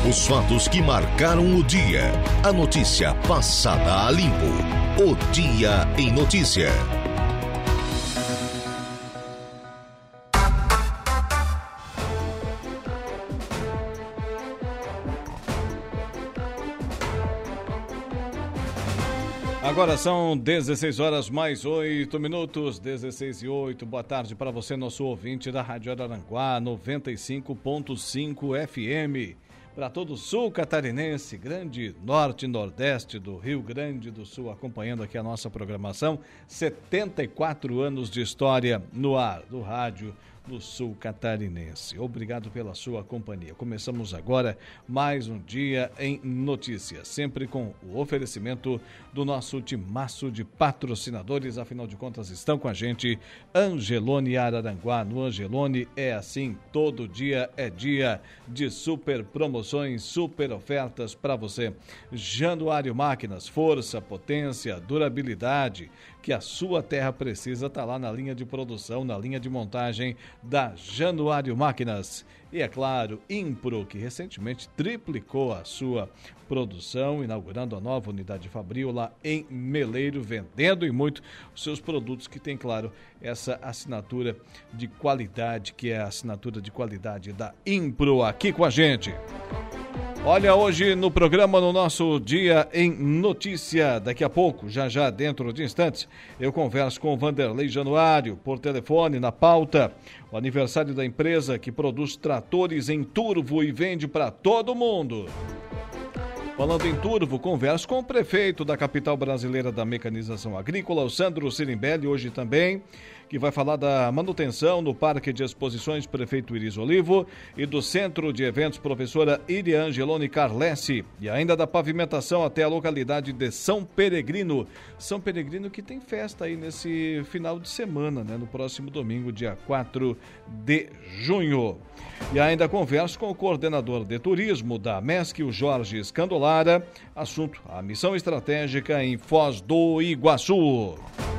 Os fatos que marcaram o dia. A notícia passada a limpo. O Dia em Notícia. Agora são 16 horas mais 8 minutos, 16 e 8. Boa tarde para você, nosso ouvinte da Rádio Araranguá 95.5 FM. Para todo o sul catarinense, grande norte e nordeste do Rio Grande do Sul, acompanhando aqui a nossa programação. 74 anos de história no ar do rádio do sul catarinense. Obrigado pela sua companhia. Começamos agora mais um Dia em Notícias, sempre com o oferecimento do nosso timaço de patrocinadores. Afinal de contas, estão com a gente Angelone Araranguá. No Angelone é assim, todo dia é dia de super promoções, super ofertas para você. Januário Máquinas, força, potência, durabilidade que a sua terra precisa, está lá na linha de produção, na linha de montagem da Januário Máquinas. E é claro, Impro, que recentemente triplicou a sua produção, inaugurando a nova unidade Fabril lá em Meleiro, vendendo e muito os seus produtos que tem, claro, essa assinatura de qualidade, que é a assinatura de qualidade da Impro aqui com a gente. Olha, hoje no programa, no nosso Dia em Notícia, daqui a pouco, já dentro de instantes, eu converso com o Vanderlei Januário, por telefone, na pauta, o aniversário da empresa que produz tratores em turvo e vende para todo mundo. Falando em turvo, converso com o prefeito da capital brasileira da mecanização agrícola, o Sandro Sirimbelli, hoje também, que vai falar da manutenção no Parque de Exposições Prefeito Iris Olivo e do Centro de Eventos Professora Iria Angelone Carlessi, e ainda da pavimentação até a localidade de São Peregrino. São Peregrino que tem festa aí nesse final de semana, né? No próximo domingo, dia 4 de junho. E ainda converso com o coordenador de turismo da MESC, o Jorge Escandolara, assunto: a missão estratégica em Foz do Iguaçu.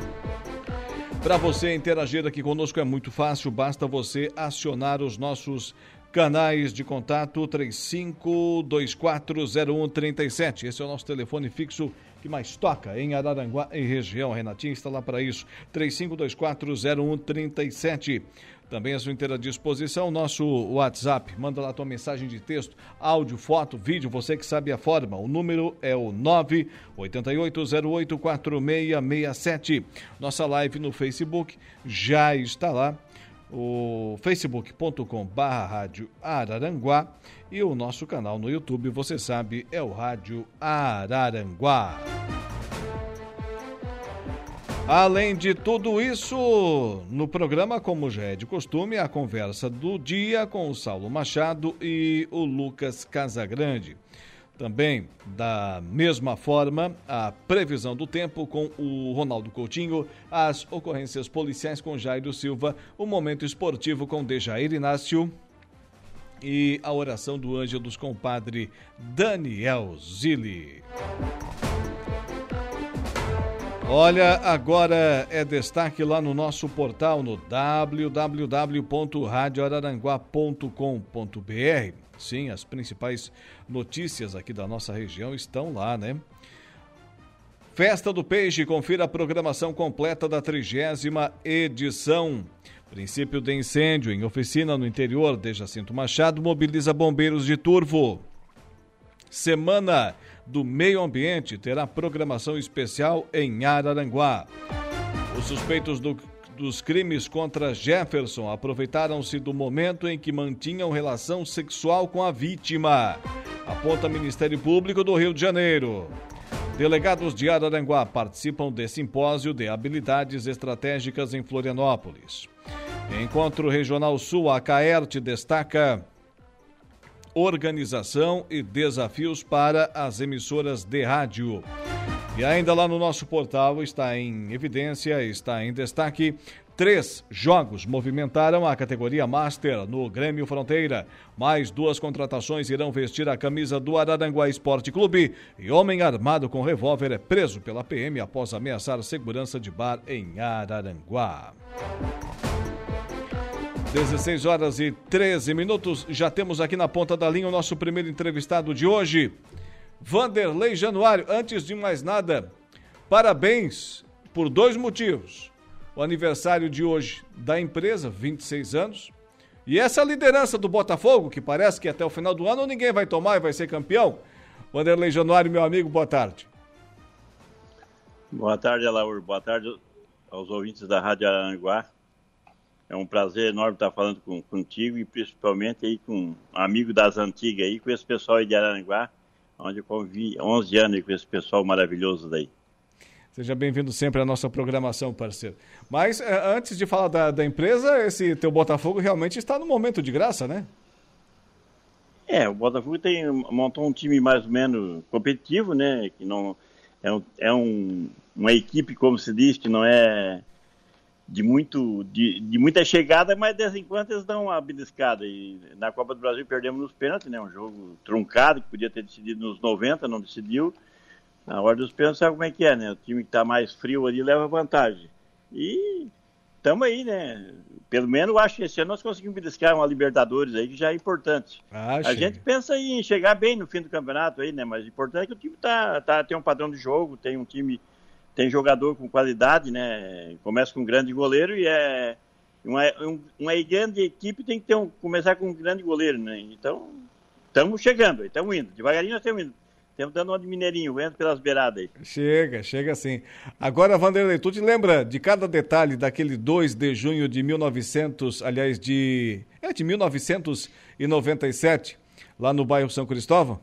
Para você interagir aqui conosco é muito fácil, basta você acionar os nossos canais de contato 35240137. Esse é o nosso telefone fixo que mais toca em Araranguá e região. A Renatinha está lá para isso, 35240137. Também à sua inteira disposição, nosso WhatsApp. Manda lá tua mensagem de texto, áudio, foto, vídeo, você que sabe a forma. O número é o 988084667. Nossa live no Facebook já está lá, o facebook.com/Rádio Araranguá, e o nosso canal no YouTube, você sabe, é o Rádio Araranguá. Além de tudo isso, no programa, como já é de costume, a conversa do dia com o Saulo Machado e o Lucas Casagrande. Também, da mesma forma, a previsão do tempo com o Ronaldo Coutinho, as ocorrências policiais com Jairo Silva, o momento esportivo com Dejair Inácio e a oração do Ângelus com o padre Daniel Zilli. Olha, agora é destaque lá no nosso portal, no www.radioararanguá.com.br. Sim, as principais notícias aqui da nossa região estão lá, né? Festa do Peixe, confira a programação completa da 30ª edição. Princípio de incêndio em oficina no interior de Jacinto Machado mobiliza bombeiros de Turvo. Semana do Meio Ambiente terá programação especial em Araranguá. Os suspeitos dos crimes contra Jefferson aproveitaram-se do momento em que mantinham relação sexual com a vítima, aponta Ministério Público do Rio de Janeiro. Delegados de Araranguá participam de simpósio de habilidades estratégicas em Florianópolis. Encontro Regional Sul, a CAERT destaca organização e desafios para as emissoras de rádio. E ainda lá no nosso portal está em evidência, está em destaque, 3 jogos movimentaram a categoria Master no Grêmio Fronteira. Mais 2 contratações irão vestir a camisa do Araranguá Esporte Clube. E homem armado com revólver é preso pela PM após ameaçar segurança de bar em Araranguá. 16 horas e 13 minutos, já temos aqui na ponta da linha o nosso primeiro entrevistado de hoje, Vanderlei Januário. Antes de mais nada, parabéns por 2 motivos. O aniversário de hoje da empresa, 26 anos, e essa liderança do Botafogo, que parece que até o final do ano ninguém vai tomar e vai ser campeão. Vanderlei Januário, meu amigo, boa tarde. Boa tarde, Alaur. Boa tarde aos ouvintes da Rádio Araranguá. É um prazer enorme estar falando contigo e principalmente aí com um amigo das antigas aí, com esse pessoal aí de Araranguá, onde eu convivi 11 anos aí com esse pessoal maravilhoso daí. Seja bem-vindo sempre à nossa programação, parceiro. Mas antes de falar da empresa, esse teu Botafogo realmente está no momento de graça, né? O Botafogo montou um time mais ou menos competitivo, né? Que não uma equipe, como se diz, que não é de muita chegada, mas de vez em quando eles dão uma beliscada. E na Copa do Brasil perdemos nos pênaltis, né? Um jogo truncado, que podia ter decidido nos 90, não decidiu. Na hora dos pênaltis, sabe como é que é, né? O time que está mais frio ali leva vantagem. E estamos aí, né? Pelo menos eu acho que esse ano nós conseguimos beliscar uma Libertadores aí, que já é importante. A gente pensa em chegar bem no fim do campeonato aí, né? Mas o importante é que o time tem um padrão de jogo, tem um time... Tem jogador com qualidade, né? Começa com um grande goleiro e uma grande equipe tem que começar com um grande goleiro, né? Então, estamos chegando, estamos indo. Devagarinho nós estamos indo. Estamos dando uma de mineirinho, vendo pelas beiradas aí. Chega sim. Agora, Vanderlei, tu te lembra de cada detalhe daquele 2 de junho de 1997, lá no bairro São Cristóvão?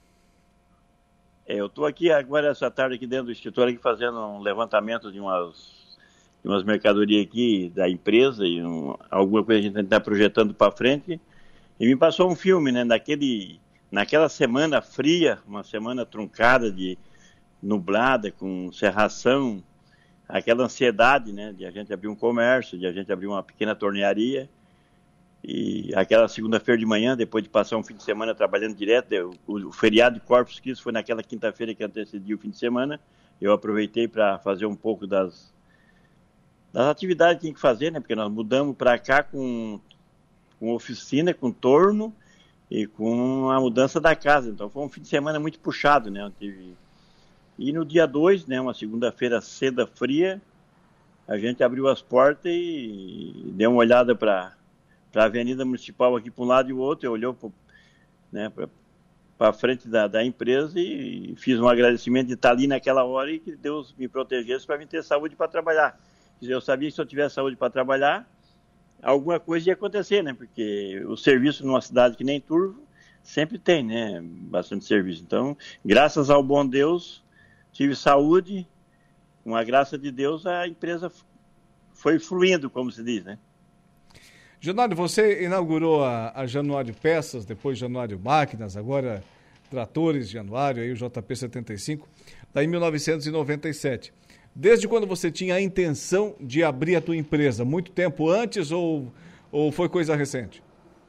Eu estou aqui agora, essa tarde, aqui dentro do escritório, aqui, fazendo um levantamento de umas mercadorias aqui da empresa e alguma coisa que a gente está projetando para frente. E me passou um filme, né, naquela semana fria, uma semana truncada, nublada, com cerração, aquela ansiedade, né, de a gente abrir um comércio, de a gente abrir uma pequena tornearia. E aquela segunda-feira de manhã, depois de passar um fim de semana trabalhando direto, o feriado de Corpus Christi foi naquela quinta-feira que antecedia o fim de semana, eu aproveitei para fazer um pouco das atividades que tinha que fazer, né? Porque nós mudamos para cá com oficina, com torno e com a mudança da casa. Então foi um fim de semana muito puxado, né? E no dia 2, né, uma segunda-feira seda fria, a gente abriu as portas e deu uma olhada para a Avenida Municipal aqui para um lado e o outro, eu olhou para a frente da empresa e fiz um agradecimento de estar ali naquela hora e que Deus me protegesse para mim ter saúde para trabalhar. Eu sabia que se eu tivesse saúde para trabalhar, alguma coisa ia acontecer, né? Porque o serviço numa cidade que nem Turvo sempre tem, né? Bastante serviço. Então, graças ao bom Deus, tive saúde, com a graça de Deus, a empresa foi fluindo, como se diz, né? Januário, você inaugurou a Januário Peças, depois Januário Máquinas, agora Tratores Januário, aí o JP75, lá em 1997. Desde quando você tinha a intenção de abrir a tua empresa? Muito tempo antes ou foi coisa recente?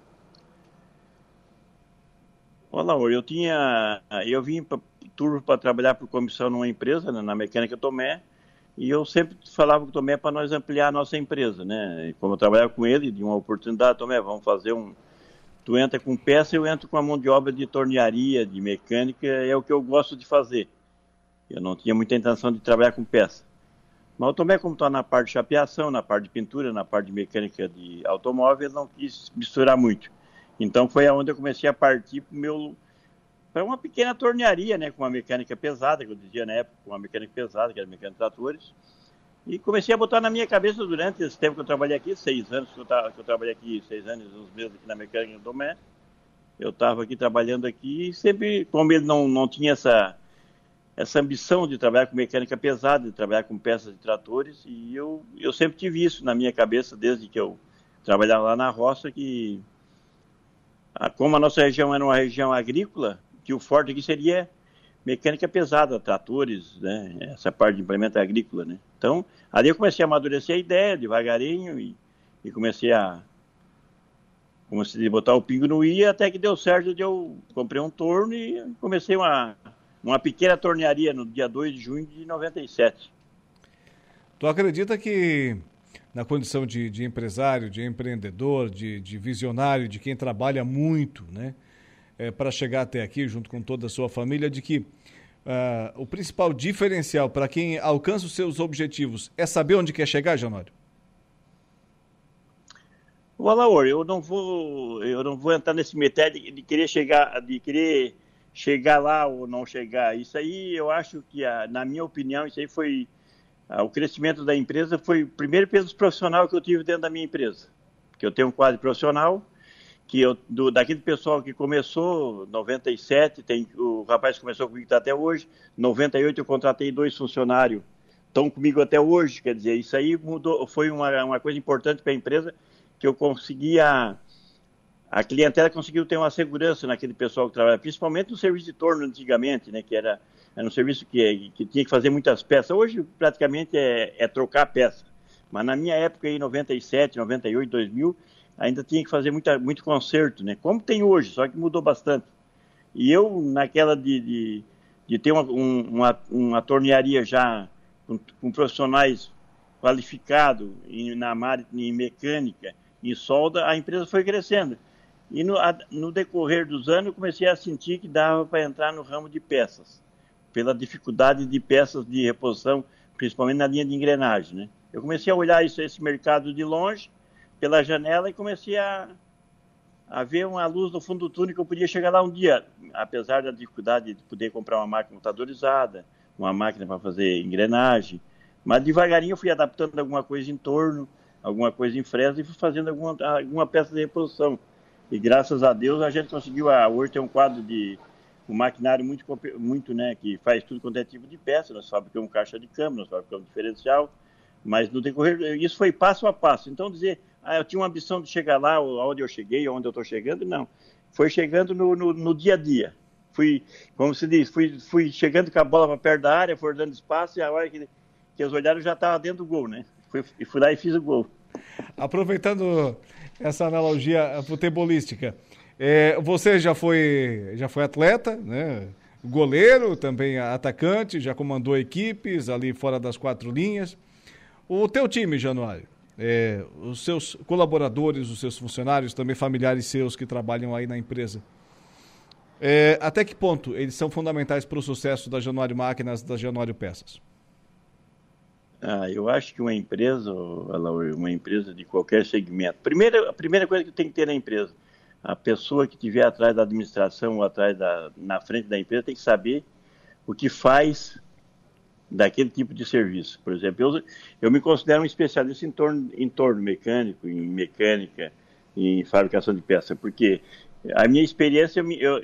Olá, eu vim para Turvo para trabalhar por comissão numa empresa, né, na Mecânica Tomé. E eu sempre falava com o Tomé para nós ampliar a nossa empresa, né? E como eu trabalhava com ele, de uma oportunidade, Tomé, vamos fazer Tu entra com peça, eu entro com a mão de obra de tornearia, de mecânica, é o que eu gosto de fazer. Eu não tinha muita intenção de trabalhar com peça. Mas o Tomé, como está na parte de chapeação, na parte de pintura, na parte de mecânica de automóvel, ele não quis misturar muito. Então foi aonde eu comecei a partir para uma pequena tornearia, né, com uma mecânica pesada, que eu dizia na época, com uma mecânica pesada, que era mecânica de tratores, e comecei a botar na minha cabeça durante esse tempo que eu trabalhei aqui, 6 anos que eu trabalhei aqui, 6 anos, uns meses aqui na mecânica do Tomé, eu estava aqui trabalhando aqui, e sempre, como ele não tinha essa ambição de trabalhar com mecânica pesada, de trabalhar com peças de tratores, e eu sempre tive isso na minha cabeça, desde que eu trabalhava lá na roça, que como a nossa região era uma região agrícola, que o forte aqui seria mecânica pesada, tratores, né? Essa parte de implemento agrícola, né? Então, ali eu comecei a amadurecer a ideia devagarinho e comecei a botar o pingo no i, até que deu certo, eu comprei um torno e comecei uma pequena tornearia no dia 2 de junho de 97. Tu acredita que na condição de empresário, de empreendedor, de visionário, de quem trabalha muito, né? Para chegar até aqui, junto com toda a sua família, de que o principal diferencial para quem alcança os seus objetivos é saber onde quer chegar, Januário? O Alaor, eu não vou entrar nesse metério de querer chegar lá ou não chegar. Isso aí, eu acho que, na minha opinião, isso aí foi o crescimento da empresa foi o primeiro peso profissional que eu tive dentro da minha empresa. Porque eu tenho um quadro profissional que daquele pessoal que começou, 97, o rapaz que começou comigo está até hoje, 98 eu contratei 2 funcionários, estão comigo até hoje, quer dizer, isso aí mudou, foi uma coisa importante para a empresa, que eu conseguia, a clientela conseguiu ter uma segurança naquele pessoal que trabalha, principalmente no serviço de torno antigamente, né, que era um serviço que tinha que fazer muitas peças, hoje praticamente é trocar peça, mas na minha época, em 97, 98, 2000, ainda tinha que fazer muito conserto, né? Como tem hoje, só que mudou bastante. E eu, naquela de ter uma tornearia já com profissionais qualificados em mecânica, em solda, a empresa foi crescendo. E no decorrer dos anos, eu comecei a sentir que dava para entrar no ramo de peças, pela dificuldade de peças de reposição, principalmente na linha de engrenagem, né? Eu comecei a olhar esse mercado de longe, pela janela, e comecei a ver uma luz no fundo do túnel que eu podia chegar lá um dia, apesar da dificuldade de poder comprar uma máquina motorizada, uma máquina para fazer engrenagem, mas devagarinho eu fui adaptando alguma coisa em torno, alguma coisa em fresa e fui fazendo alguma peça de reposição. E graças a Deus a gente conseguiu, hoje tem um quadro de um maquinário muito, né, que faz tudo quanto é tipo de peça, nós fabricamos caixa de câmbio, nós fabricamos diferencial, mas no decorrer, isso foi passo a passo. Então dizer, eu tinha uma ambição de chegar lá, onde eu cheguei, onde eu estou chegando, não. Foi chegando no dia a dia. Fui, como se diz, fui chegando com a bola para perto da área, foi dando espaço, e a hora que eles olharam, eu já estava dentro do gol, né? Fui lá e fiz o gol. Aproveitando essa analogia futebolística, você já foi atleta, né? Goleiro, também atacante, já comandou equipes ali fora das 4 linhas. O teu time, Januário, os seus colaboradores, os seus funcionários, também familiares seus que trabalham aí na empresa, até que ponto eles são fundamentais para o sucesso da Januário Máquinas, da Januário Peças? Eu acho que uma empresa de qualquer segmento, a primeira coisa que tem que ter na empresa, a pessoa que estiver atrás da administração ou na frente da empresa tem que saber o que faz daquele tipo de serviço. Por exemplo, eu me considero um especialista em torno mecânico, em mecânica, em fabricação de peça, porque a minha experiência,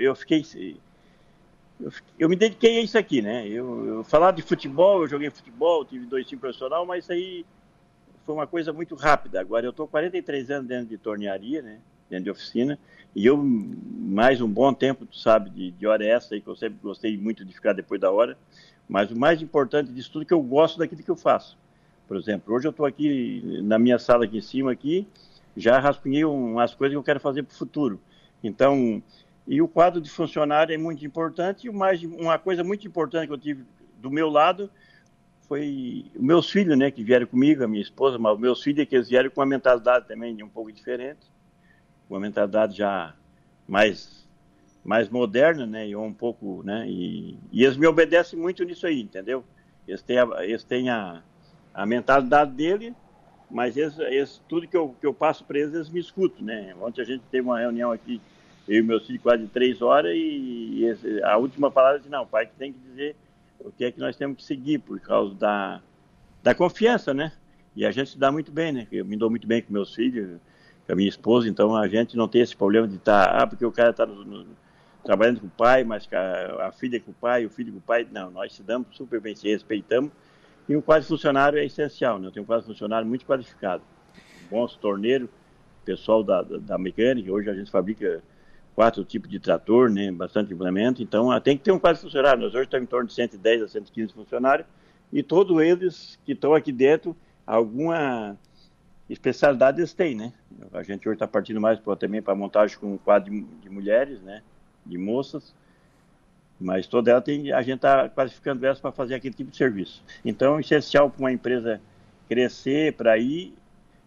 eu me dediquei a isso aqui, né? Eu falar de futebol, eu joguei futebol, tive 2 times profissionais, mas isso aí foi uma coisa muito rápida. Agora eu estou 43 anos dentro de tornearia, né? Dentro de oficina, e eu mais um bom tempo, tu sabe, de hora extra, aí, que eu sempre gostei muito de ficar depois da hora. Mas o mais importante disso tudo é que eu gosto daquilo que eu faço. Por exemplo, hoje eu estou aqui na minha sala aqui em cima, já rascunhei umas coisas que eu quero fazer para o futuro. Então, e o quadro de funcionário é muito importante, e uma coisa muito importante que eu tive do meu lado foi os meus filhos, né, que vieram comigo, a minha esposa, mas os meus filhos que eles vieram com uma mentalidade também um pouco diferente, uma mentalidade já mais moderna, né, e um pouco, né, e eles me obedecem muito nisso aí, entendeu? Eles têm a mentalidade dele, mas tudo que eu passo para eles me escutam, né? Ontem a gente teve uma reunião aqui, eu e meus filhos, quase 3 horas, e a última palavra é não, o pai que tem que dizer o que é que nós temos que seguir, por causa da confiança, né? E a gente se dá muito bem, né? Eu me dou muito bem com meus filhos, com a minha esposa, então a gente não tem esse problema de estar, porque o cara está trabalhando com o pai, mas a filha com o pai, o filho com o pai, não, nós se damos super bem, se respeitamos, e um quadro funcionário é essencial, né? Eu tenho um quadro funcionário muito qualificado, bons torneiros, pessoal da mecânica, hoje a gente fabrica 4 tipos de trator, né? Bastante implemento, então tem que ter um quadro funcionário, nós hoje estamos em torno de 110 a 115 funcionários, e todos eles que estão aqui dentro, alguma especialidade eles têm, né? A gente hoje está partindo mais também para montagem com um quadro de mulheres, né? De moças, mas toda ela a gente está classificando elas para fazer aquele tipo de serviço. Então, é essencial para uma empresa crescer, para ir,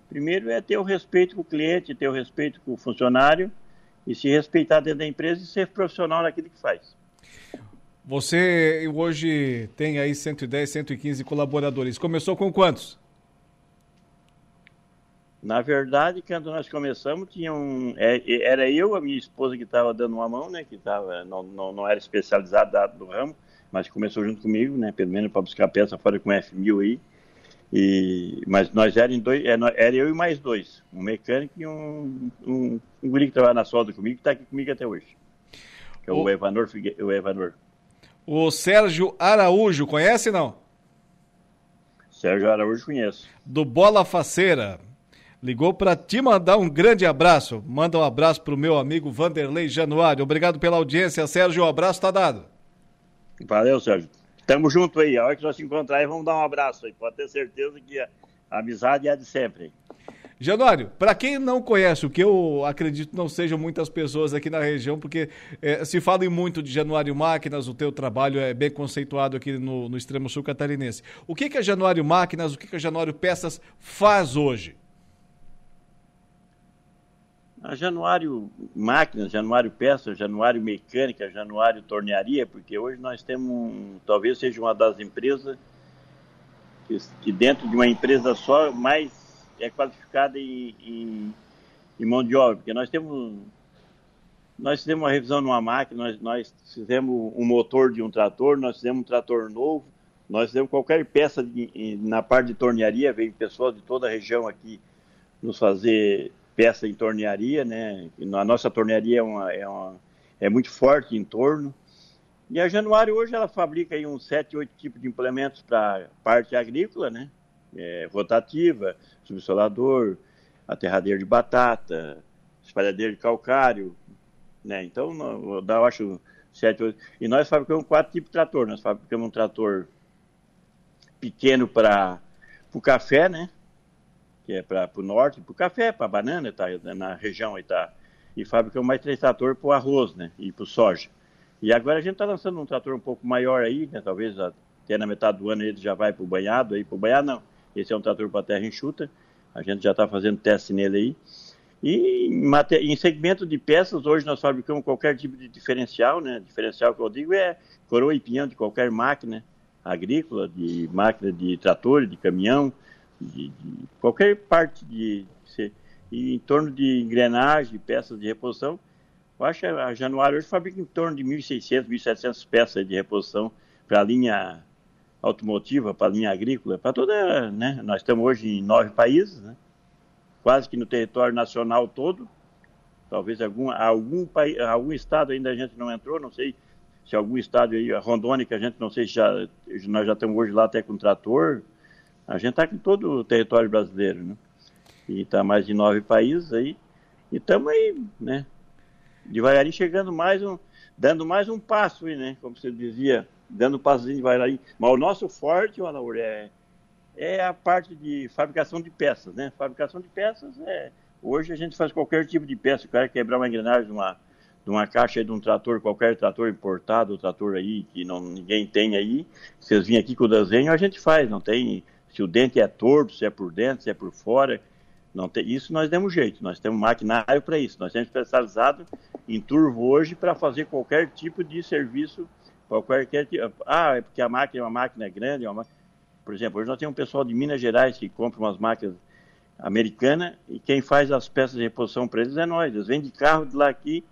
Primeiro é ter o respeito com o cliente, ter o respeito com o funcionário e se respeitar dentro da empresa e ser profissional naquilo que faz. Você hoje tem aí 110, 115 colaboradores. Começou com quantos? Na verdade, quando nós começamos, era eu, a minha esposa que estava dando uma mão, né? Que não era especializada no ramo, mas começou junto comigo, né? Pelo menos para buscar peça fora com F1000 aí. Mas nós éramos dois, era eu e mais dois, um mecânico e um guri que trabalha na solda comigo, que está aqui comigo até hoje. Que é o Evanor. O Sérgio Araújo, conhece não? Sérgio Araújo conheço. Do Bola Faceira. Ligou para te mandar um grande abraço. Manda um abraço para o meu amigo Vanderlei Januário. Obrigado pela audiência, Sérgio. O abraço está dado. Valeu, Sérgio. Tamo junto aí. A hora que nós se encontrar aí, vamos dar um abraço aí. Pode ter certeza que a amizade é a de sempre. Januário, para quem não conhece, o que eu acredito não sejam muitas pessoas aqui na região, porque se fala muito de Januário Máquinas, o teu trabalho é bem conceituado aqui no extremo sul catarinense. O que a Januário Máquinas, o que a Januário Peças faz hoje? A Januário Máquinas, Januário Peças, Januário Mecânica, Januário Tornearia, porque hoje nós temos, talvez seja uma das empresas que dentro de uma empresa só mais é qualificada em mão de obra, porque nós fizemos uma revisão numa máquina, nós fizemos um motor de um trator, nós fizemos um trator novo, nós fizemos qualquer peça na parte de tornearia, veio pessoal de toda a região aqui nos fazer peça em tornearia, né? A nossa tornearia é muito forte em torno. E a Januário hoje ela fabrica aí uns 7, 8 tipos de implementos para parte agrícola, né? Rotativa, subsolador, aterradeira de batata, espalhadeira de calcário, né? Então, eu acho 7, 8. E nós fabricamos 4 tipos de trator. Nós fabricamos um trator pequeno para o café, né? Que é para o norte, para o café, para a banana, tá na região aí, tá. E fabricamos mais 3 tratores para o arroz, né? E para o soja. E agora a gente está lançando um trator um pouco maior aí, né? Talvez até na metade do ano ele já vai para o banhado, aí para o banhado não. Esse é um trator para terra enxuta, a gente já está fazendo teste nele aí. E em segmento de peças, hoje nós fabricamos qualquer tipo de diferencial, né? Diferencial que eu digo é coroa e pinhão de qualquer máquina agrícola, de máquina de trator, de caminhão, de qualquer parte e em torno de engrenagem, peças de reposição. Eu acho que a Januário hoje fabrica em torno de 1.600, 1.700 peças de reposição para a linha automotiva, para a linha agrícola, para toda, né? Nós estamos hoje em 9 países, né? Quase que no território nacional todo. Talvez algum estado ainda a gente não entrou, não sei se algum estado aí, a Rondônia, que a gente não sei se nós já estamos hoje lá até com trator. A gente está em todo o território brasileiro, né? E está mais de 9 países aí. E estamos aí, né? Devagarinho chegando dando mais um passo aí, né? Como você dizia, dando um passozinho devagarinho. Mas o nosso forte, Alaur, é a parte de fabricação de peças, né? Fabricação de peças hoje a gente faz qualquer tipo de peça. O cara quebrar uma engrenagem de uma caixa aí de um trator, qualquer trator importado, trator aí que ninguém tem aí. Vocês vêm aqui com o desenho, a gente faz, não tem. Se o dente é torto, se é por dentro, se é por fora, não tem, isso nós demos jeito, nós temos maquinário para isso, nós temos especializado em turvo hoje para fazer qualquer tipo de serviço, é porque a máquina é uma máquina grande, por exemplo, hoje nós temos um pessoal de Minas Gerais que compra umas máquinas americanas e quem faz as peças de reposição para eles é nós, eles vêm de carro de lá aqui,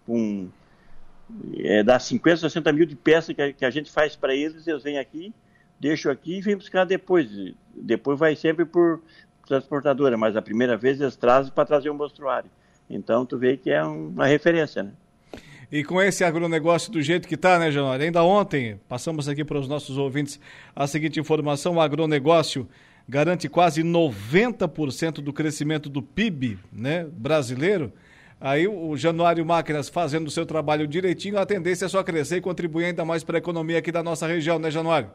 dá 50, 60 mil de peças que a gente faz para eles, eles vêm aqui, deixam aqui e vêm buscar depois vai sempre por transportadora, mas a primeira vez eles trazem para trazer um mostruário. Então tu vê que é uma referência, né? E com esse agronegócio do jeito que está, né, Januário? Ainda ontem passamos aqui para os nossos ouvintes a seguinte informação: o agronegócio garante quase 90% do crescimento do PIB, né, brasileiro. Aí o Januário Máquinas fazendo o seu trabalho direitinho, a tendência é só crescer e contribuir ainda mais para a economia aqui da nossa região, né, Januário?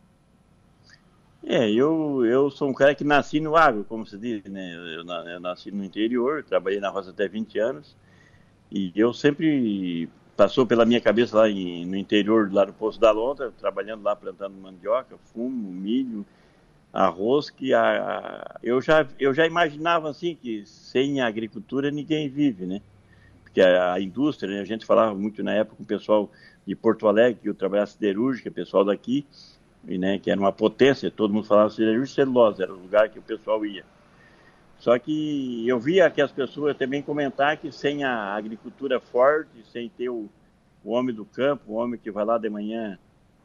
Eu sou um cara que nasci no agro, como se diz, né? Eu nasci no interior, trabalhei na roça até 20 anos, e eu sempre passou pela minha cabeça lá no interior, lá no Poço da Lontra, trabalhando lá, plantando mandioca, fumo, milho, arroz que eu já imaginava assim que sem a agricultura ninguém vive, né? Porque a indústria, né? A gente falava muito na época com o pessoal de Porto Alegre, que eu trabalhava siderúrgica, pessoal daqui, e, né, que era uma potência, todo mundo falava siderúrgica e celulose, era o lugar que o pessoal ia. Só que eu via que as pessoas também comentar que sem a agricultura forte, sem ter o homem do campo, o homem que vai lá de manhã,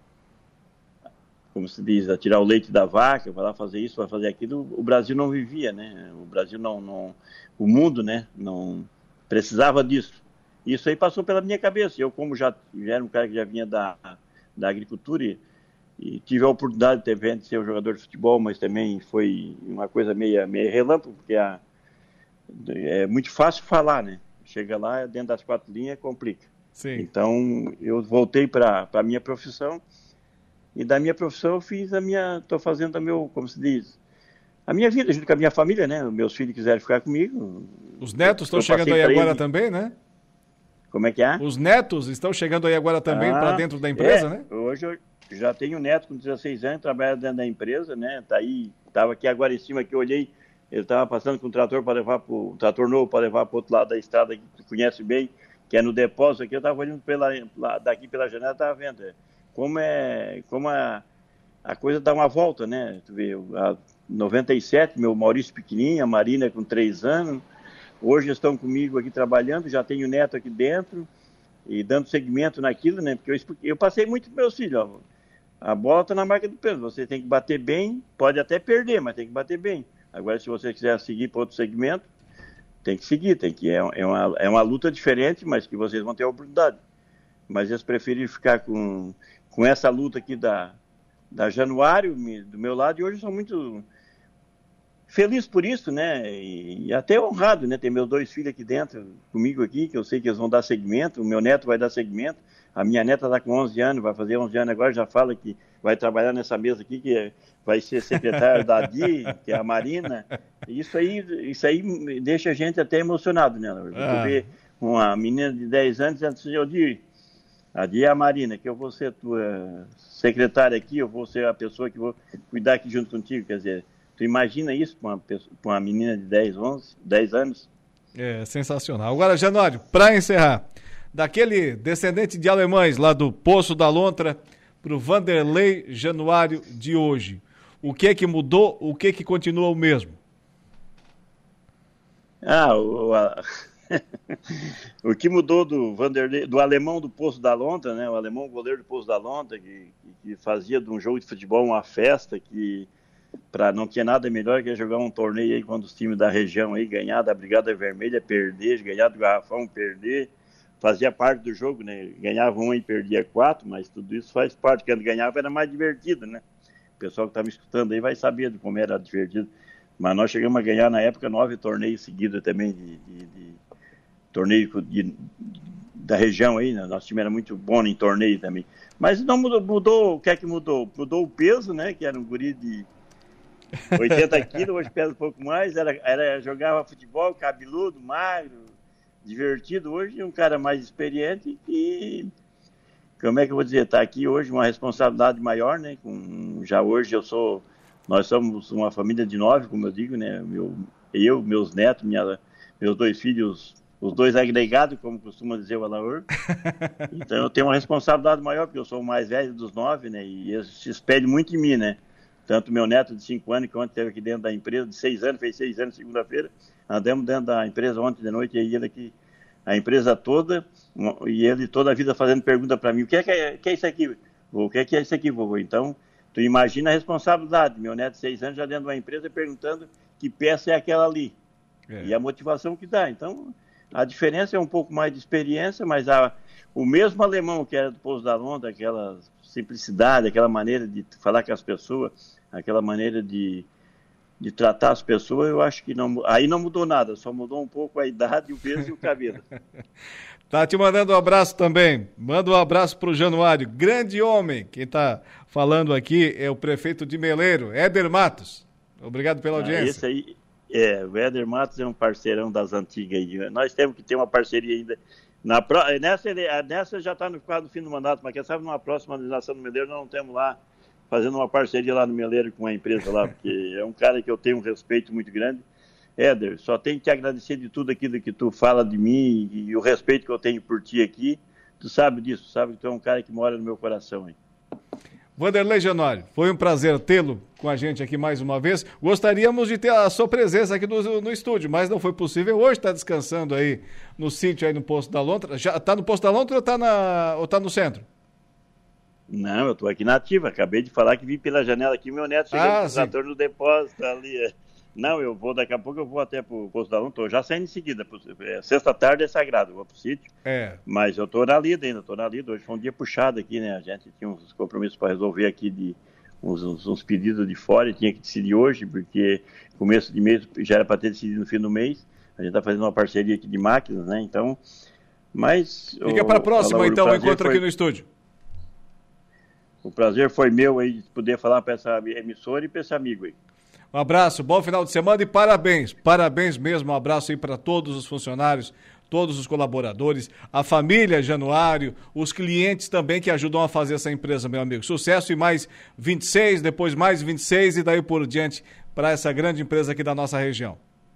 como se diz, a tirar o leite da vaca, vai lá fazer isso, vai fazer aquilo, o Brasil não vivia, né? O Brasil o mundo, né, não precisava disso. Isso aí passou pela minha cabeça. Eu, como já era um cara que já vinha da agricultura e tive a oportunidade de ser um jogador de futebol, mas também foi uma coisa meio relâmpago, porque é muito fácil falar, né? Chega lá, dentro das 4 linhas, complica. Sim. Então, eu voltei para a minha profissão, e da minha profissão eu estou fazendo como se diz, a minha vida, junto com a minha família, né? Meus filhos quiserem ficar comigo. Os netos estão chegando aí agora também, né? Como é que é? Os netos estão chegando aí agora também para dentro da empresa, né? Hoje eu já tenho um neto com 16 anos, trabalha dentro da empresa, né? Estava aqui agora em cima, que eu olhei, ele estava passando com o trator para levar um trator novo para levar para o outro lado da estrada, que tu conhece bem, que é no depósito aqui. Eu estava olhando daqui pela janela, estava vendo como a coisa dá uma volta, né? Tu vê, a 97, meu Maurício pequenininho, a Marina com 3 anos, hoje estão comigo aqui trabalhando, já tenho neto aqui dentro e dando seguimento naquilo, né? Porque eu passei muito para meus filhos, ó. A bola está na marca do pênalti, você tem que bater bem, pode até perder, mas tem que bater bem. Agora, se você quiser seguir para outro segmento, tem que seguir, é uma luta diferente, mas que vocês vão ter a oportunidade. Mas eles preferiram ficar com essa luta aqui da Januário, do meu lado, e hoje sou muito feliz por isso, né? E até honrado, né? Ter meus 2 filhos aqui dentro, comigo aqui, que eu sei que eles vão dar seguimento, o meu neto vai dar seguimento, a minha neta está com 11 anos, vai fazer 11 anos agora, já fala que vai trabalhar nessa mesa aqui, que vai ser secretária da DI, que é a Marina. Isso aí deixa a gente até emocionado, né? Tu vê uma menina de 10 anos dizendo assim, a DI é a Marina, que eu vou ser tua secretária aqui, eu vou ser a pessoa que vou cuidar aqui junto contigo, quer dizer, tu imagina isso para uma menina de 10 anos? É sensacional. Agora, Januário, para encerrar, daquele descendente de alemães lá do Poço da Lontra para o Vanderlei Januário de hoje, o que é que mudou, o que é que continua o mesmo? O que mudou do Vanderlei, do alemão do Poço da Lontra, né? O alemão goleiro do Poço da Lontra, que fazia de um jogo de futebol uma festa, que não tinha nada melhor que jogar um torneio aí quando os times da região aí ganhar da Brigada Vermelha, perder, ganhar do Garrafão, perder, fazia parte do jogo, né? Ganhava 1 e perdia 4, mas tudo isso faz parte. Quando ganhava era mais divertido, né? O pessoal que está me escutando aí vai saber de como era divertido. Mas nós chegamos a ganhar na época 9 torneios seguidos também de torneio da região aí, né? Nosso time era muito bom em torneio também. Mas não mudou, o que é que mudou? Mudou o peso, né? Que era um guri de 80 quilos, hoje pesa um pouco mais, jogava futebol, cabeludo, magro, divertido. Hoje um cara mais experiente e, como é que eu vou dizer, está aqui hoje uma responsabilidade maior, né? Já hoje nós somos uma família de 9, como eu digo, né? Meus netos, meus 2 filhos, os 2 agregados, como costuma dizer o Alaor. Então eu tenho uma responsabilidade maior, porque eu sou o mais velho dos 9, né? E eles se espelham muito em mim, né? Tanto meu neto de 5 anos, que ontem esteve aqui dentro da empresa, de 6 anos, fez 6 anos segunda-feira, andamos dentro da empresa ontem de noite, e ele aqui, a empresa toda, e ele toda a vida fazendo pergunta para mim, o que é isso aqui? O que é isso aqui, vovô? Então, tu imagina a responsabilidade, meu neto de 6 anos já dentro de uma empresa perguntando que peça é aquela ali, e a motivação que dá. Então, a diferença é um pouco mais de experiência, mas o mesmo alemão que era do Poço da Lontra, aquela simplicidade, aquela maneira de falar com as pessoas, aquela maneira de tratar as pessoas, eu acho que aí não mudou nada, só mudou um pouco a idade, o peso e o cabelo. Tá te mandando um abraço também, manda um abraço pro Januário, grande homem. Quem tá falando aqui é o prefeito de Meleiro, Éder Matos. Obrigado pela audiência. Esse aí, o Éder Matos é um parceirão das antigas aí. Nós temos que ter uma parceria ainda. Nessa já está no quadro do fim do mandato, mas quem sabe numa próxima administração do Meleiro nós não temos lá fazendo uma parceria lá no Meleiro com a empresa lá, porque é um cara que eu tenho um respeito muito grande. Éder, só tenho que te agradecer de tudo aquilo que tu fala de mim e o respeito que eu tenho por ti aqui. Tu sabe disso, sabe que tu é um cara que mora no meu coração, hein? Vanderlei Januário, foi um prazer tê-lo com a gente aqui mais uma vez. Gostaríamos de ter a sua presença aqui no estúdio, mas não foi possível. Hoje está descansando aí no sítio, aí no Posto da Lontra. Já está no Posto da Lontra ou tá no centro? Não, eu estou aqui na ativa. Acabei de falar que vi pela janela aqui, meu neto chegando no trator no depósito ali. Não, eu vou, daqui a pouco eu vou até pro Posto da Lontra. Estou já saindo em seguida. Sexta-tarde é sagrado, eu vou pro sítio. Mas eu estou na lida ainda, Hoje foi um dia puxado aqui, né? A gente tinha uns compromissos para resolver aqui de uns pedidos de fora e tinha que decidir hoje, porque começo de mês já era para ter decidido no fim do mês. A gente está fazendo uma parceria aqui de máquinas, né? Então, mas... Fica para a próxima, então, o encontro aqui no estúdio. O prazer foi meu aí de poder falar para essa emissora e para esse amigo aí. Um abraço, bom final de semana e parabéns. Parabéns mesmo, um abraço aí para todos os funcionários, todos os colaboradores, a família Januário, os clientes também que ajudam a fazer essa empresa, meu amigo. Sucesso e mais 26, depois mais 26 e daí por diante para essa grande empresa aqui da nossa região.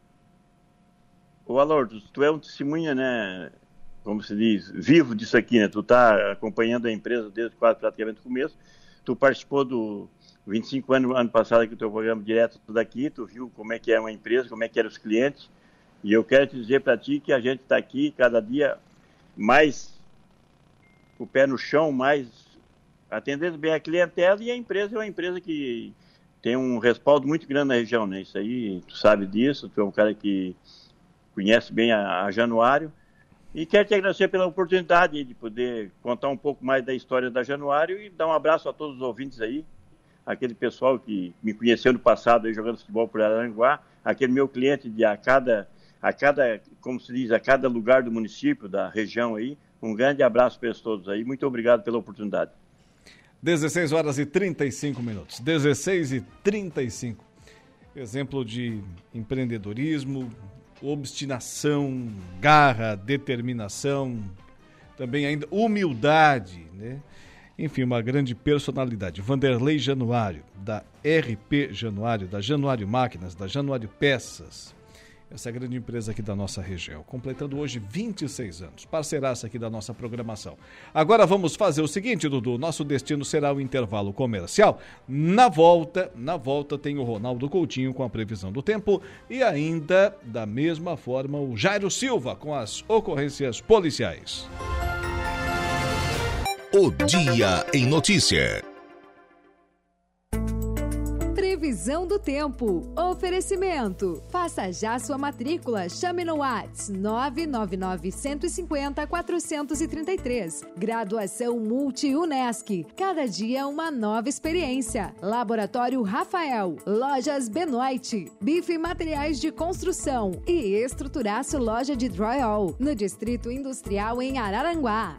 Ô Alorto, tu é um testemunha, né, como se diz, vivo disso aqui, né? Tu tá acompanhando a empresa desde quase praticamente o começo. Tu participou do 25 anos, ano passado, aqui do teu programa direto daqui, tu viu como é que é uma empresa, como é que eram os clientes. E eu quero te dizer para ti que a gente está aqui cada dia mais o pé no chão, mais atendendo bem a clientela, e a empresa é uma empresa que tem um respaldo muito grande na região, né? Isso aí, tu sabe disso, tu é um cara que conhece bem a Januário. E quero te agradecer pela oportunidade de poder contar um pouco mais da história da Januário e dar um abraço a todos os ouvintes aí, aquele pessoal que me conheceu no passado aí jogando futebol por Araranguá, aquele meu cliente de a cada, como se diz, a cada lugar do município, da região aí. Um grande abraço para todos aí. Muito obrigado pela oportunidade. 16 horas e 35 minutos. 16h35. Exemplo de empreendedorismo, obstinação, garra, determinação, também ainda humildade, né? Enfim, uma grande personalidade. Vanderlei Januário, da RP Januário, da Januário Máquinas, da Januário Peças. Essa grande empresa aqui da nossa região, completando hoje 26 anos, parceiraça aqui da nossa programação. Agora vamos fazer o seguinte, Dudu, nosso destino será o intervalo comercial. Na volta tem o Ronaldo Coutinho com a previsão do tempo e ainda, da mesma forma, o Jairo Silva com as ocorrências policiais. O Dia em Notícia. Previsão do tempo. Oferecimento. Faça já sua matrícula. Chame no WhatsApp 999-150-433. Graduação Multi-UNESC. Cada dia uma nova experiência. Laboratório Rafael. Lojas Benoit. Bife Materiais de Construção. E Estruturaço Loja de Drywall. No Distrito Industrial em Araranguá.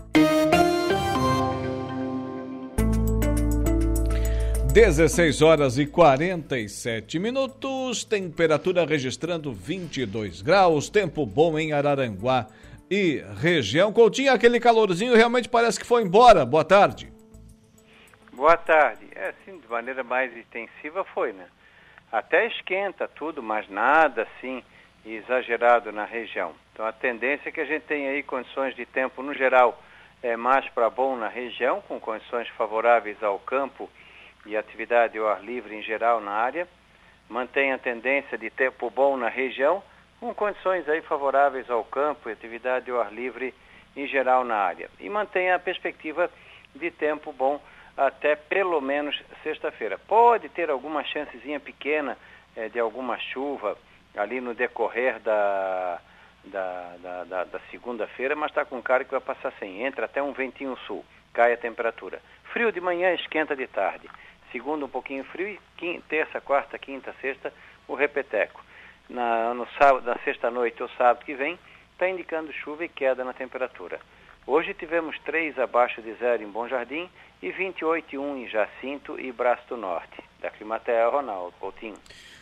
16 horas e 47 minutos, temperatura registrando 22 graus, tempo bom em Araranguá e região. Coutinho, aquele calorzinho realmente parece que foi embora. Boa tarde. Boa tarde. Assim, de maneira mais intensiva foi, né? Até esquenta tudo, mas nada assim exagerado na região. Então a tendência é que a gente tenha aí condições de tempo no geral mais para bom na região, com condições favoráveis ao campo e atividade ao ar livre em geral na área, mantém a tendência de tempo bom na região, com condições aí favoráveis ao campo e atividade ao ar livre em geral na área. E mantém a perspectiva de tempo bom até pelo menos sexta-feira. Pode ter alguma chancezinha pequena de alguma chuva ali no decorrer da segunda-feira, mas está com cara que vai passar sem. Entra até um ventinho sul, cai a temperatura. Frio de manhã, esquenta de tarde. Segunda um pouquinho frio e terça, quarta, quinta, sexta, o repeteco. Na sexta-noite ou sábado que vem, está indicando chuva e queda na temperatura. Hoje tivemos 3 abaixo de zero em Bom Jardim e 28,1 em Jacinto e Braço do Norte. Da Climatea, Ronaldo Coutinho.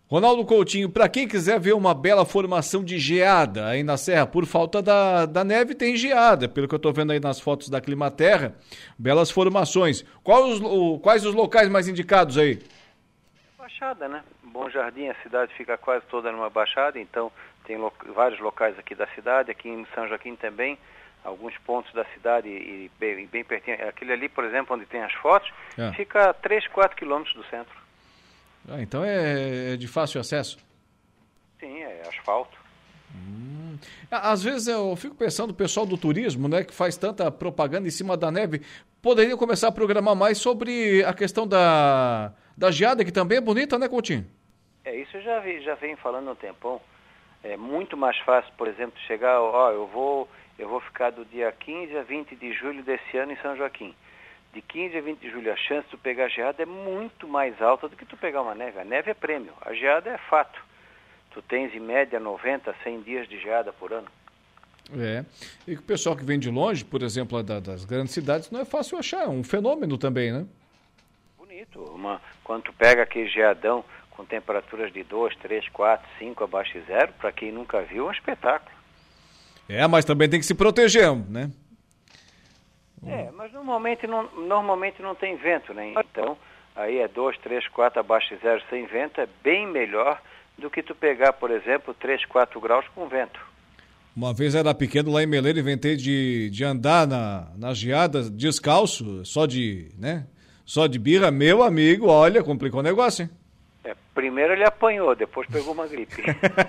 Ronaldo Coutinho, para quem quiser ver uma bela formação de geada aí na Serra, por falta da neve tem geada, pelo que eu estou vendo aí nas fotos da Climaterra, belas formações. Quais os locais mais indicados aí? Baixada, né? Bom Jardim, a cidade fica quase toda numa baixada, então tem vários locais aqui da cidade, aqui em São Joaquim também, alguns pontos da cidade e bem pertinho. Aquele ali, por exemplo, onde tem as fotos, fica a 3, 4 quilômetros do centro. Então é de fácil acesso? Sim, é asfalto. Às vezes eu fico pensando, o pessoal do turismo, né, que faz tanta propaganda em cima da neve, poderia começar a programar mais sobre a questão da geada, que também é bonita, né, Coutinho? Isso eu já venho falando há um tempão. É muito mais fácil, por exemplo, chegar, eu vou ficar do dia 15 a 20 de julho desse ano em São Joaquim. De 15 a 20 de julho, a chance de tu pegar geada é muito mais alta do que tu pegar uma neve. A neve é prêmio, a geada é fato. Tu tens, em média, 90, 100 dias de geada por ano. E o pessoal que vem de longe, por exemplo, das grandes cidades, não é fácil achar, é um fenômeno também, né? Bonito. Quando tu pega aquele geadão com temperaturas de 2, 3, 4, 5 abaixo de zero, para quem nunca viu, é um espetáculo. Mas também tem que se proteger, né? Mas normalmente não tem vento, né? Então, aí é 2, 3, 4 abaixo de zero sem vento, é bem melhor do que tu pegar, por exemplo, 3, 4 graus com vento. Uma vez era pequeno lá em Meleiro, inventei de andar nas geadas descalço, só de birra, meu amigo, olha, complicou o negócio, hein? Primeiro ele apanhou, depois pegou uma gripe.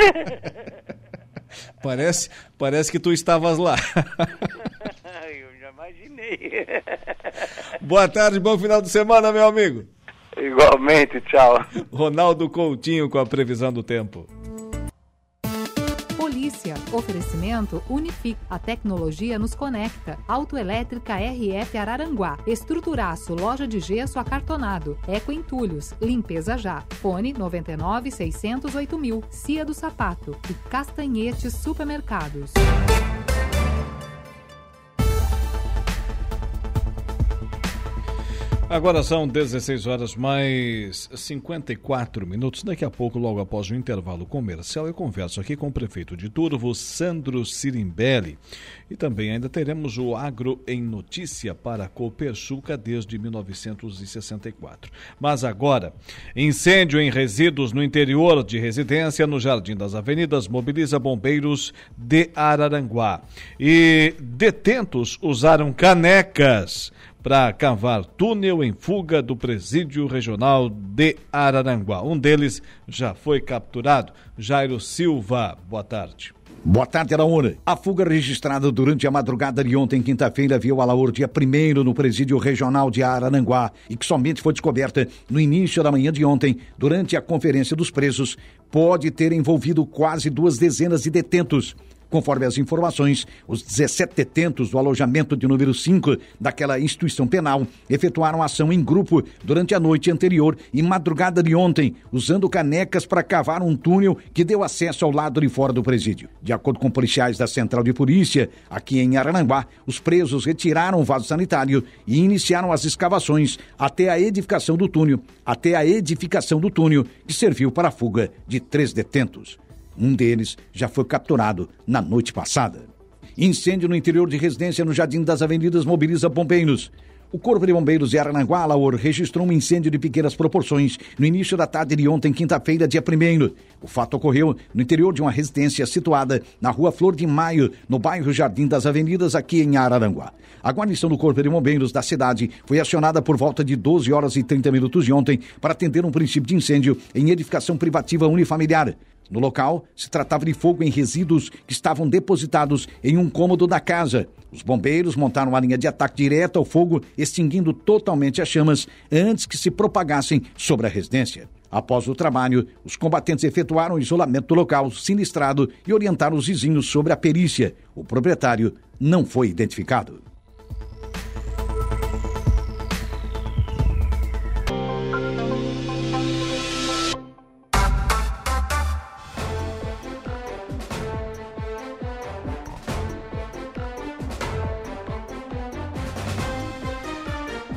Parece que tu estavas lá. Eu já imaginei. Boa tarde, bom final de semana, meu amigo. Igualmente, tchau. Ronaldo Coutinho com a previsão do tempo. Polícia. Oferecimento Unifique. A tecnologia nos conecta. Autoelétrica RF Araranguá. Estruturaço. Loja de gesso acartonado. Eco Entulhos. Limpeza já. Fone 99 608 mil. Cia do Sapato. E Castanhetes Supermercados. Agora são 16 horas mais 54 minutos. Daqui a pouco, logo após o intervalo comercial, eu converso aqui com o prefeito de Turvo, Sandro Sirimbelli. E também ainda teremos o Agro em Notícia para a Copersuca desde 1964. Mas agora, incêndio em resíduos no interior de residência no Jardim das Avenidas mobiliza bombeiros de Araranguá. E detentos usaram canecas para cavar túnel em fuga do Presídio Regional de Araranguá. Um deles já foi capturado. Jairo Silva, boa tarde. Boa tarde, Araúna. A fuga registrada durante a madrugada de ontem, quinta-feira, viu Alaor dia 1º no Presídio Regional de Araranguá e que somente foi descoberta no início da manhã de ontem, durante a Conferência dos Presos, pode ter envolvido quase 2 dezenas de detentos. Conforme as informações, os 17 detentos do alojamento de número 5 daquela instituição penal efetuaram ação em grupo durante a noite anterior e madrugada de ontem, usando canecas para cavar um túnel que deu acesso ao lado de fora do presídio. De acordo com policiais da Central de Polícia, aqui em Araranguá, os presos retiraram o vaso sanitário e iniciaram as escavações até a edificação do túnel, que serviu para a fuga de 3 detentos. Um deles já foi capturado na noite passada. Incêndio no interior de residência no Jardim das Avenidas mobiliza bombeiros. O Corpo de Bombeiros de Araranguá, Alaor, registrou um incêndio de pequenas proporções no início da tarde de ontem, quinta-feira, dia 1º. O fato ocorreu no interior de uma residência situada na Rua Flor de Maio, no bairro Jardim das Avenidas, aqui em Araranguá. A guarnição do Corpo de Bombeiros da cidade foi acionada por volta de 12 horas e 30 minutos de ontem para atender um princípio de incêndio em edificação privativa unifamiliar. No local, se tratava de fogo em resíduos que estavam depositados em um cômodo da casa. Os bombeiros montaram uma linha de ataque direta ao fogo, extinguindo totalmente as chamas antes que se propagassem sobre a residência. Após o trabalho, os combatentes efetuaram o isolamento do local sinistrado e orientaram os vizinhos sobre a perícia. O proprietário não foi identificado.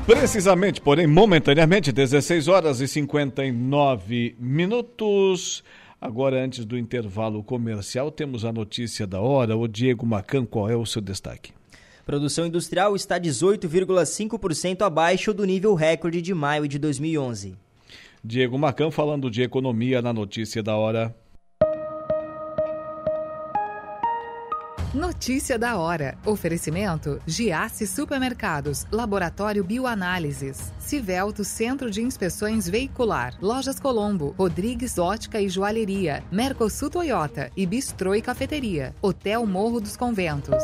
Precisamente, porém, momentaneamente, 16 horas e 59 minutos. Agora, antes do intervalo comercial, temos a notícia da hora. O Diego Macan, qual é o seu destaque? Produção industrial está 18,5% abaixo do nível recorde de maio de 2011. Diego Macan falando de economia na notícia da hora. Notícia da hora. Oferecimento: Giasse Supermercados, Laboratório Bioanálises, Civelto Centro de Inspeções Veicular, Lojas Colombo, Rodrigues Ótica e Joalheria, Mercosul Toyota e Bistrô e Cafeteria, Hotel Morro dos Conventos.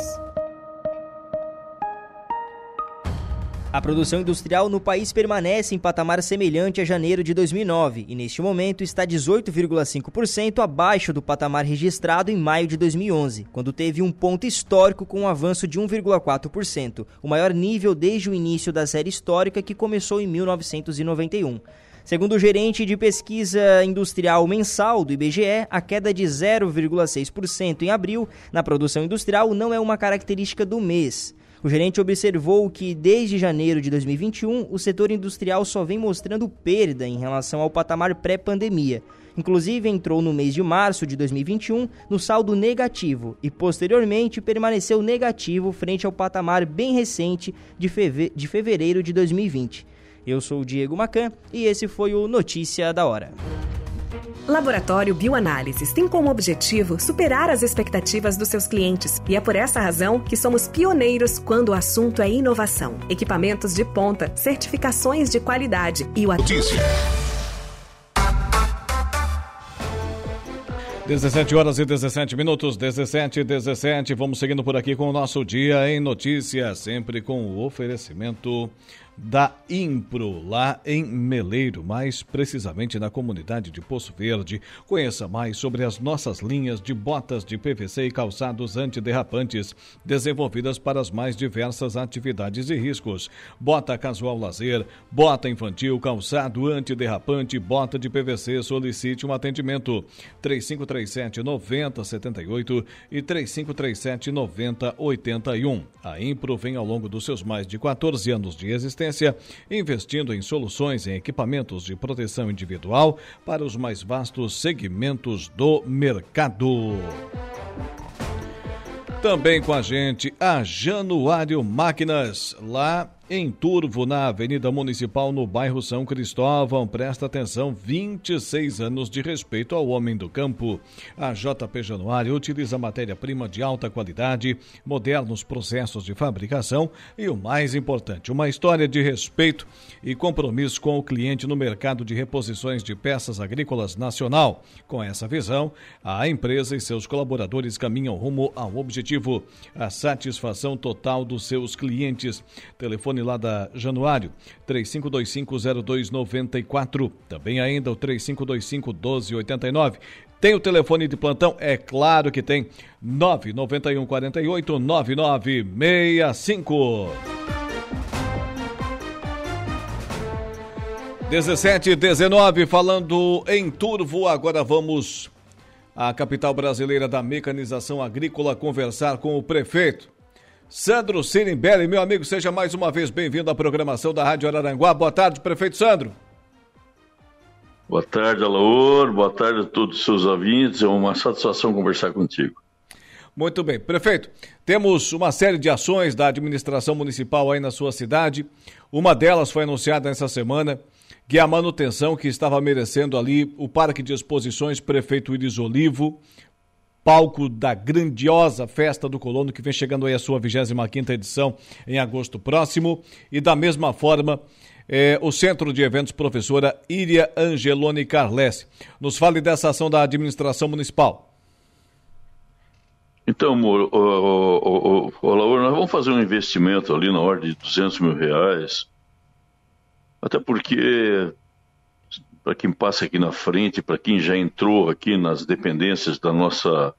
A produção industrial no país permanece em patamar semelhante a janeiro de 2009 e, neste momento, está 18,5% abaixo do patamar registrado em maio de 2011, quando teve um ponto histórico com um avanço de 1,4%, o maior nível desde o início da série histórica que começou em 1991. Segundo o gerente de pesquisa industrial mensal do IBGE, a queda de 0,6% em abril na produção industrial não é uma característica do mês. O gerente observou que, desde janeiro de 2021, o setor industrial só vem mostrando perda em relação ao patamar pré-pandemia. Inclusive, entrou no mês de março de 2021 no saldo negativo e, posteriormente, permaneceu negativo frente ao patamar bem recente de fevereiro de 2020. Eu sou o Diego Macan e esse foi o Notícia da Hora. Laboratório Bioanálises tem como objetivo superar as expectativas dos seus clientes e é por essa razão que somos pioneiros quando o assunto é inovação. Equipamentos de ponta, certificações de qualidade e o... Notícia. 17 horas e 17 minutos, 17 e 17. Vamos seguindo por aqui com o nosso Dia em Notícias, sempre com o oferecimento da Impro, lá em Meleiro, mais precisamente na comunidade de Poço Verde. Conheça mais sobre as nossas linhas de botas de PVC e calçados antiderrapantes, desenvolvidas para as mais diversas atividades e riscos. Bota casual lazer, bota infantil, calçado antiderrapante, bota de PVC. Solicite um atendimento 3537-9078 e 3537-9081. A Impro vem ao longo dos seus mais de 14 anos de existência investindo em soluções em equipamentos de proteção individual para os mais vastos segmentos do mercado. Também com a gente a Januário Máquinas, lá em Turvo, na Avenida Municipal, no bairro São Cristóvão. Presta atenção, 26 anos de respeito ao homem do campo. A JP Januário utiliza matéria-prima de alta qualidade, modernos processos de fabricação e, o mais importante, uma história de respeito e compromisso com o cliente no mercado de reposições de peças agrícolas nacional. Com essa visão, a empresa e seus colaboradores caminham rumo ao objetivo, a satisfação total dos seus clientes. Telefone lá da Januário, 3525-0294. Também ainda o 3525-1289. Tem o telefone de plantão? É claro que tem. 99148-9965. 17h19, falando em Turvo, agora vamos à capital brasileira da mecanização agrícola conversar com o prefeito Sandro Sirimbelli. Meu amigo, seja mais uma vez bem-vindo à programação da Rádio Araranguá. Boa tarde, prefeito Sandro. Boa tarde, Alaor. Boa tarde a todos os seus ouvintes. É uma satisfação conversar contigo. Muito bem. Prefeito, temos uma série de ações da administração municipal aí na sua cidade. Uma delas foi anunciada essa semana, que é a manutenção que estava merecendo ali o Parque de Exposições Prefeito Iris Olivo, palco da grandiosa Festa do Colono, que vem chegando aí a sua 25ª edição em agosto próximo. E da mesma forma, o Centro de Eventos Professora Iria Angeloni Carles. Nos fale dessa ação da administração municipal. Então, Laura, nós vamos fazer um investimento ali na ordem de R$200 mil, até porque, para quem passa aqui na frente, para quem já entrou aqui nas dependências da nossa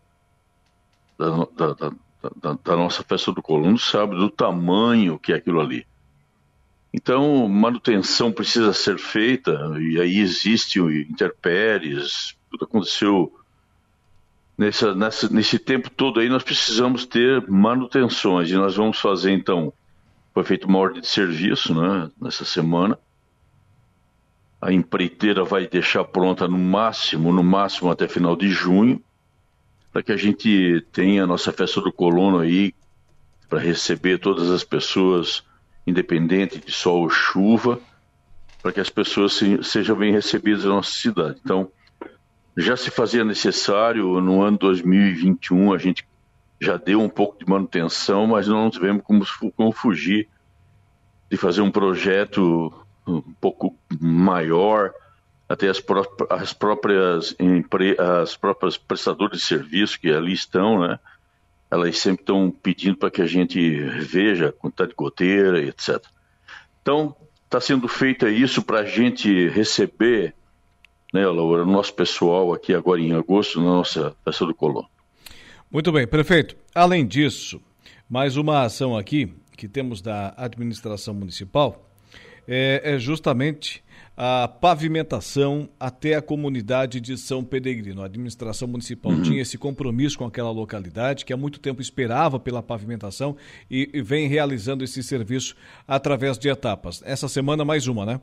Festa do Colono, sabe do tamanho que é aquilo ali. Então, manutenção precisa ser feita, e aí existe o intempéries, tudo aconteceu nesse tempo todo aí. Nós precisamos ter manutenções, e nós vamos fazer, então, foi feita uma ordem de serviço, né, nessa semana. A empreiteira vai deixar pronta no máximo até final de junho, para que a gente tenha a nossa festa do colono aí, para receber todas as pessoas, independente de sol ou chuva, para que as pessoas sejam bem recebidas na nossa cidade. Então, já se fazia necessário, no ano 2021, a gente já deu um pouco de manutenção, mas não tivemos como fugir de fazer um projeto um pouco maior, até as próprias prestadoras de serviço que ali estão, né? Elas sempre estão pedindo para que a gente veja a quantidade de goteira, etc. Então, está sendo feito isso para a gente receber, né, Laura, o nosso pessoal aqui agora em agosto, na nossa festa do colono. Muito bem, prefeito. Além disso, mais uma ação aqui que temos da administração municipal é justamente a pavimentação até a comunidade de São Peregrino. A administração municipal tinha esse compromisso com aquela localidade, que há muito tempo esperava pela pavimentação e vem realizando esse serviço através de etapas. Essa semana mais uma, né?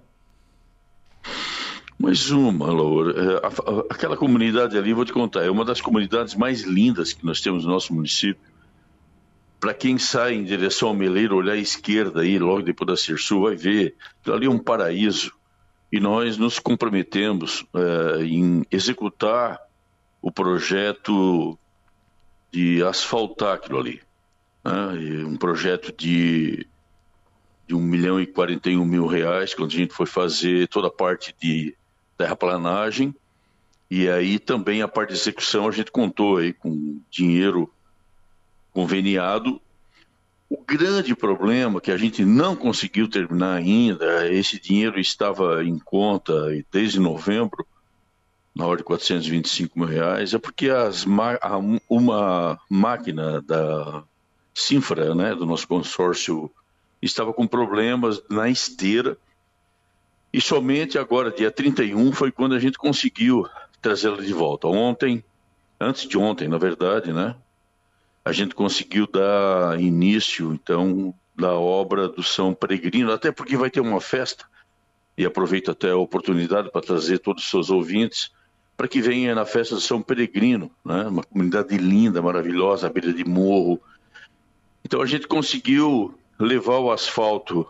Mais uma, Laura. Aquela comunidade ali, vou te contar, é uma das comunidades mais lindas que nós temos no nosso município. Para quem sai em direção ao Meleiro, olhar à esquerda aí, logo depois da Cirsul, vai ver que ali é um paraíso. E nós nos comprometemos em executar o projeto de asfaltar aquilo ali. Né? Um projeto de R$1.041.000, quando a gente foi fazer toda a parte de terraplanagem. E aí também a parte de execução a gente contou aí com dinheiro conveniado. O grande problema que a gente não conseguiu terminar ainda, esse dinheiro estava em conta desde novembro, na ordem de R$425.000, é porque uma máquina da Sinfra, né, do nosso consórcio, estava com problemas na esteira, e somente agora, dia 31, foi quando a gente conseguiu trazê-la de volta. Antes de ontem, na verdade, né? A gente conseguiu dar início, então, da obra do São Peregrino, até porque vai ter uma festa, e aproveito até a oportunidade para trazer todos os seus ouvintes, para que venham na festa do São Peregrino, né? Uma comunidade linda, maravilhosa, à beira de morro. Então a gente conseguiu levar o asfalto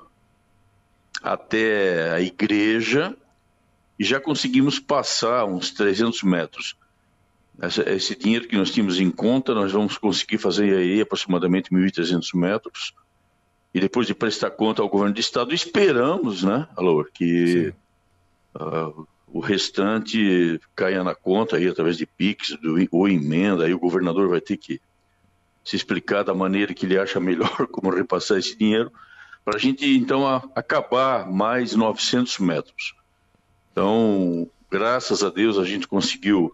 até a igreja e já conseguimos passar uns 300 metros. Esse dinheiro que nós tínhamos em conta, nós vamos conseguir fazer aí aproximadamente 1.300 metros. E depois de prestar conta ao governo do estado, esperamos, né, Alô, que o restante caia na conta aí através de PIX ou emenda. Aí o governador vai ter que se explicar da maneira que ele acha melhor como repassar esse dinheiro, para a gente, então, acabar mais 900 metros. Então, graças a Deus, a gente conseguiu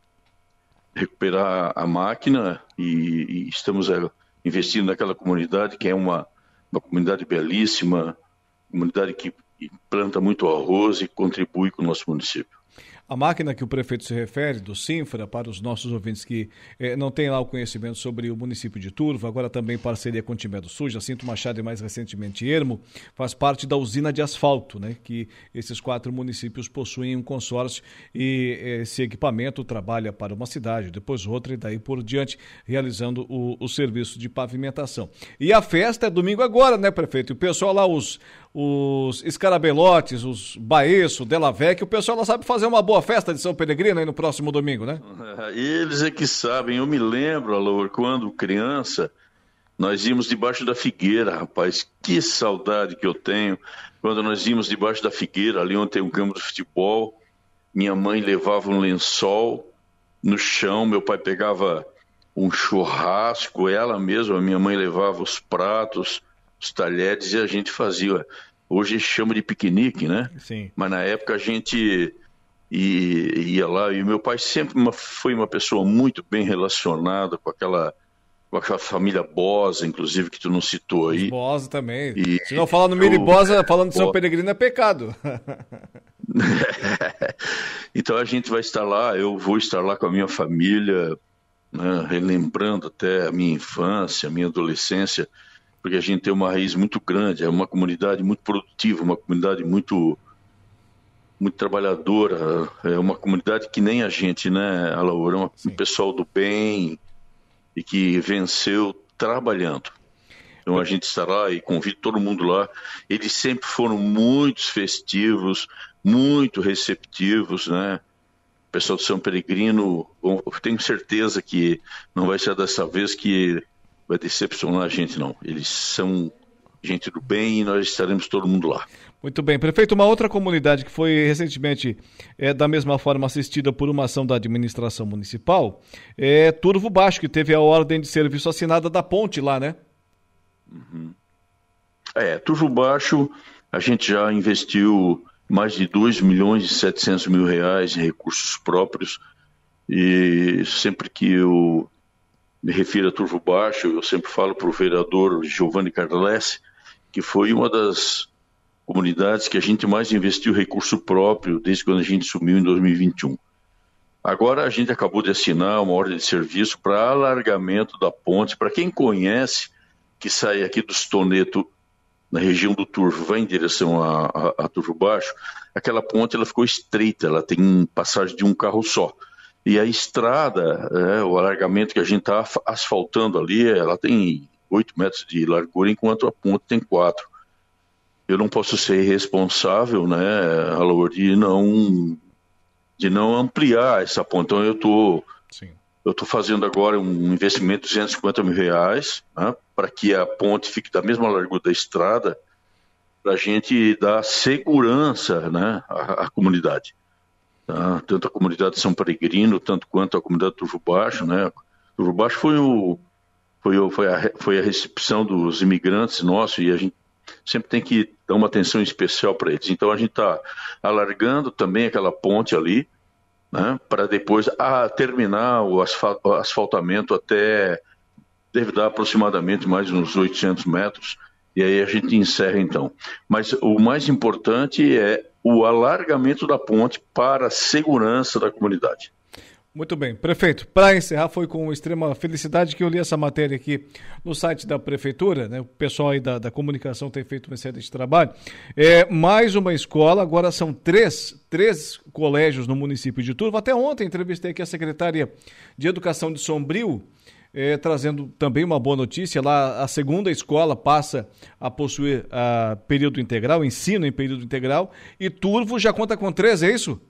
recuperar a máquina e estamos investindo naquela comunidade, que é uma comunidade belíssima, comunidade que planta muito arroz e contribui com o nosso município. A máquina que o prefeito se refere, do Sinfra, para os nossos ouvintes que não têm lá o conhecimento sobre o município de Turvo, agora também parceria com o Timbé do Sul, Jacinto Machado e mais recentemente Ermo, faz parte da usina de asfalto, né, que esses 4 municípios possuem um consórcio e esse equipamento trabalha para uma cidade, depois outra e daí por diante, realizando o serviço de pavimentação. E a festa é domingo agora, né, prefeito? E o pessoal lá, os escarabelotes, os baeço, Della Vecchia, o pessoal lá sabe fazer uma boa festa de São Peregrino aí no próximo domingo, né? Eles é que sabem. Eu me lembro, Alô, quando criança, nós íamos debaixo da figueira, rapaz. Que saudade que eu tenho. Quando nós íamos debaixo da figueira, ali onde tem um campo de futebol, minha mãe levava um lençol no chão, meu pai pegava um churrasco, ela mesma, a minha mãe levava os pratos, os talheres, e a gente fazia. Hoje chama de piquenique, né? Sim. Mas na época a gente ia lá, e meu pai sempre foi uma pessoa muito bem relacionada com aquela família Bosa, inclusive, que tu não citou aí. Bosa também. Se não falar no Miri Bosa, falando de São Peregrino é pecado. Então a gente vai estar lá, eu vou estar lá com a minha família, né, relembrando até a minha infância, a minha adolescência, porque a gente tem uma raiz muito grande, é uma comunidade muito produtiva, uma comunidade muito trabalhadora, é uma comunidade que nem a gente, né, Alaor? É um pessoal do bem e que venceu trabalhando. Então a gente está lá e convido todo mundo lá. Eles sempre foram muito festivos, muito receptivos, né? O pessoal de São Peregrino, eu tenho certeza que não vai ser dessa vez que vai decepcionar a gente, não. Eles são gente do bem e nós estaremos todo mundo lá. Muito bem. Prefeito, uma outra comunidade que foi recentemente da mesma forma assistida por uma ação da administração municipal é Turvo Baixo, que teve a ordem de serviço assinada da ponte lá, né? Uhum. Turvo Baixo, a gente já investiu mais de 2.700.000 reais em recursos próprios, e sempre que eu me refiro a Turvo Baixo, eu sempre falo para o vereador Giovanni Carlesse, que foi uma das comunidades que a gente mais investiu recurso próprio desde quando a gente sumiu em 2021. Agora a gente acabou de assinar uma ordem de serviço para alargamento da ponte. Para quem conhece, que sai aqui do Stoneto, na região do Turvo, vai em direção a Turvo Baixo, aquela ponte ela ficou estreita, ela tem passagem de um carro só. E a estrada, o alargamento que a gente está asfaltando ali, ela tem 8 metros de largura, enquanto a ponte tem 4. Eu não posso ser responsável, né, Alaor, de não ampliar essa ponte. Então eu estou fazendo agora um investimento de 250 mil reais, né, para que a ponte fique da mesma largura da estrada, para a gente dar segurança, né, à comunidade. Tá? Tanto a comunidade de São Peregrino, tanto quanto a comunidade de Turvo Baixo, né? Turvo Baixo foi a recepção dos imigrantes nossos, e a gente sempre tem que dar uma atenção especial para eles. Então a gente está alargando também aquela ponte ali, né, para depois terminar o asfaltamento até, deve dar aproximadamente mais uns 800 metros, e aí a gente encerra então. Mas o mais importante é o alargamento da ponte para a segurança da comunidade. Muito bem. Prefeito, para encerrar, foi com extrema felicidade que eu li essa matéria aqui no site da Prefeitura, né? O pessoal aí da comunicação tem feito uma série de trabalho. Mais uma escola, agora são três colégios no município de Turvo. Até ontem entrevistei aqui a secretária de Educação de Sombrio, trazendo também uma boa notícia. Lá a segunda escola passa a possuir período integral, ensino em período integral, e Turvo já conta com 3, é isso?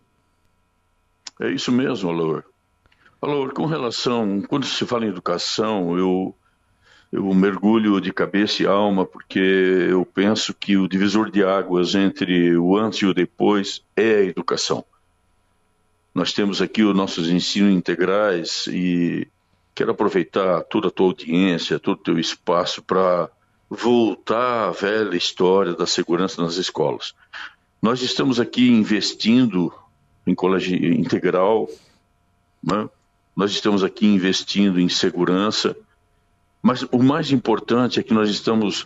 É isso mesmo, Alaor. Alaor, com relação, quando se fala em educação, eu mergulho de cabeça e alma, porque eu penso que o divisor de águas entre o antes e o depois é a educação. Nós temos aqui os nossos ensinos integrais e quero aproveitar toda a tua audiência, todo o teu espaço para voltar à velha história da segurança nas escolas. Nós estamos aqui investindo em colégio integral, né? Nós estamos aqui investindo em segurança, mas o mais importante é que nós estamos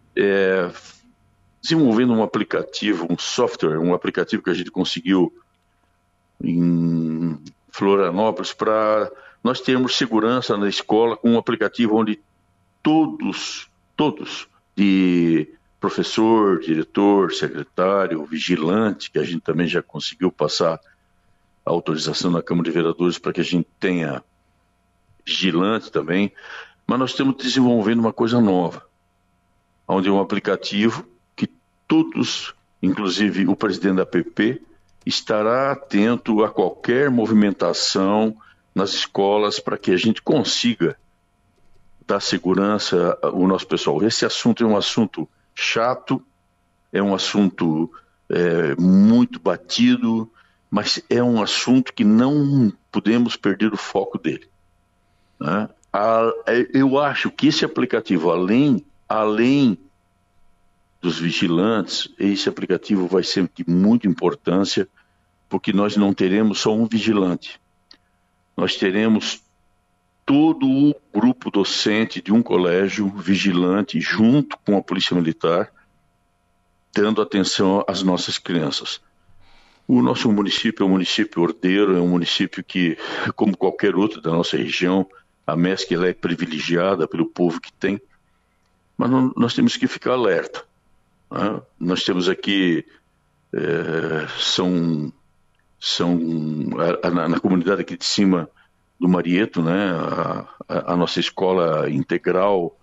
desenvolvendo um aplicativo, um software, um aplicativo que a gente conseguiu em Florianópolis para nós termos segurança na escola, com um aplicativo onde todos, de professor, diretor, secretário, vigilante, que a gente também já conseguiu passar a autorização na Câmara de Vereadores para que a gente tenha vigilante também, mas nós estamos desenvolvendo uma coisa nova, onde é um aplicativo que todos, inclusive o presidente da PP, estará atento a qualquer movimentação nas escolas para que a gente consiga dar segurança ao nosso pessoal. Esse assunto é um assunto chato, é um assunto muito batido, mas é um assunto que não podemos perder o foco dele, né? Eu acho que esse aplicativo, além dos vigilantes, esse aplicativo vai ser de muita importância, porque nós não teremos só um vigilante, nós teremos todo o grupo docente de um colégio vigilante junto com a Polícia Militar, dando atenção às nossas crianças. O nosso município é um município ordeiro, é um município que, como qualquer outro da nossa região, a MESC ela é privilegiada pelo povo que tem. mas nós temos que ficar alerta. Né? Nós temos aqui, na comunidade aqui de cima do Marieto, né? A nossa escola integral,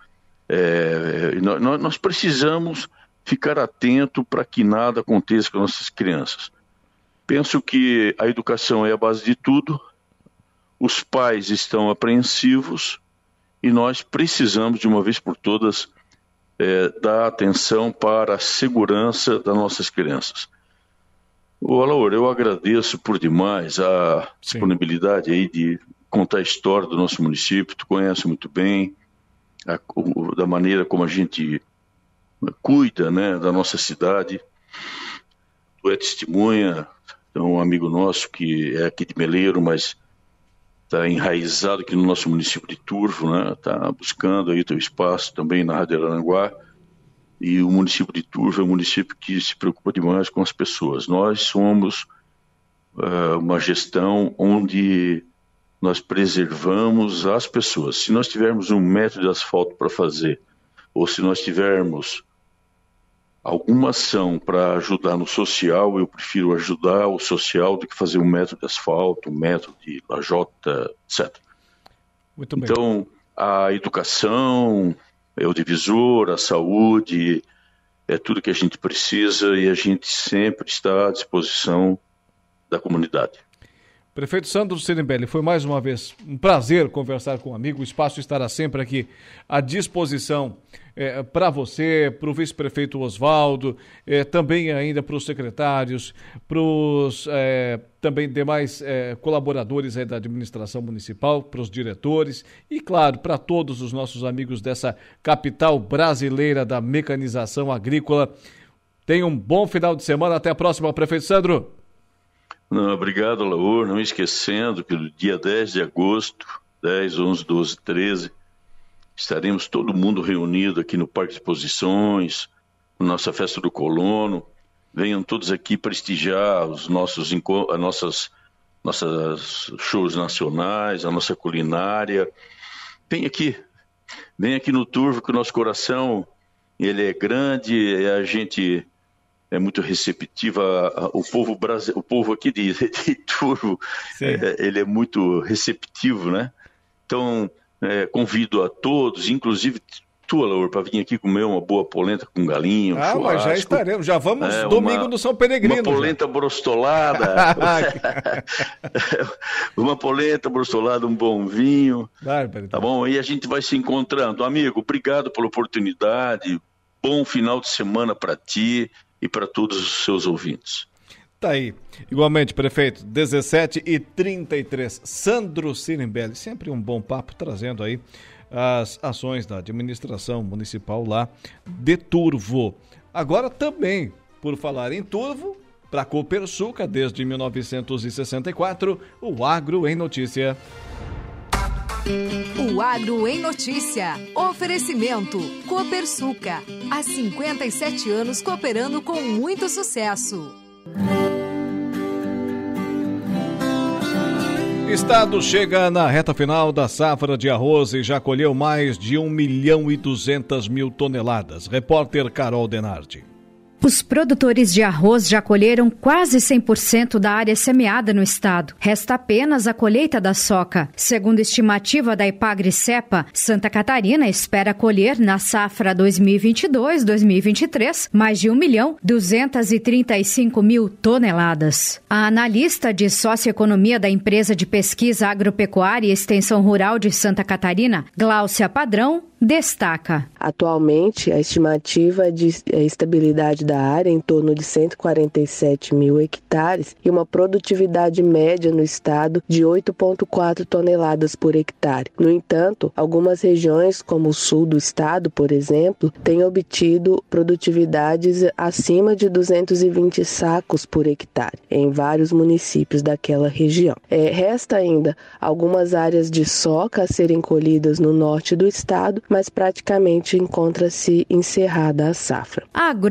nós precisamos ficar atento para que nada aconteça com nossas crianças. Penso que a educação é a base de tudo, os pais estão apreensivos e nós precisamos, de uma vez por todas, dar atenção para a segurança das nossas crianças. Alaor, eu agradeço por demais a disponibilidade aí de contar a história do nosso município. Tu conhece muito bem da maneira como a gente cuida, né, da nossa cidade. Tu é testemunha, é um amigo nosso que é aqui de Meleiro, mas está enraizado aqui no nosso município de Turvo, né? Está buscando aí o teu espaço também na Rádio Araranguá. E o município de Turvo é um município que se preocupa demais com as pessoas. Nós somos uma gestão onde nós preservamos as pessoas. Se nós tivermos 1 metro de asfalto para fazer, ou se nós tivermos alguma ação para ajudar no social, eu prefiro ajudar o social do que fazer 1 metro de asfalto, 1 metro de lajota, etc. Muito bem. Então, a educação é o divisor, a saúde, é tudo que a gente precisa e a gente sempre está à disposição da comunidade. Prefeito Sandro Sirimbelli, foi mais uma vez um prazer conversar com o amigo. O espaço estará sempre aqui à disposição para você, para o vice-prefeito Oswaldo, também ainda para os secretários, para os também demais colaboradores aí da administração municipal, para os diretores e, claro, para todos os nossos amigos dessa capital brasileira da mecanização agrícola. Tenha um bom final de semana. Até a próxima, prefeito Sandro. Não, obrigado, Alaor. Não esquecendo que no dia 10 de agosto, 10, 11, 12, 13, estaremos todo mundo reunido aqui no Parque de Exposições, na nossa Festa do Colono. Venham todos aqui prestigiar os nossos shows nacionais, a nossa culinária. Vem aqui no Turvo, que o nosso coração ele é grande, a gente é muito receptiva, o povo aqui de Turvo, ele é muito receptivo, né? Então, convido a todos, inclusive tu, Alaor, para vir aqui comer uma boa polenta com galinha, churrasco. Mas já estaremos, já vamos domingo no São Peregrino. Uma polenta brostolada, uma polenta brostolada, um bom vinho, tá bom? E a gente vai se encontrando. Amigo, obrigado pela oportunidade, bom final de semana para ti e para todos os seus ouvintes. Tá aí. Igualmente, prefeito, 17h33, Sandro Sirimbelli, sempre um bom papo, trazendo aí as ações da administração municipal lá de Turvo. Agora também, por falar em Turvo, para a Copersucar, desde 1964, o Agro em Notícia. O Agro em Notícia. Oferecimento Copersucar. Há 57 anos cooperando com muito sucesso. Estado chega na reta final da safra de arroz e já colheu mais de 1.200.000 toneladas. Repórter Carol Denardi. Os produtores de arroz já colheram quase 100% da área semeada no estado. Resta apenas a colheita da soca. Segundo estimativa da Ipagre-Cepa, Santa Catarina espera colher na safra 2022-2023 mais de 1.235.000 toneladas. A analista de socioeconomia da empresa de pesquisa agropecuária e extensão rural de Santa Catarina, Gláucia Padrão, destaca. Atualmente, a estimativa de estabilidade da área é em torno de 147 mil hectares e uma produtividade média no estado de 8,4 toneladas por hectare. No entanto, algumas regiões, como o sul do estado, por exemplo, têm obtido produtividades acima de 220 sacos por hectare em vários municípios daquela região. Resta ainda algumas áreas de soca a serem colhidas no norte do estado, mas praticamente encontra-se encerrada a safra. A agrônoma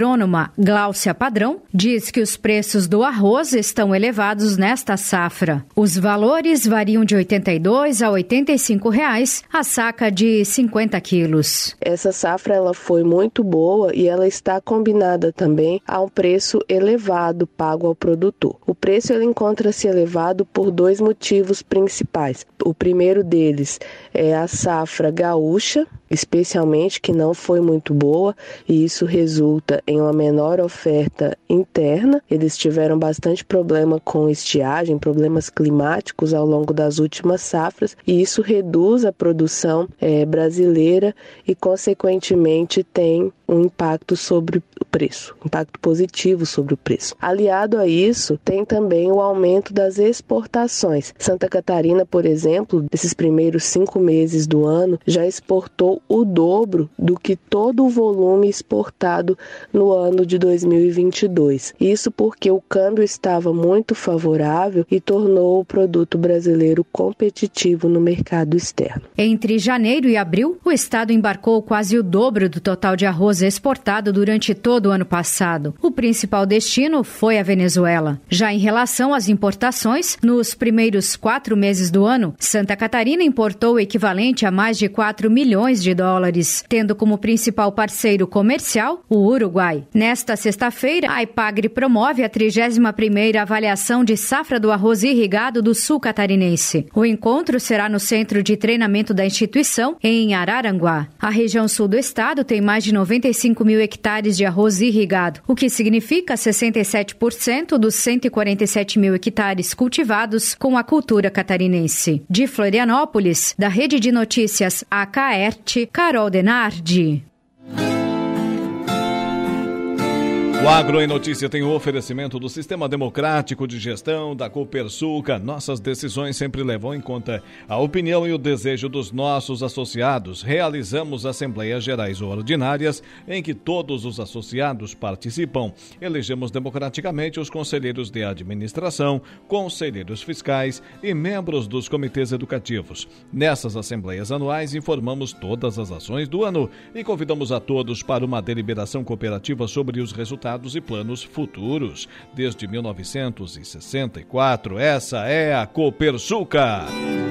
Gláucia Padrão, diz que os preços do arroz estão elevados nesta safra. Os valores variam de R$ 82 a R$ 85 reais a saca de 50 quilos. Essa safra ela foi muito boa e ela está combinada também a um preço elevado pago ao produtor. O preço ele encontra-se elevado por dois motivos principais. O primeiro deles é a safra gaúcha, especialmente, que não foi muito boa, e isso resulta em uma menor oferta interna. Eles tiveram bastante problema com estiagem, problemas climáticos ao longo das últimas safras, e isso reduz a produção brasileira e, consequentemente, tem um impacto sobre o preço, impacto positivo sobre o preço. Aliado a isso, tem também o aumento das exportações. Santa Catarina, por exemplo, nesses primeiros 5 meses do ano, já exportou o dobro do que todo o volume exportado no ano de 2022. Isso porque o câmbio estava muito favorável e tornou o produto brasileiro competitivo no mercado externo. Entre janeiro e abril, o estado embarcou quase o dobro do total de arroz exportado durante todo o ano passado. O principal destino foi a Venezuela. Já em relação às importações, nos primeiros 4 meses do ano, Santa Catarina importou o equivalente a mais de 4 milhões de dólares, tendo como principal parceiro comercial o Uruguai. Nesta sexta-feira, a Ipagre promove a 31ª avaliação de safra do arroz irrigado do sul catarinense. O encontro será no centro de treinamento da instituição, em Araranguá. A região sul do estado tem mais de 95 mil hectares de arroz irrigado, o que significa 67% dos 147 mil hectares cultivados com a cultura catarinense. De Florianópolis, da Rede de Notícias AKERT, Carol Denardi. O Agro em Notícia tem o oferecimento do Sistema Democrático de Gestão da Copersuca. Nossas decisões sempre levam em conta a opinião e o desejo dos nossos associados. Realizamos assembleias gerais ordinárias em que todos os associados participam. Elegemos democraticamente os conselheiros de administração, conselheiros fiscais e membros dos comitês educativos. Nessas assembleias anuais informamos todas as ações do ano e convidamos a todos para uma deliberação cooperativa sobre os resultados e planos futuros. Desde 1964, essa é a Copersuca.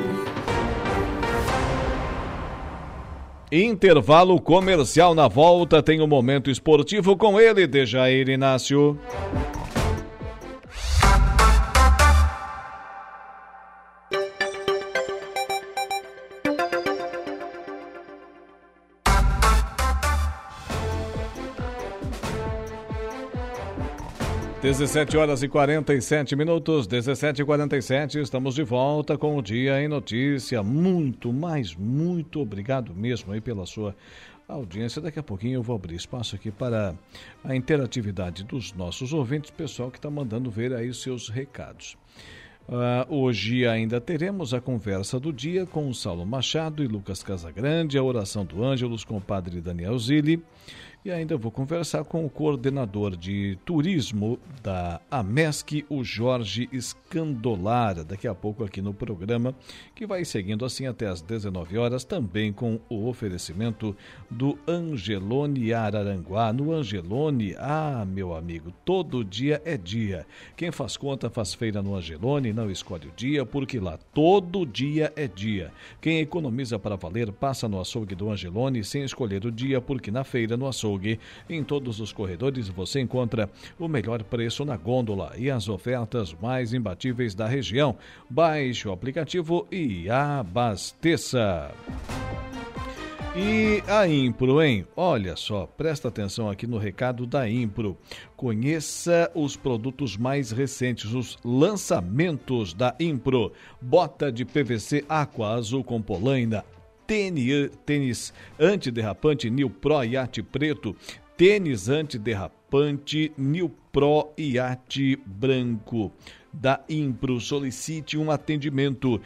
Intervalo comercial. Na volta tem um momento esportivo com ele, Dejair Inácio. (17h47), 17h47, estamos de volta com o Dia em Notícia. Muito obrigado mesmo aí pela sua audiência. Daqui a pouquinho eu vou abrir espaço aqui para a interatividade dos nossos ouvintes, pessoal que está mandando ver aí os seus recados. Hoje ainda teremos a conversa do dia com o Saulo Machado e Lucas Casagrande, a oração do Ângelus com o padre Daniel Zilli. E ainda vou conversar com o coordenador de turismo da AMESC, o Jorge Scandolara, daqui a pouco aqui no programa, que vai seguindo assim até às 19 horas, também com o oferecimento do Angelone Araranguá. No Angelone, meu amigo, todo dia é dia. Quem faz conta faz feira no Angelone, não escolhe o dia, porque lá todo dia é dia. Quem economiza para valer passa no açougue do Angelone sem escolher o dia, porque na feira, no açougue, em todos os corredores você encontra o melhor preço na gôndola e as ofertas mais imbatíveis da região. Baixe o aplicativo e abasteça. E a Impro, hein? Olha só, presta atenção aqui no recado da Impro. Conheça os produtos mais recentes, os lançamentos da Impro. Bota de PVC Aqua Azul com polaina, tênis antiderrapante New Pro Yacht preto, tênis antiderrapante New Pro Yacht branco. Da Impro, solicite um atendimento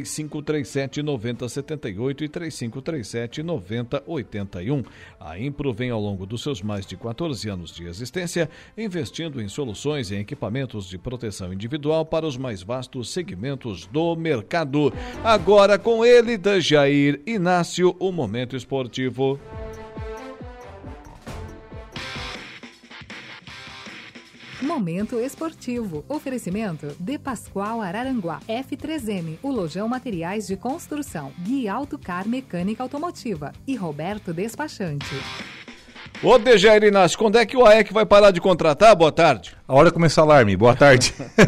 3537-9078 e 3537-9081. A Impro vem ao longo dos seus mais de 14 anos de existência investindo em soluções e equipamentos de proteção individual para os mais vastos segmentos do mercado. Agora com ele, Dejair Inácio, o Momento Esportivo. Momento esportivo. Oferecimento De Pascoal Araranguá. F3M, o Lojão Materiais de Construção. Gui Autocar Mecânica Automotiva. E Roberto Despachante. Ô, Dejair Inácio, quando é que o AEC vai parar de contratar? Boa tarde. A hora começar o alarme. Boa tarde.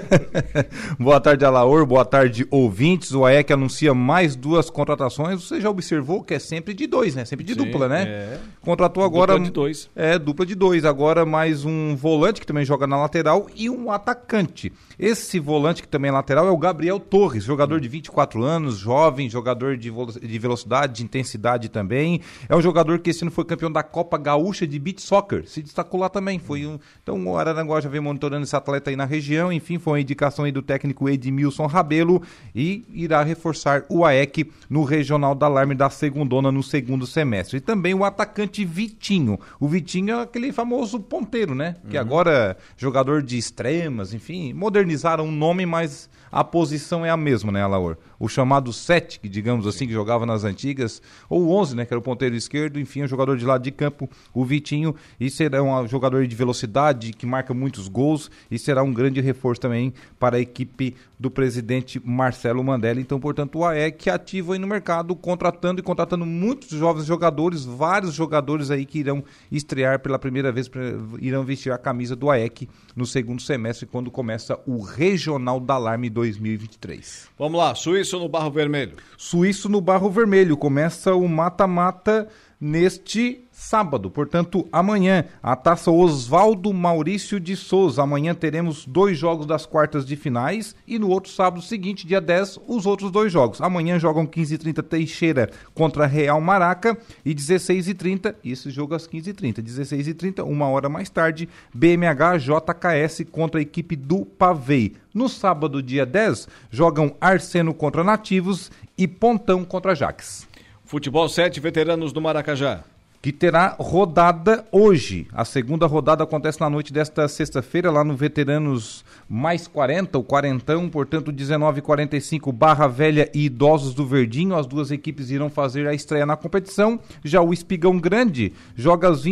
Boa tarde, Alaor. Boa tarde, ouvintes. O AEC anuncia mais 2 contratações. Você já observou que é sempre de 2, né? Sempre de dupla, né? Contratou agora... Dupla de 2. Dupla de 2. Agora mais um volante que também joga na lateral e um atacante. Esse volante que também é lateral é o Gabriel Torres, jogador de 24 anos, jovem, jogador de velocidade, de intensidade também. É um jogador que esse ano foi campeão da Copa Gaúcha de Beach Soccer. Se destacou lá também. Então o Araranguá já vem monitorando esse atleta aí na região. Enfim, foi uma indicação aí do técnico Edmilson Rabelo e irá reforçar o AEC no Regional da Alarme da Segundona no segundo semestre. E também o atacante Vitinho. O Vitinho é aquele famoso ponteiro, né? Que agora jogador de extremas, enfim, modernizaram o nome, mas a posição é a mesma, né, Alaor? O chamado 7, que digamos assim, que jogava nas antigas, ou o 11, né, que era o ponteiro esquerdo, enfim, o jogador de lado de campo, o Vitinho, e será um jogador de velocidade, que marca muitos gols, e será um grande reforço também para a equipe do presidente Marcelo Mandelli. Então, portanto, o AEC ativo aí no mercado, contratando muitos jovens jogadores, vários jogadores aí que irão estrear pela primeira vez, irão vestir a camisa do AEC no segundo semestre, quando começa o Regional da Alarme 2023. Vamos lá, Suíço no Barro Vermelho. Suíço no Barro Vermelho, começa o mata-mata neste sábado, portanto amanhã, a Taça Oswaldo Maurício de Souza. Amanhã teremos 2 jogos das quartas de finais e no outro sábado seguinte, dia 10, os outros 2 jogos. Amanhã jogam 15h30 Teixeira contra Real Maraca e 16h30, esse jogo às 15h30, 16h30, uma hora mais tarde, BMH JKS contra a equipe do Pavei. No sábado, dia 10, jogam Arseno contra Nativos e Pontão contra Jaques. Futebol 7, Veteranos do Maracajá. Que terá rodada hoje. A segunda rodada acontece na noite desta sexta-feira, lá no Veteranos mais 40, o quarentão, portanto 19h45, Barra Velha e Idosos do Verdinho. As duas equipes irão fazer a estreia na competição. Já o Espigão Grande joga às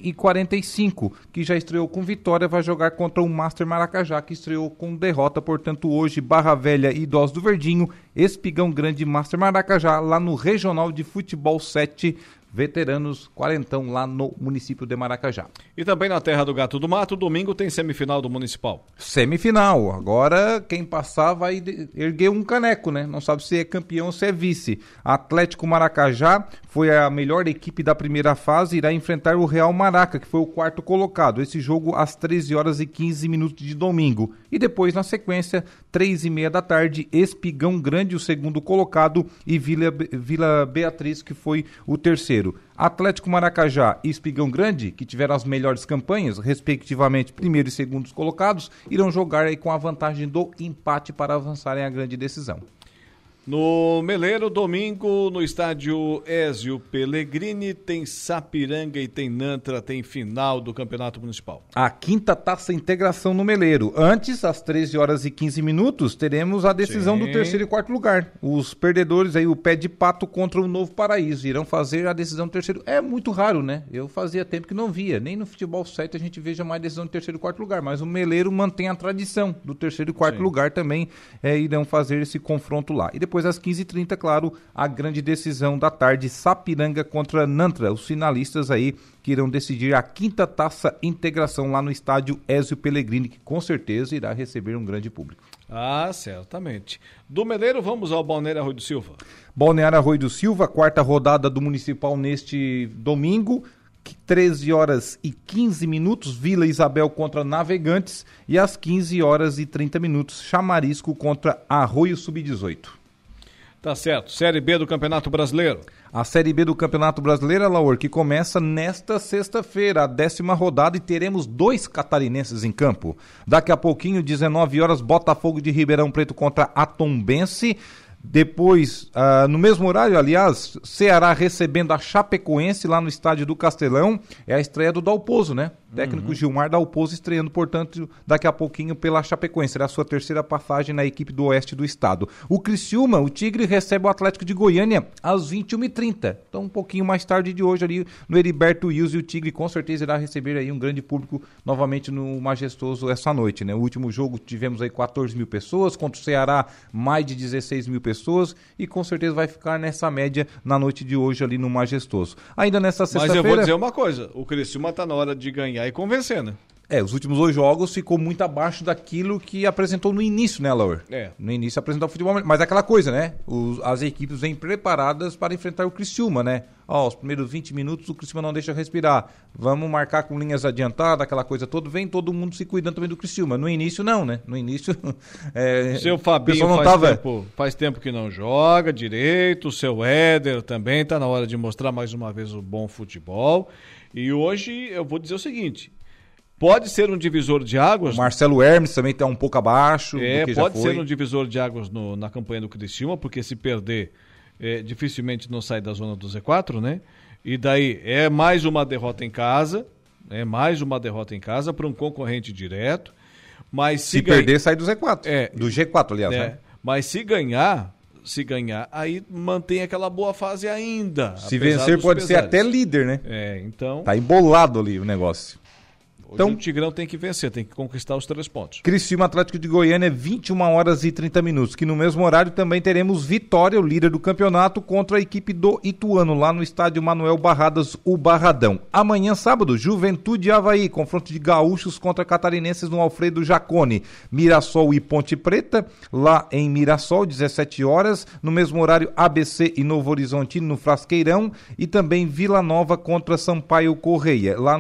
20h45, que já estreou com vitória, vai jogar contra o Master Maracajá, que estreou com derrota. Portanto, hoje, Barra Velha e Idosos do Verdinho, Espigão Grande e Master Maracajá, lá no Regional de Futebol 7, Veteranos Quarentão, lá no município de Maracajá. E também na Terra do Gato do Mato, domingo tem semifinal do Municipal. Semifinal, agora quem passar vai erguer um caneco, né? Não sabe se é campeão ou se é vice. Atlético Maracajá foi a melhor equipe da primeira fase, irá enfrentar o Real Maraca, que foi o 4º colocado. Esse jogo às 13h15 de domingo. E depois, na sequência, 3h30 da tarde, Espigão Grande, o 2º colocado, e Vila Beatriz, que foi o 3º. Atlético Maracajá e Espigão Grande, que tiveram as melhores campanhas, respectivamente 1º e 2º colocados, irão jogar aí com a vantagem do empate para avançarem à grande decisão. No Meleiro, domingo, no estádio Ézio Pellegrini, tem Sapiranga e tem Nantra, tem final do Campeonato Municipal. A 5ª Taça Integração no Meleiro. Antes, às 13h15, teremos a decisão do 3º e 4º lugar. Os perdedores aí, o Pé de Pato contra o Novo Paraíso, irão fazer a decisão do 3º. É muito raro, né? Eu fazia tempo que não via. Nem no futebol 7 a gente veja mais decisão do 3º e 4º lugar. Mas o Meleiro mantém a tradição do 3º e 4º lugar também. Irão fazer esse confronto lá. E depois, às 15h30, claro, a grande decisão da tarde, Sapiranga contra Nantra, os finalistas aí que irão decidir a 5ª Taça Integração lá no estádio Ézio Pellegrini, que com certeza irá receber um grande público. Ah, certamente. Do Meleiro, vamos ao Balneário Arroio do Silva. Balneário Arroio do Silva, 4ª rodada do Municipal neste domingo, 13h15, Vila Isabel contra Navegantes, e às 15h30, Chamarisco contra Arroio Sub-18. Tá certo. Série B do Campeonato Brasileiro. A Série B do Campeonato Brasileiro, Laor, que começa nesta sexta-feira, a 10ª rodada, e teremos 2 catarinenses em campo. Daqui a pouquinho, 19h, Botafogo de Ribeirão Preto contra a Tombense. Depois, no mesmo horário, aliás, Ceará recebendo a Chapecoense lá no estádio do Castelão. É a estreia do Dalpozo, né? Técnico Gilmar Dalpozo estreando, portanto, daqui a pouquinho pela Chapecoense. Será a sua terceira passagem na equipe do oeste do estado. O Criciúma, o Tigre, recebe o Atlético de Goiânia às 21h30. Então, um pouquinho mais tarde de hoje ali no Heriberto Wilson, e o Tigre com certeza irá receber aí um grande público novamente no Majestoso essa noite, né? O último jogo tivemos aí 14 mil pessoas, contra o Ceará mais de 16 mil pessoas, e com certeza vai ficar nessa média na noite de hoje ali no Majestoso. Ainda nessa sexta-feira... Mas eu vou dizer uma coisa, o Criciúma tá na hora de ganhar e convencer, né? Os últimos 2 jogos ficou muito abaixo daquilo que apresentou no início, né, Laur? No início apresentou o futebol, mas é aquela coisa, né? As equipes vêm preparadas para enfrentar o Criciúma, né? Os primeiros 20 minutos o Criciúma não deixa respirar. Vamos marcar com linhas adiantadas, aquela coisa toda. Vem todo mundo se cuidando também do Criciúma. No início não, né? No início... Seu Fabinho faz tempo que não joga direito, o seu Éder também tá na hora de mostrar mais uma vez o bom futebol. E hoje eu vou dizer o seguinte... Pode ser um divisor de águas. O Marcelo Hermes também está um pouco abaixo do que já foi. Pode ser um divisor de águas na campanha do Criciúma, porque se perder, dificilmente não sai da zona do Z4, né? E daí é mais uma derrota em casa, para um concorrente direto. Mas se perder, sai do Z4. Do G4, aliás, né? Mas se ganhar, aí mantém aquela boa fase ainda. Se vencer, pode ser até líder, né? Então... Tá embolado ali o negócio. Então, o Tigrão tem que vencer, tem que conquistar os 3 pontos. Criciúma Atlético de Goiânia, 21h30. Que no mesmo horário também teremos Vitória, o líder do campeonato, contra a equipe do Ituano, lá no estádio Manuel Barradas, o Barradão. Amanhã, sábado, Juventude e Avaí, confronto de gaúchos contra catarinenses no Alfredo Jaconi. Mirassol e Ponte Preta, lá em Mirassol, 17 horas. No mesmo horário, ABC e Novo Horizontino no Frasqueirão. E também Vila Nova contra Sampaio Correia, lá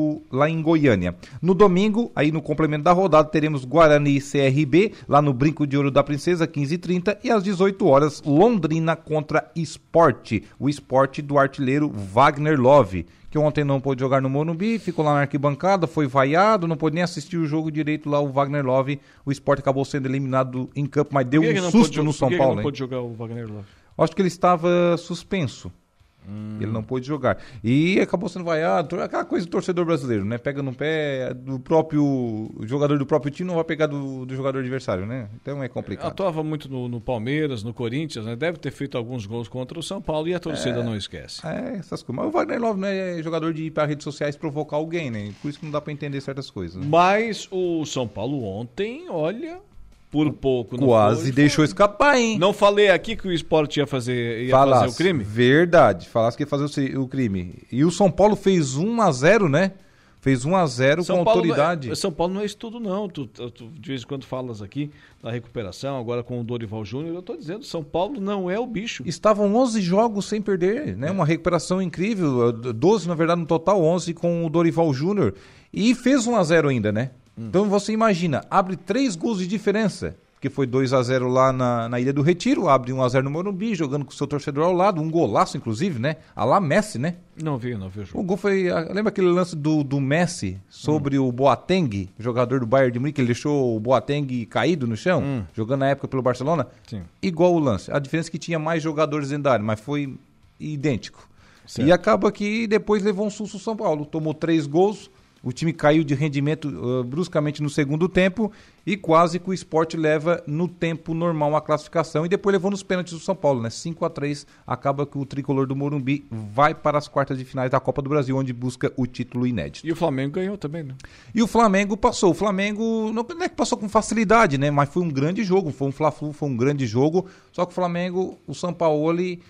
em Goiânia. No domingo, aí no complemento da rodada, teremos Guarani e CRB, lá no Brinco de Ouro da Princesa, 15h30, e às 18 horas, Londrina contra Sport, o Sport do artilheiro Wagner Love, que ontem não pôde jogar no Morumbi, ficou lá na arquibancada, foi vaiado, não pôde nem assistir o jogo direito lá, o Wagner Love. O Sport acabou sendo eliminado em campo, mas deu um susto no São Paulo. Por que não pôde jogar o Wagner Love? Acho que ele estava suspenso. Ele não pôde jogar. E acabou sendo vaiado, aquela coisa do torcedor brasileiro, né? Pega no pé do próprio jogador do próprio time, não vai pegar do jogador adversário, né? Então é complicado. Atuava muito no Palmeiras, no Corinthians, né? Deve ter feito alguns gols contra o São Paulo e a torcida não esquece. Essas coisas. Mas o Wagner Love não é jogador de ir para redes sociais provocar alguém, né? Por isso que não dá para entender certas coisas. Né? Mas o São Paulo ontem, olha... Por pouco. Quase deixou escapar, hein? Não falei aqui que o Sport ia fazer o crime? Verdade, falasse que ia fazer o crime. E o São Paulo fez 1-0, né? Fez 1-0 com autoridade. São Paulo não é isso tudo, não. Tu de vez em quando falas aqui da recuperação, agora com o Dorival Júnior, eu tô dizendo, São Paulo não é o bicho. Estavam 11 jogos sem perder, né? Uma recuperação incrível, 12 na verdade no total, 11 com o Dorival Júnior. E fez 1-0 ainda, né? Então você imagina, abre 3 gols de diferença, porque foi 2-0 lá na Ilha do Retiro, abre 1-0 no Morumbi, jogando com o seu torcedor ao lado, um golaço inclusive, né? A lá Messi, né? Não vi o jogo. O gol foi, lembra aquele lance do Messi sobre o Boateng, jogador do Bayern de Munique, ele deixou o Boateng caído no chão, jogando na época pelo Barcelona? Sim. Igual o lance, a diferença é que tinha mais jogadores dentro da área, mas foi idêntico. Certo. E acaba que depois levou um susto o São Paulo, tomou 3 gols, o time caiu de rendimento bruscamente no segundo tempo e quase que o Sport leva no tempo normal a classificação e depois levou nos pênaltis do São Paulo, né? 5-3, acaba que o tricolor do Morumbi vai para as quartas de finais da Copa do Brasil, onde busca o título inédito. E o Flamengo ganhou também, né? E o Flamengo passou. O Flamengo não é que passou com facilidade, né? Mas foi um grande jogo, foi um Fla-Flu, foi um grande jogo. Só que o Flamengo, o Sampaoli,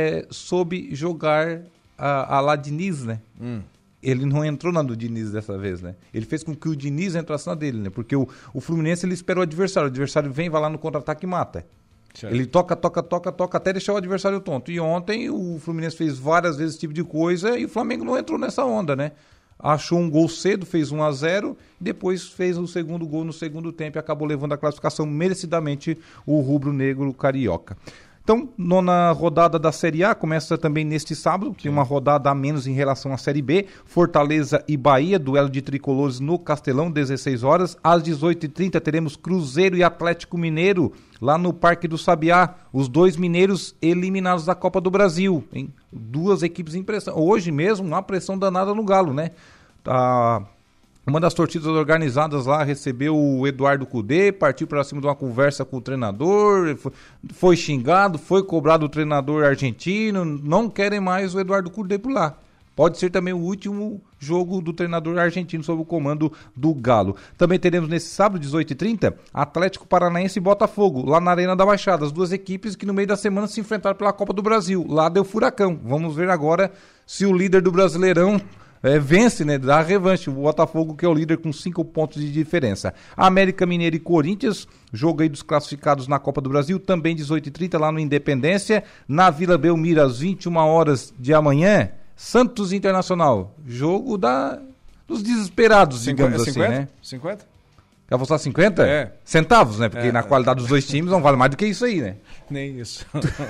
soube jogar a lá Diniz, né? Ele não entrou na do Diniz dessa vez, né? Ele fez com que o Diniz entrasse na dele, né? Porque o Fluminense, ele espera o adversário vem, vai lá no contra-ataque e mata. Certo. Ele toca, até deixar o adversário tonto. E ontem o Fluminense fez várias vezes esse tipo de coisa e o Flamengo não entrou nessa onda, né? Achou um gol cedo, fez 1-0, depois fez o segundo gol no segundo tempo e acabou levando a classificação merecidamente o rubro-negro carioca. Então, nona rodada da Série A começa também neste sábado, tem uma rodada a menos em relação à Série B, Fortaleza e Bahia, duelo de tricolores no Castelão, 16 horas. Às 18h30 teremos Cruzeiro e Atlético Mineiro, lá no Parque do Sabiá, os dois mineiros eliminados da Copa do Brasil, hein? Duas equipes em pressão. Hoje mesmo, uma pressão danada no Galo, né? Uma das torcidas organizadas lá recebeu o Eduardo Cudê, partiu para cima de uma conversa com o treinador, foi xingado, foi cobrado o treinador argentino, não querem mais o Eduardo Cudê por lá. Pode ser também o último jogo do treinador argentino sob o comando do Galo. Também teremos nesse sábado, 18h30, Atlético Paranaense e Botafogo, lá na Arena da Baixada. As duas equipes que no meio da semana se enfrentaram pela Copa do Brasil. Lá deu furacão. Vamos ver agora se o líder do Brasileirão vence, né? Dá a revanche. O Botafogo, que é o líder com 5 pontos de diferença. América Mineiro e Corinthians, jogo aí dos classificados na Copa do Brasil, também 18h30 lá no Independência. Na Vila Belmiro, às 21 horas de amanhã, Santos Internacional. Jogo dos desesperados, digamos assim, 50? né? 50? Quer apostar 50? É. Centavos, né? Porque na qualidade dos dois times não vale mais do que isso aí, né? Nem isso.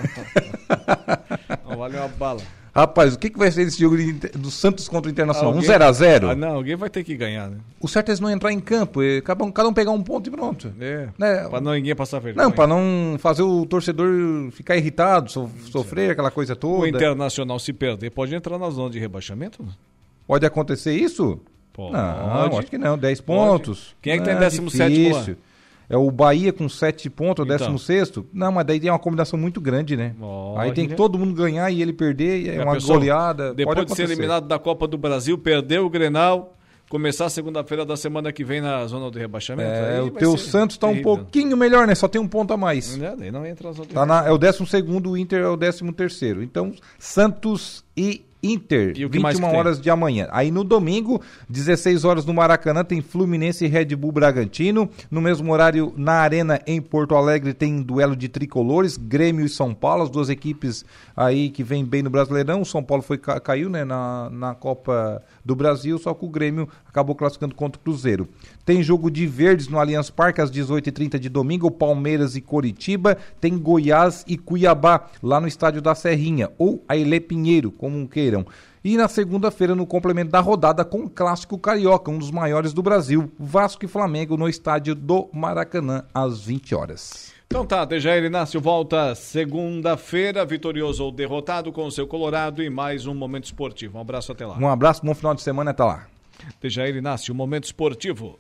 Não vale uma bala. Rapaz, o que vai ser esse jogo do Santos contra o Internacional? 1-0? Não, alguém vai ter que ganhar, né? O certo é eles não entrar em campo, cada um pegar um ponto e pronto. Né? Pra ninguém passar vergonha. Não, pra não fazer o torcedor ficar irritado, sofrer aquela coisa toda. O Internacional, se perder, pode entrar na zona de rebaixamento? Pode acontecer isso? Pode. Não, acho que não, 10 pontos. Quem é que tem 17º lá? É o Bahia com 7 pontos, o 16º. Não, mas daí tem uma combinação muito grande, né? Aí tem que todo mundo ganhar e ele perder, e é uma goleada. Depois de ser eliminado da Copa do Brasil, perdeu o Grenal, começar a segunda-feira da semana que vem na zona de rebaixamento. O teu Santos tá um pouquinho melhor, né? Só tem um ponto a mais. Daí não entra na zona de é o 12º, o Inter é o 13º. Então, Santos e Inter, 21 horas de amanhã. Aí no domingo, 16 horas no Maracanã, tem Fluminense e Red Bull Bragantino. No mesmo horário, na Arena em Porto Alegre, tem duelo de tricolores, Grêmio e São Paulo, as duas equipes aí que vêm bem no Brasileirão. O São Paulo caiu, né, na Copa do Brasil, só que o Grêmio acabou classificando contra o Cruzeiro. Tem jogo de verdes no Allianz Parque às 18h30 de domingo, Palmeiras e Coritiba. Tem Goiás e Cuiabá, lá no estádio da Serrinha, ou Ailê Pinheiro, como queiram. E na segunda-feira, no complemento da rodada, com o Clássico Carioca, um dos maiores do Brasil, Vasco e Flamengo, no estádio do Maracanã, às 20 horas. Então tá, Dejair Inácio volta segunda-feira, vitorioso ou derrotado com o seu Colorado e mais um Momento Esportivo. Um abraço, até lá. Um abraço, bom final de semana, até lá. Dejair Inácio, Momento Esportivo.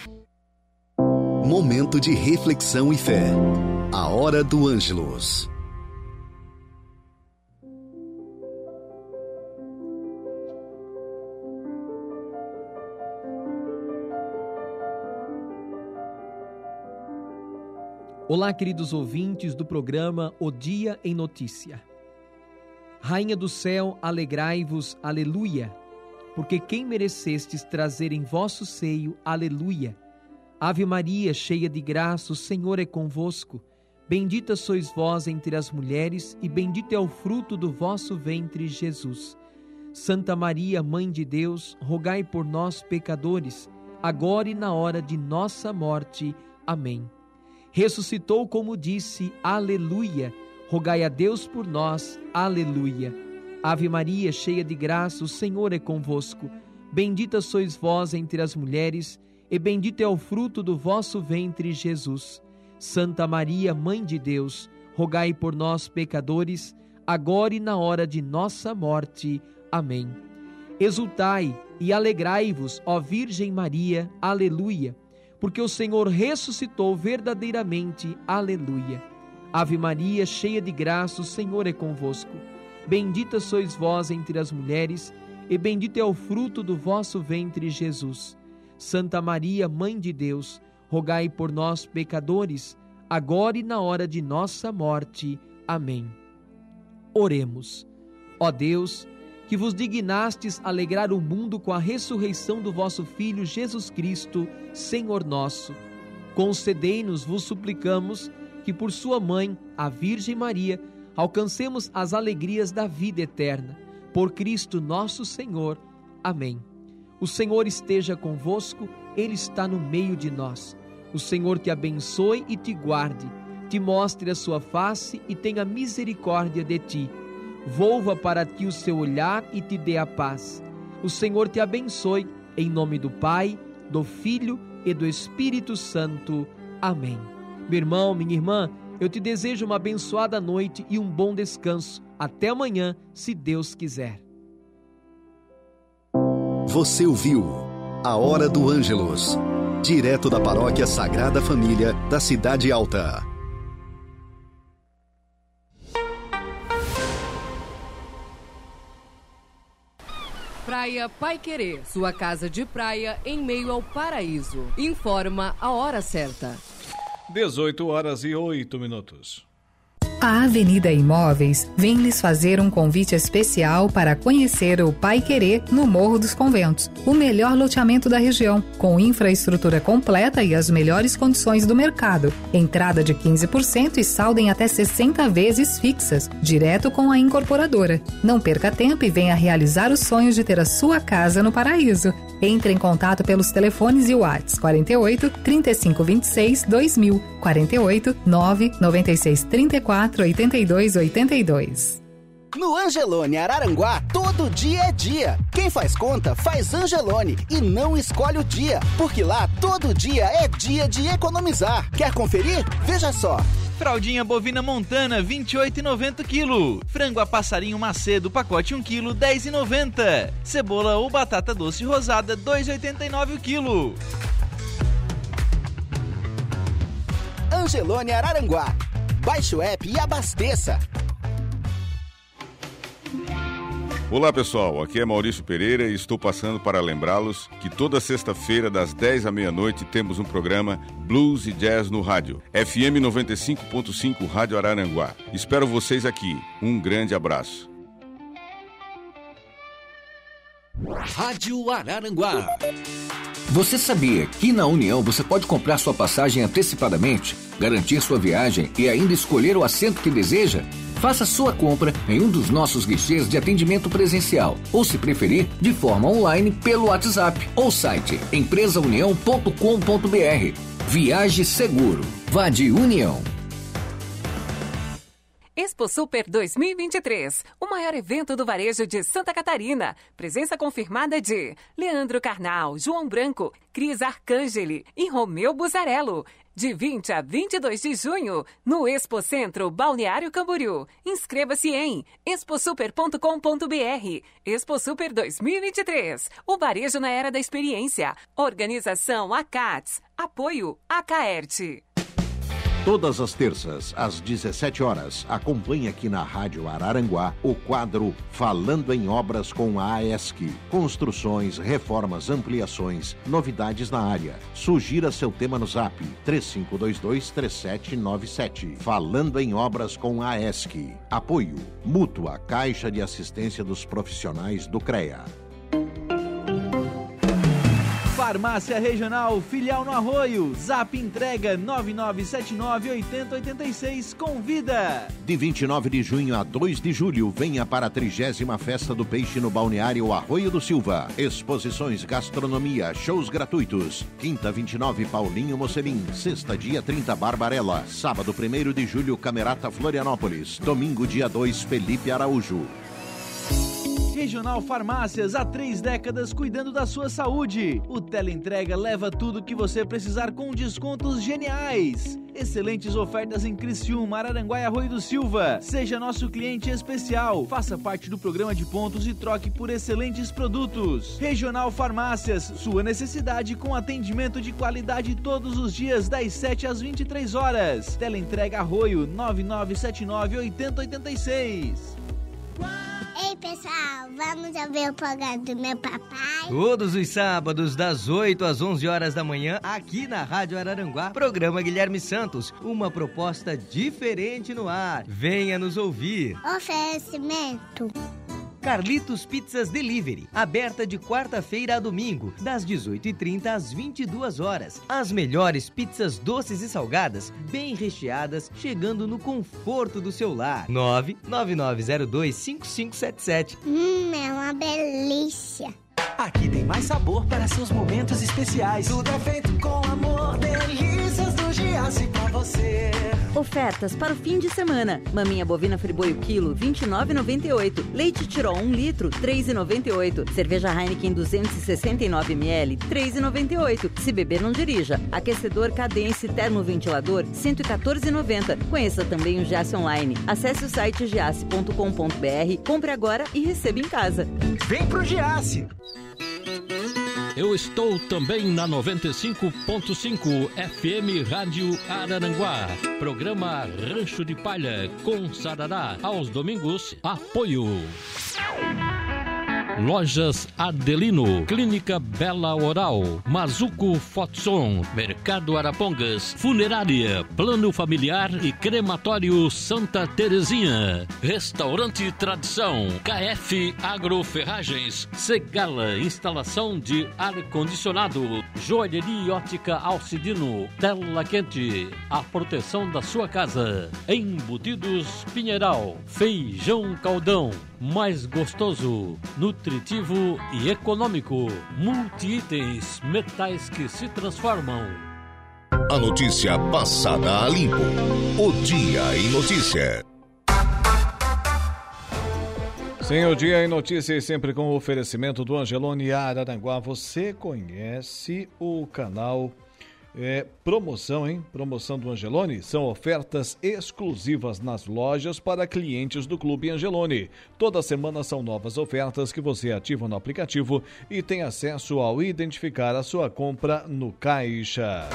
Momento de reflexão e fé. A Hora do Ângelus. Olá, queridos ouvintes do programa O Dia em Notícia. Rainha do céu, alegrai-vos, aleluia, porque quem merecestes trazer em vosso seio, aleluia. Ave Maria, cheia de graça, o Senhor é convosco. Bendita sois vós entre as mulheres, e bendito é o fruto do vosso ventre, Jesus. Santa Maria, Mãe de Deus, rogai por nós, pecadores, agora e na hora de nossa morte. Amém. Ressuscitou como disse, aleluia, rogai a Deus por nós, aleluia. Ave Maria, cheia de graça, o Senhor é convosco. Bendita sois vós entre as mulheres, e bendito é o fruto do vosso ventre, Jesus. Santa Maria, Mãe de Deus, rogai por nós, pecadores, agora e na hora de nossa morte. Amém. Exultai e alegrai-vos, ó Virgem Maria, aleluia, porque o Senhor ressuscitou verdadeiramente, aleluia. Ave Maria, cheia de graça, o Senhor é convosco. Bendita sois vós entre as mulheres, e bendito é o fruto do vosso ventre, Jesus. Santa Maria, Mãe de Deus, rogai por nós, pecadores, agora e na hora de nossa morte. Amém. Oremos. Ó Deus, que vos dignastes alegrar o mundo com a ressurreição do vosso Filho Jesus Cristo, Senhor nosso, concedei-nos, vos suplicamos, que por sua mãe, a Virgem Maria, alcancemos as alegrias da vida eterna. Por Cristo nosso Senhor. Amém. O Senhor esteja convosco, Ele está no meio de nós. O Senhor te abençoe e te guarde, te te mostre a sua face e tenha misericórdia de ti. Volva para ti o seu olhar e te dê a paz. O Senhor te abençoe, em nome do Pai, do Filho e do Espírito Santo. Amém. Meu irmão, minha irmã, eu te desejo uma abençoada noite e um bom descanso. Até amanhã, se Deus quiser. Você ouviu A Hora do Ângelus, direto da Paróquia Sagrada Família da Cidade Alta. Praia Paiquerê, sua casa de praia em meio ao paraíso. Informa a hora certa. 18h08. A Avenida Imóveis vem lhes fazer um convite especial para conhecer o Paiquerê no Morro dos Conventos, o melhor loteamento da região, com infraestrutura completa e as melhores condições do mercado. Entrada de 15% e saldo em até 60 vezes fixas, direto com a incorporadora. Não perca tempo e venha realizar os sonhos de ter a sua casa no paraíso. Entre em contato pelos telefones e WhatsApp 48 35 26 2000, 48 9 96 34 82 82. No Angelone Araranguá, todo dia é dia. Quem faz conta, faz Angelone e não escolhe o dia, porque lá todo dia é dia de economizar. Quer conferir? Veja só. Fraldinha bovina montana, 28,90 kg. Frango a passarinho Macedo, pacote 1 kg, 10,90. Cebola ou batata doce rosada, 2,89 kg. Angelone Araranguá. Baixe o app e abasteça. Olá pessoal, aqui é Maurício Pereira e estou passando para lembrá-los que toda sexta-feira das 10 à meia-noite temos um programa Blues e Jazz no rádio, FM 95.5 Rádio Araranguá. Espero vocês aqui. Um grande abraço. Rádio Araranguá. Você sabia que na União você pode comprar sua passagem antecipadamente, garantir sua viagem e ainda escolher o assento que deseja? Faça sua compra em um dos nossos guichês de atendimento presencial ou, se preferir, de forma online pelo WhatsApp ou site empresaunião.com.br. Viaje seguro. Vá de União. Expo Super 2023, o maior evento do varejo de Santa Catarina. Presença confirmada de Leandro Carnal, João Branco, Cris Arcangeli e Romeu Buzarello. De 20 a 22 de junho, no Expo Centro Balneário Camboriú. Inscreva-se em exposuper.com.br. Expo Super 2023, o varejo na era da experiência. Organização ACATS. Apoio Acaerte. Todas as terças, às 17 horas, acompanhe aqui na Rádio Araranguá o quadro Falando em Obras com a AESC. Construções, reformas, ampliações, novidades na área. Sugira seu tema no Zap 3522-3797. Falando em Obras com a AESC. Apoio Mútua, Caixa de Assistência dos Profissionais do CREA. Farmácia Regional, filial no Arroio. Zap entrega 9979-8086. Convida! De 29 de junho a 2 de julho, venha para a 30ª Festa do Peixe no Balneário Arroio do Silva. Exposições, gastronomia, shows gratuitos. Quinta, 29, Paulinho Mocelin. Sexta, dia 30, Barbarella. Sábado, 1º de julho, Camerata Florianópolis. Domingo, dia 2, Felipe Araújo. Regional Farmácias, há 3 décadas cuidando da sua saúde. O teleentrega leva tudo que você precisar com descontos geniais. Excelentes ofertas em Criciúma, Araranguá e Arroio do Silva. Seja nosso cliente especial. Faça parte do programa de pontos e troque por excelentes produtos. Regional Farmácias, sua necessidade com atendimento de qualidade todos os dias, das 7 às 23 horas. Teleentrega Arroio 9979-8086. Ei, pessoal, vamos ouvir o programa do meu papai? Todos os sábados, das 8 às 11 horas da manhã, aqui na Rádio Araranguá, programa Guilherme Santos, uma proposta diferente no ar. Venha nos ouvir. Oferecimento Carlitos Pizzas Delivery, aberta de quarta-feira a domingo, das 18h30 às 22 horas. As melhores pizzas doces e salgadas, bem recheadas, chegando no conforto do seu lar. 999025577. É uma delícia. Aqui tem mais sabor para seus momentos especiais. Tudo é feito com amor, delícias do Giasse. Giasse pra você. Ofertas para o fim de semana. Maminha bovina Friboi o quilo, R$ 29,98. Leite Tirol 1 litro, R$ 3,98. Cerveja Heineken 269 ml, R$ 3,98. Se beber, não dirija. Aquecedor Cadence termoventilador, R$ 114,90. Conheça também o Giasse Online. Acesse o site giasse.com.br, compre agora e receba em casa. Vem pro Giasse! Eu estou também na 95.5 FM Rádio Araranguá. Programa Rancho de Palha com Sarará. Aos domingos, apoio. Lojas Adelino, Clínica Bela Oral, Mazuco Fotson, Mercado Arapongas, Funerária, Plano Familiar e Crematório Santa Terezinha, Restaurante Tradição, KF Agroferragens, Segala, instalação de ar-condicionado, Joalheria e Ótica Alcidino, Tela Quente, a proteção da sua casa, Embutidos Pinheiral, Feijão Caldão, mais gostoso, nutritivo e econômico. Multi-itens, metais que se transformam. A notícia passada a limpo. O Dia em Notícia. Sim, o Dia em Notícias sempre com o oferecimento do Angelone Araranguá. Você conhece o canal promoção, hein? Promoção do Angelone são ofertas exclusivas nas lojas para clientes do Clube Angelone. Toda semana são novas ofertas que você ativa no aplicativo e tem acesso ao identificar a sua compra no caixa.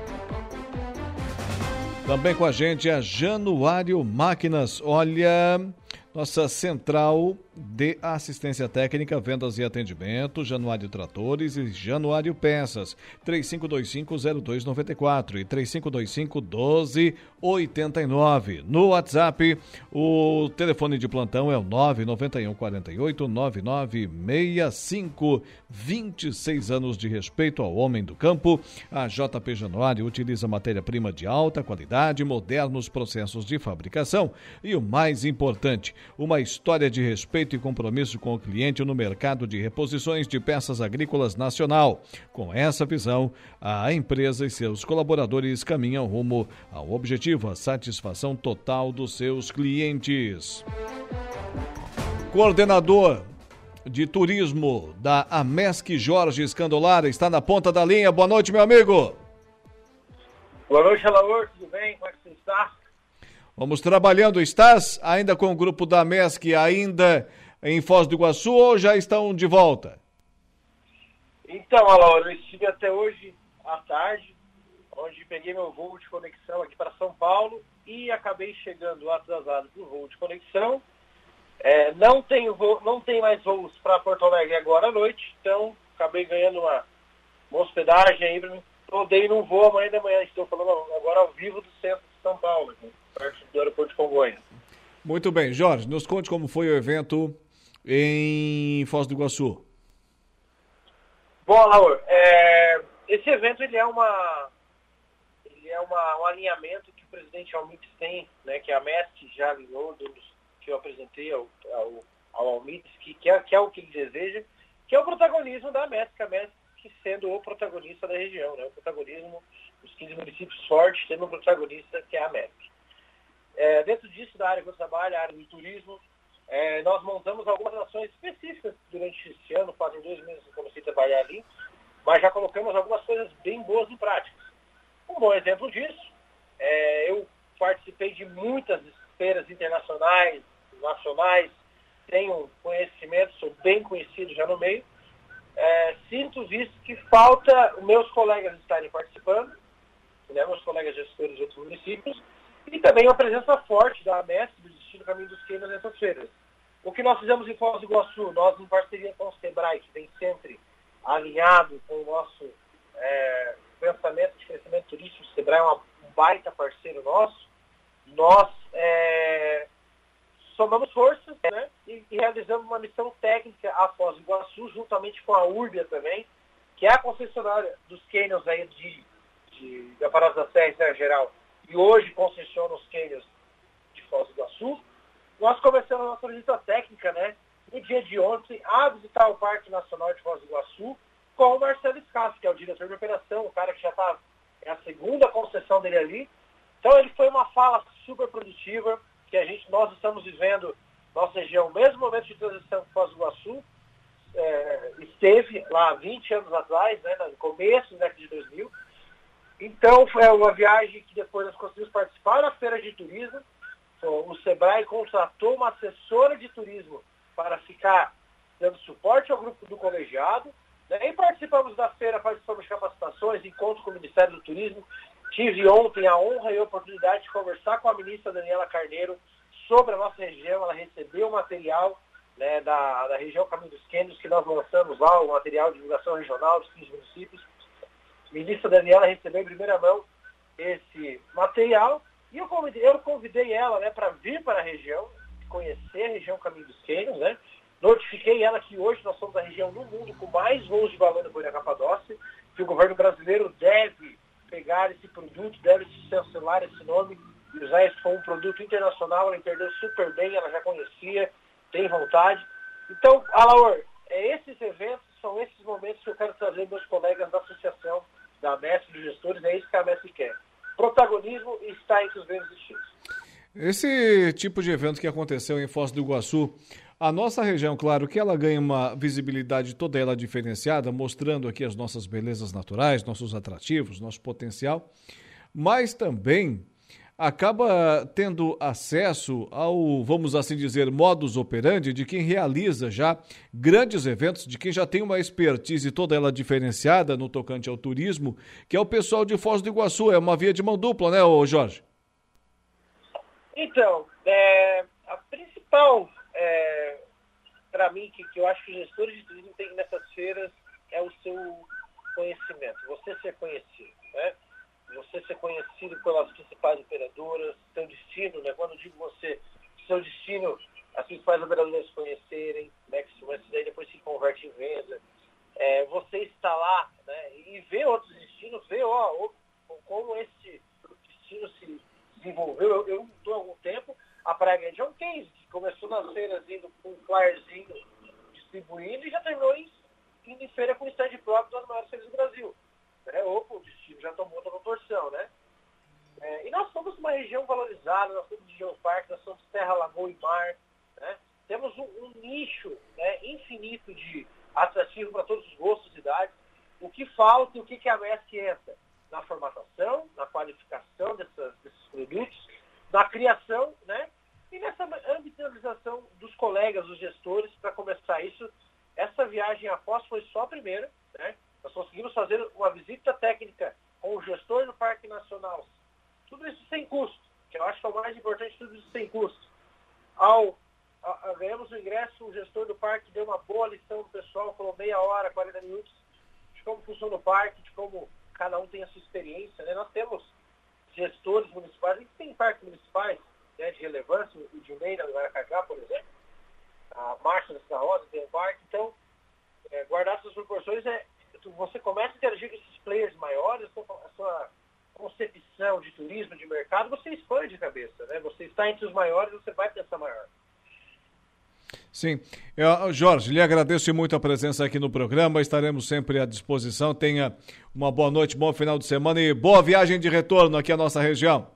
Também com a gente a Januário Máquinas. Olha, nossa central de assistência técnica, vendas e atendimento, Januário Tratores e Januário Peças, 3525-0294 e 3525-1289. No WhatsApp, o telefone de plantão é o 99148-9965. 26 anos de respeito ao homem do campo. A JP Januário utiliza matéria-prima de alta qualidade, modernos processos de fabricação e o mais importante, uma história de respeito e compromisso com o cliente no mercado de reposições de peças agrícolas nacional. Com essa visão, a empresa e seus colaboradores caminham rumo ao objetivo, a satisfação total dos seus clientes. Coordenador de turismo da Amesc, Jorge Escandolara, está na ponta da linha. Boa noite, meu amigo. Boa noite, Alaor. Tudo bem? Como é que você está? Vamos trabalhando. Estás ainda com o grupo da Amesc, ainda em Foz do Iguaçu, ou já estão de volta? Então, Alaor, eu estive até hoje à tarde, onde peguei meu voo de conexão aqui para São Paulo e acabei chegando atrasado para o voo de conexão. Não tem mais voos para Porto Alegre agora à noite, então acabei ganhando uma hospedagem aí para mim. Rodei num voo amanhã de manhã, estou falando agora ao vivo do centro de São Paulo, aqui, perto do aeroporto de Congonhas. Muito bem, Jorge, nos conte como foi o evento em Foz do Iguaçu. Bom, Laura, esse evento ele é um alinhamento que o presidente Almites tem, né, que a Amesc já alinhou, que eu apresentei ao Almites, que é o que ele deseja, que é o protagonismo da Amesc, a Amesc sendo o protagonista da região, né, o protagonismo dos 15 municípios fortes, tendo um protagonista que é a Amesc. Dentro disso, da área que eu trabalho, a área do turismo, nós montamos algumas ações específicas durante esse ano, fazem 2 meses que eu comecei a trabalhar ali, mas já colocamos algumas coisas bem boas em prática. Um bom exemplo disso, eu participei de muitas feiras internacionais, nacionais, tenho conhecimento, sou bem conhecido já no meio, sinto visto que falta os meus colegas estarem participando, né, meus colegas gestores de outros municípios, e também uma presença forte da Amesc, do Destino Caminho dos Queimas nessas feiras. O que nós fizemos em Foz do Iguaçu, nós em parceria com o Sebrae, que vem sempre alinhado com o nosso pensamento de crescimento turístico, o Sebrae é um baita parceiro nosso, nós somamos forças, né, e realizamos uma missão técnica a Foz do Iguaçu, juntamente com a Urbia também, que é a concessionária dos cânions aí da Parada da Serra em Serra Geral, e hoje concessiona os cânions de Foz do Iguaçu. Nós começamos a nossa visita técnica, né, no dia de ontem, a visitar o Parque Nacional de Foz do Iguaçu, com o Marcelo Scaff, que é o diretor de operação, o cara que já está é a segunda concessão dele ali. Então ele foi uma fala super produtiva, que nós estamos vivendo, nossa região, mesmo momento de transição que Foz do Iguaçu, esteve lá 20 anos atrás, né, no começo da década de 2000. Então foi uma viagem que depois nós conseguimos participar da feira de turismo. O Sebrae contratou uma assessora de turismo para ficar dando suporte ao grupo do colegiado, né? E participamos da feira, participamos de capacitações, encontros com o Ministério do Turismo. Tive ontem a honra e a oportunidade de conversar com a ministra Daniela Carneiro sobre a nossa região. Ela recebeu o material, né, da região Caminho dos Quênios, que nós lançamos lá, o material de divulgação regional dos 15 municípios. A ministra Daniela recebeu em primeira mão esse material e eu convidei ela, né, para vir para a região, conhecer a região Caminho dos Quênios, né? Notifiquei ela que hoje nós somos a região no mundo com mais voos de balão na Capadócia, que o governo brasileiro deve pegar esse produto, deve chancelar esse nome e usar isso como um produto internacional. Ela entendeu super bem, ela já conhecia, tem vontade. Então, Alaor, esses eventos, são esses momentos que eu quero trazer meus colegas da associação, da MESC, dos gestores, é isso que a MESC quer. Protagonismo está entre os grandes destinos. Esse tipo de evento que aconteceu em Foz do Iguaçu, a nossa região, claro que ela ganha uma visibilidade toda ela diferenciada, mostrando aqui as nossas belezas naturais, nossos atrativos, nosso potencial, mas também acaba tendo acesso ao, vamos assim dizer, modus operandi de quem realiza já grandes eventos, de quem já tem uma expertise toda ela diferenciada no tocante ao turismo, que é o pessoal de Foz do Iguaçu. É uma via de mão dupla, né, Jorge? Então, a principal, para mim, que eu acho que os gestores de turismo têm nessas feiras é o seu conhecimento, você ser conhecido, né? Você ser conhecido pelas principais operadoras, seu destino, né? Quando eu digo você, seu destino, as principais operadoras conhecerem, né? Que isso daí depois se converte em venda. Você está lá, né? E ver outros destinos, ver como esse destino se desenvolveu. Eu estou há algum tempo, a Praia Grande é um case, que começou nas feiras indo com um flyerzinho distribuindo e já terminou indo em feira com stand próprio das maiores feiras do Brasil. O destino já tomou outra proporção, né? E nós somos uma região valorizada, nós somos de geoparque, nós somos terra, lagoa e mar, né? Temos um nicho, né, infinito de atrativo para todos os gostos e idades. O que falta e o que a MESC entra? Na formatação, na qualificação desses produtos, na criação, né? E nessa ambicionização dos colegas, dos gestores, para começar isso. Essa viagem a Foz foi só a primeira, né? Nós conseguimos fazer uma visita técnica com o gestor do Parque Nacional. Tudo isso sem custo, que eu acho que é o mais importante, tudo isso sem custo. Ganhamos o ingresso, o gestor do parque deu uma boa lição do pessoal, falou meia hora, 40 minutos, de como funciona o parque, de como cada um tem a sua experiência, né? Nós temos gestores municipais, a gente tem parques municipais, né, de relevância, o de Meira, no Aracajá, por exemplo, a Marcha da Cidade Rosa tem um parque. Então, guardar essas proporções você começa a interagir com esses players maiores, a sua concepção de turismo, de mercado, você expande de cabeça, né? Você está entre os maiores, você vai pensar maior. Sim. Jorge, lhe agradeço muito a presença aqui no programa, estaremos sempre à disposição. Tenha uma boa noite, bom final de semana e boa viagem de retorno aqui à nossa região.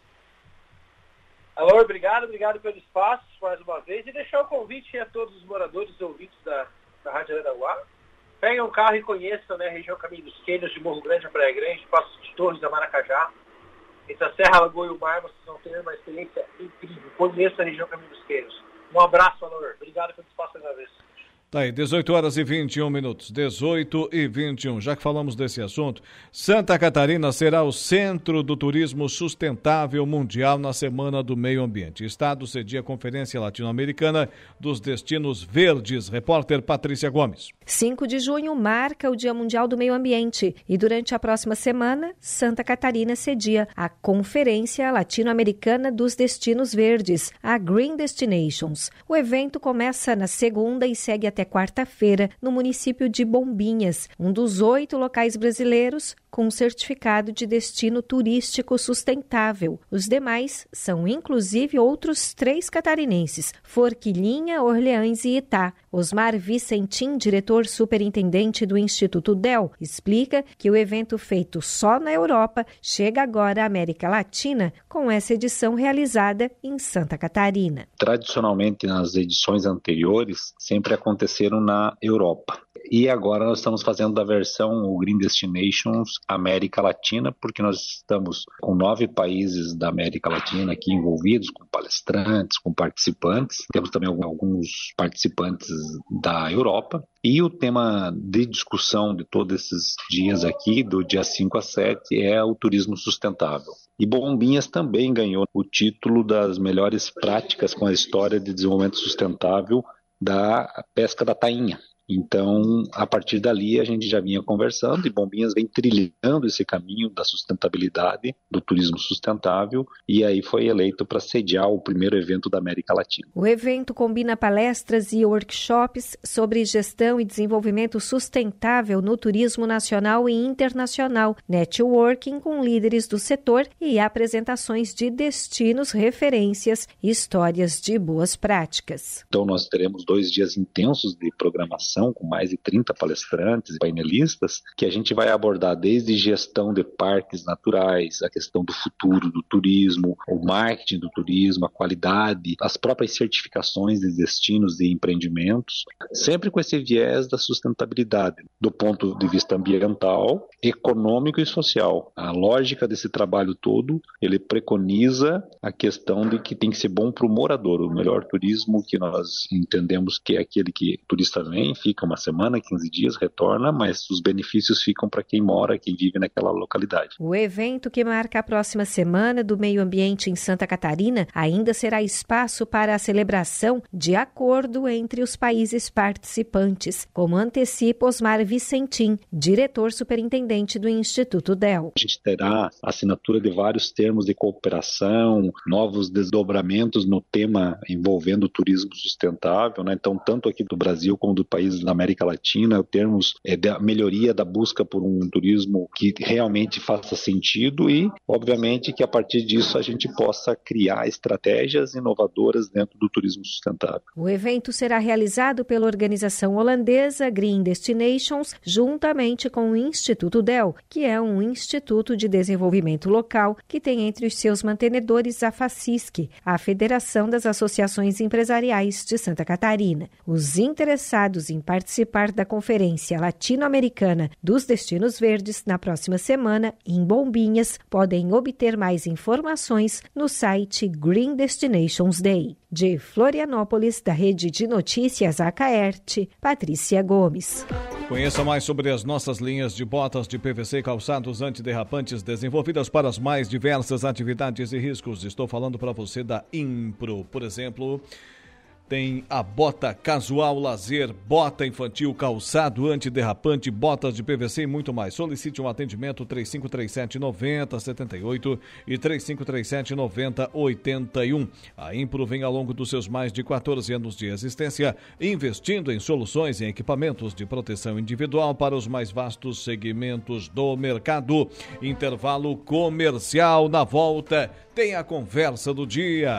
Alô, obrigado pelo espaço mais uma vez e deixar o convite a todos os moradores e ouvintes da Rádio Araranguá. Peguem um carro e conheçam, né, a região Caminho dos Quênios, de Morro Grande a Praia Grande, Passos de Torres a Maracajá. Entre a Serra, a Lagoa e o Mar, vocês vão ter uma experiência incrível. Conheçam a região Caminho dos Quênios. Um abraço, Alor. Obrigado pelo espaço mais uma vez. Tá aí, 18 horas e 21 minutos. 18 e 21. Já que falamos desse assunto, Santa Catarina será o centro do turismo sustentável mundial na Semana do Meio Ambiente. O Estado cedia a Conferência Latino-Americana dos Destinos Verdes. Repórter Patrícia Gomes. 5 de junho marca o Dia Mundial do Meio Ambiente e durante a próxima semana, Santa Catarina cedia a Conferência Latino-Americana dos Destinos Verdes, a Green Destinations. O evento começa na segunda e segue até quarta-feira no município de Bombinhas, um dos 8 locais brasileiros com um certificado de destino turístico sustentável. Os demais são inclusive outros 3 catarinenses, Forquilinha, Orleans e Itá. Osmar Vicentim, diretor superintendente do Instituto DEL, explica que o evento feito só na Europa chega agora à América Latina com essa edição realizada em Santa Catarina. Tradicionalmente, nas edições anteriores, sempre aconteceram na Europa. E agora nós estamos fazendo a versão o Green Destinations América Latina, porque nós estamos com 9 países da América Latina aqui envolvidos, com palestrantes, com participantes. Temos também alguns participantes da Europa. E o tema de discussão de todos esses dias aqui, do dia 5 a 7, é o turismo sustentável. E Bombinhas também ganhou o título das melhores práticas com a história de desenvolvimento sustentável da pesca da tainha. Então, a partir dali, a gente já vinha conversando e Bombinhas vem trilhando esse caminho da sustentabilidade, do turismo sustentável, e aí foi eleito para sediar o primeiro evento da América Latina. O evento combina palestras e workshops sobre gestão e desenvolvimento sustentável no turismo nacional e internacional, networking com líderes do setor e apresentações de destinos, referências e histórias de boas práticas. Então, nós teremos 2 dias intensos de programação, com mais de 30 palestrantes e painelistas, que a gente vai abordar desde gestão de parques naturais, a questão do futuro do turismo, o marketing do turismo, a qualidade, as próprias certificações de destinos e empreendimentos, sempre com esse viés da sustentabilidade, do ponto de vista ambiental, econômico e social. A lógica desse trabalho todo, ele preconiza a questão de que tem que ser bom para o morador. O melhor turismo que nós entendemos que é aquele que o turista vem, fica uma semana, 15 dias, retorna, mas os benefícios ficam para quem mora, quem vive naquela localidade. O evento, que marca a próxima Semana do Meio Ambiente em Santa Catarina, ainda será espaço para a celebração de acordo entre os países participantes, como antecipa Osmar Vicentim, diretor superintendente do Instituto DEL. A gente terá assinatura de vários termos de cooperação, novos desdobramentos no tema envolvendo o turismo sustentável, né? Então, tanto aqui do Brasil como do país da América Latina, termos da melhoria da busca por um turismo que realmente faça sentido e, obviamente, que a partir disso a gente possa criar estratégias inovadoras dentro do turismo sustentável. O evento será realizado pela organização holandesa Green Destinations, juntamente com o Instituto DEL, que é um instituto de desenvolvimento local que tem entre os seus mantenedores a FACISC, a Federação das Associações Empresariais de Santa Catarina. Os interessados em participar da Conferência Latino-Americana dos Destinos Verdes na próxima semana, em Bombinhas, podem obter mais informações no site Green Destinations Day. De Florianópolis, da Rede de Notícias Acaerte, Patrícia Gomes. Conheça mais sobre as nossas linhas de botas de PVC e calçados antiderrapantes desenvolvidas para as mais diversas atividades e riscos. Estou falando para você da Impro, por exemplo. Tem a bota casual lazer, bota infantil, calçado antiderrapante, botas de PVC e muito mais. Solicite um atendimento 3537-9078 e 3537-9081. A Impro vem ao longo dos seus mais de 14 anos de existência, investindo em soluções e equipamentos de proteção individual para os mais vastos segmentos do mercado. Intervalo comercial. Na volta, tem a conversa do dia.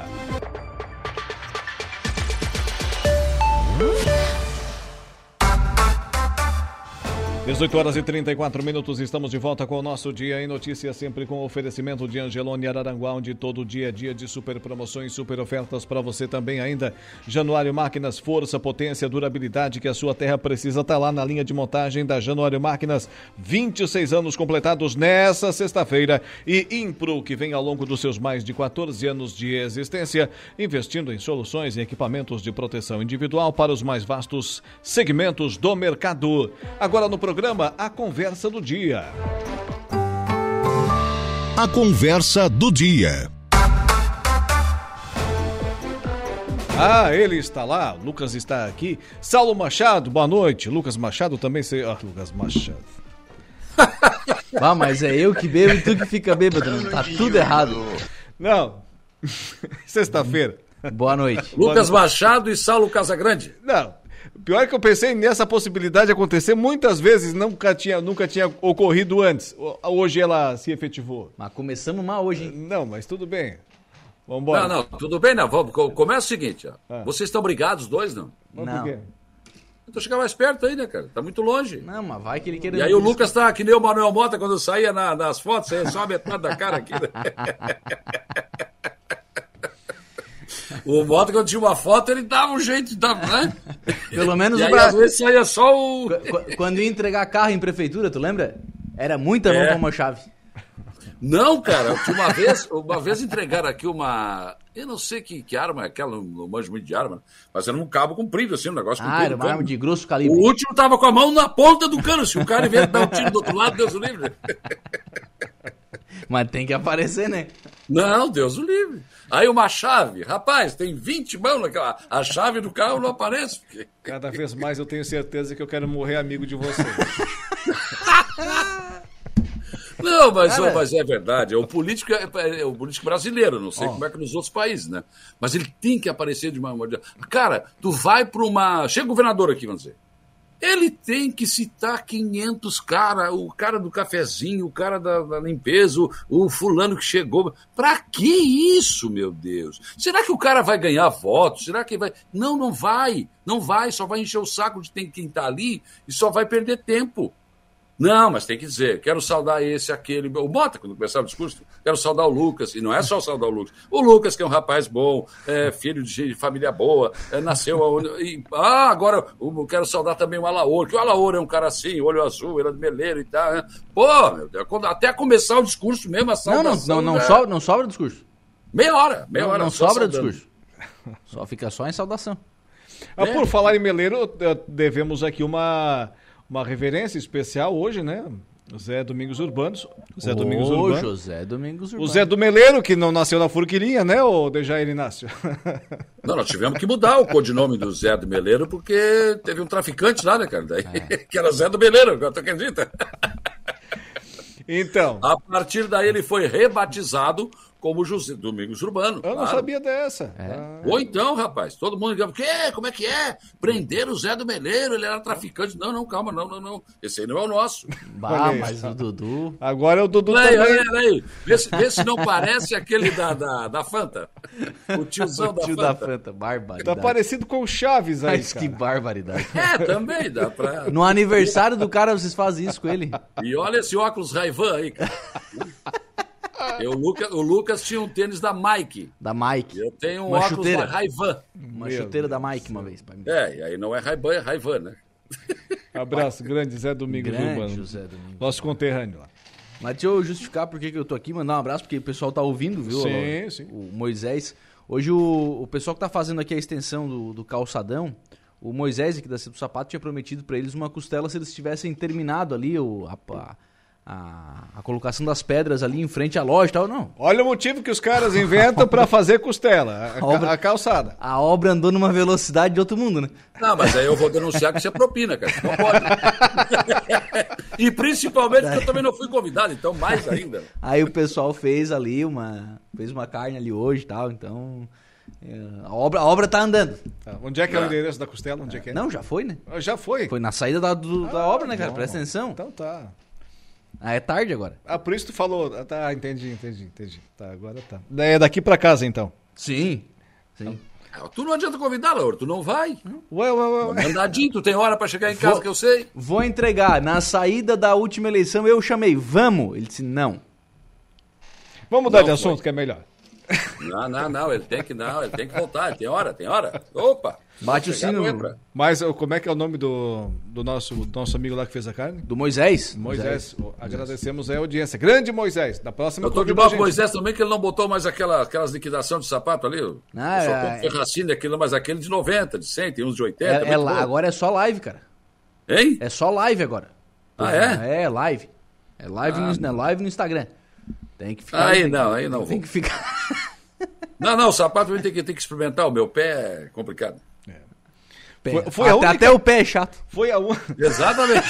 18h34, estamos de volta com o nosso Dia em Notícias, sempre com oferecimento de Angelone Araranguá, onde todo dia é dia de super promoções, super ofertas para você também ainda. Januário Máquinas, força, potência, durabilidade que a sua terra precisa, tá lá na linha de montagem da Januário Máquinas, 26 anos completados nessa sexta-feira. E Impro, que vem ao longo dos seus mais de 14 anos de existência, investindo em soluções e equipamentos de proteção individual para os mais vastos segmentos do mercado. Agora no programa A Conversa do Dia. A Conversa do Dia. Ele está lá, o Lucas está aqui. Saulo Machado, boa noite. Lucas Machado também sei. Lucas Machado. Mas é eu que bebo e tu que fica bêbado, né? Tá tudo errado. Não. Sexta-feira. Boa noite. Lucas Machado e Saulo Casagrande. Não. Pior que eu pensei nessa possibilidade de acontecer muitas vezes, nunca tinha ocorrido antes. Hoje ela se efetivou. Mas começamos mal hoje, hein? Não, mas tudo bem. Vambora. Não, tudo bem, não. Começa o seguinte, ó. Vocês estão brigados, os dois, não? Mas por quê? Então chegar mais perto aí, né, cara? Tá muito longe. Não, mas vai que ele queira... E aí o Lucas tá que nem o Manuel Mota quando saía nas fotos, saía só a metade da cara aqui. Né? O Mota, quando tinha uma foto, ele dava um jeito, né? Pelo menos e aí, às vezes saía só o... Quando ia entregar carro em prefeitura, tu lembra? Era muita mão pra uma chave. Não, cara, uma vez entregaram aqui uma... Eu não sei que arma é aquela, não manjo muito de arma, mas era um cabo comprido, assim, um negócio comprido. Era uma arma de grosso calibre. O último tava com a mão na ponta do cano, se o cara vier dar um tiro do outro lado, Deus o livre. Mas tem que aparecer, né? Não, Deus o livre. Aí uma chave, rapaz, tem 20 mãos naquela... A chave do carro não aparece. Porque... Cada vez mais eu tenho certeza que eu quero morrer amigo de vocês. Não, mas é verdade. O político é o político brasileiro, não sei como é que nos outros países, né? Mas ele tem que aparecer de uma... Cara, tu vai para uma... Chega o governador aqui, vamos dizer. Ele tem que citar 500 caras, o cara do cafezinho, o cara da limpeza, o fulano que chegou. Pra que isso, meu Deus? Será que o cara vai ganhar votos? Será que vai... Não vai. Não vai, só vai encher o saco de quem tá ali e só vai perder tempo. Não, mas tem que dizer, quero saudar esse, aquele... O Mota, quando começava o discurso, quero saudar o Lucas, e não é só saudar o Lucas. O Lucas, que é um rapaz bom, filho de família boa, nasceu... agora eu quero saudar também o Alaor, que o Alaor é um cara assim, olho azul, ele é de Meleiro e tal. Né? Pô, meu Deus, até começar o discurso mesmo, a saudação... Não sobra o discurso. Meia hora. Não sobra o discurso. Fica só em saudação. Por falar em Meleiro, devemos aqui uma reverência especial hoje, né? Zé Domingos Urbanos. José Domingos Urbanos. O Zé do Meleiro, que não nasceu na Furquilinha, né, o Dejair Inácio? Não, nós tivemos que mudar o codinome do Zé do Meleiro, porque teve um traficante lá, né, cara? Daí, que era Zé do Meleiro, tu acredita? Então. A partir daí ele foi rebatizado como José Domingos Urbano. Eu não sabia dessa. Ou então, rapaz, todo mundo ligava, como é que é? Prenderam o Zé do Meleiro, ele era traficante. Não, calma, não. Esse aí não é o nosso. Mas o Dudu... Agora é o Dudu também. Vê se não parece aquele da Fanta. O tiozão da Fanta. Da Fanta, barbaridade. Tá parecido com o Chaves aí, Mas que barbaridade. Também dá pra... No aniversário do cara, vocês fazem isso com ele. E olha esse óculos Ray-Ban aí, cara. O Lucas tinha um tênis da Mike. Eu tenho um óculos da Ray-Ban. Uma chuteira da Mike uma vez. E aí não é Ray-Ban, é Ray-Ban, né? Abraço, grande Zé Domingos Urbano. Nosso conterrâneo lá. Mas deixa eu justificar por que eu tô aqui, mandar um abraço, porque o pessoal tá ouvindo, viu? Sim. O Moisés. Hoje o pessoal que tá fazendo aqui a extensão do calçadão, o Moisés aqui da Cidade do Sapato tinha prometido pra eles uma costela se eles tivessem terminado ali a colocação das pedras ali em frente à loja e tal, não. Olha o motivo que os caras inventam pra fazer costela, a calçada. A obra andou numa velocidade de outro mundo, né? Não, mas aí eu vou denunciar que isso é propina, cara. Não pode. E principalmente porque eu também não fui convidado, então mais ainda. Aí o pessoal fez ali fez uma carne ali hoje e tal, então... A obra tá andando. Onde é que é o endereço da costela? Onde é que é? Não, já foi, né? Já foi? Foi na saída da obra, né, cara? Presta atenção. Então tá. É tarde agora. Por isso tu falou. Tá, entendi. Tá, agora tá. É daqui pra casa, então. Sim. Então, tu não adianta convidar, Laura, tu não vai. Ué. Andadinho, tu tem hora pra chegar em casa que eu sei. Vou entregar. Na saída da última eleição eu chamei, vamos. Ele disse não. Vamos mudar de assunto, que é melhor. Não, ele tem que voltar, tem hora. Opa! Bate o sino. Mas como é que é o nome do nosso amigo lá que fez a carne? Do Moisés. Moisés. Agradecemos a audiência. Grande Moisés. Da próxima eu tô de mal com o Moisés também, que ele não botou mais aquelas liquidações de sapato ali. Só com ferracina, aquilo, mas aquele de 90, de 100, tem uns de 80. Agora é só live, cara. Hein? É só live agora. É live. É live no Instagram. Tem que ficar... Aí não. Tem que ficar... Não, o sapato tem que experimentar. O meu pé é complicado. Até o pé é chato. Exatamente.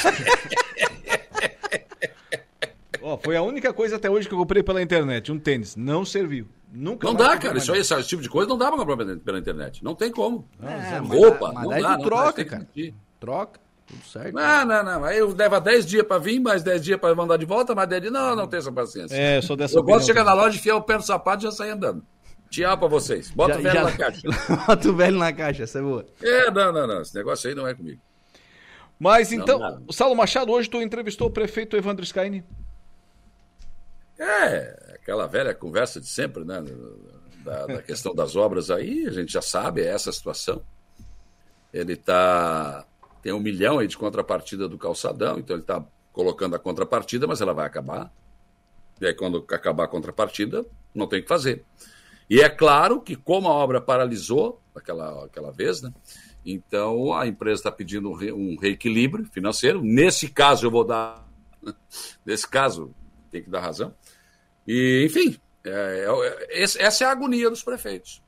Foi a única coisa até hoje que eu comprei pela internet. Um tênis. Não serviu. Não dá, cara. Isso aí, esse tipo de coisa não dá pra comprar pela internet. Não tem como. Roupa, mas daí tu troca, cara. Troca, tudo certo. Não. Aí leva 10 dias pra vir, mais 10 dias pra mandar de volta, mais 10 dias. Não tem essa paciência. Eu sou dessa Eu gosto de chegar na loja, enfiar o pé no sapato e já sair andando. Tchau pra vocês. Bota o velho na caixa. Bota o velho na caixa, essa é boa. Não. Esse negócio aí não é comigo. Mas então, Saulo Machado, hoje tu entrevistou o prefeito Evandro Scaini. Aquela velha conversa de sempre, né? Da questão das obras aí, a gente já sabe, é essa a situação. Ele tem 1 milhão aí de contrapartida do calçadão, então ele está colocando a contrapartida, mas ela vai acabar. E aí, quando acabar a contrapartida, não tem o que fazer. E é claro que, como a obra paralisou aquela vez, né? Então a empresa está pedindo um reequilíbrio financeiro. Nesse caso, eu vou dar. Nesse caso, tem que dar razão. E, enfim, essa é a agonia dos prefeitos.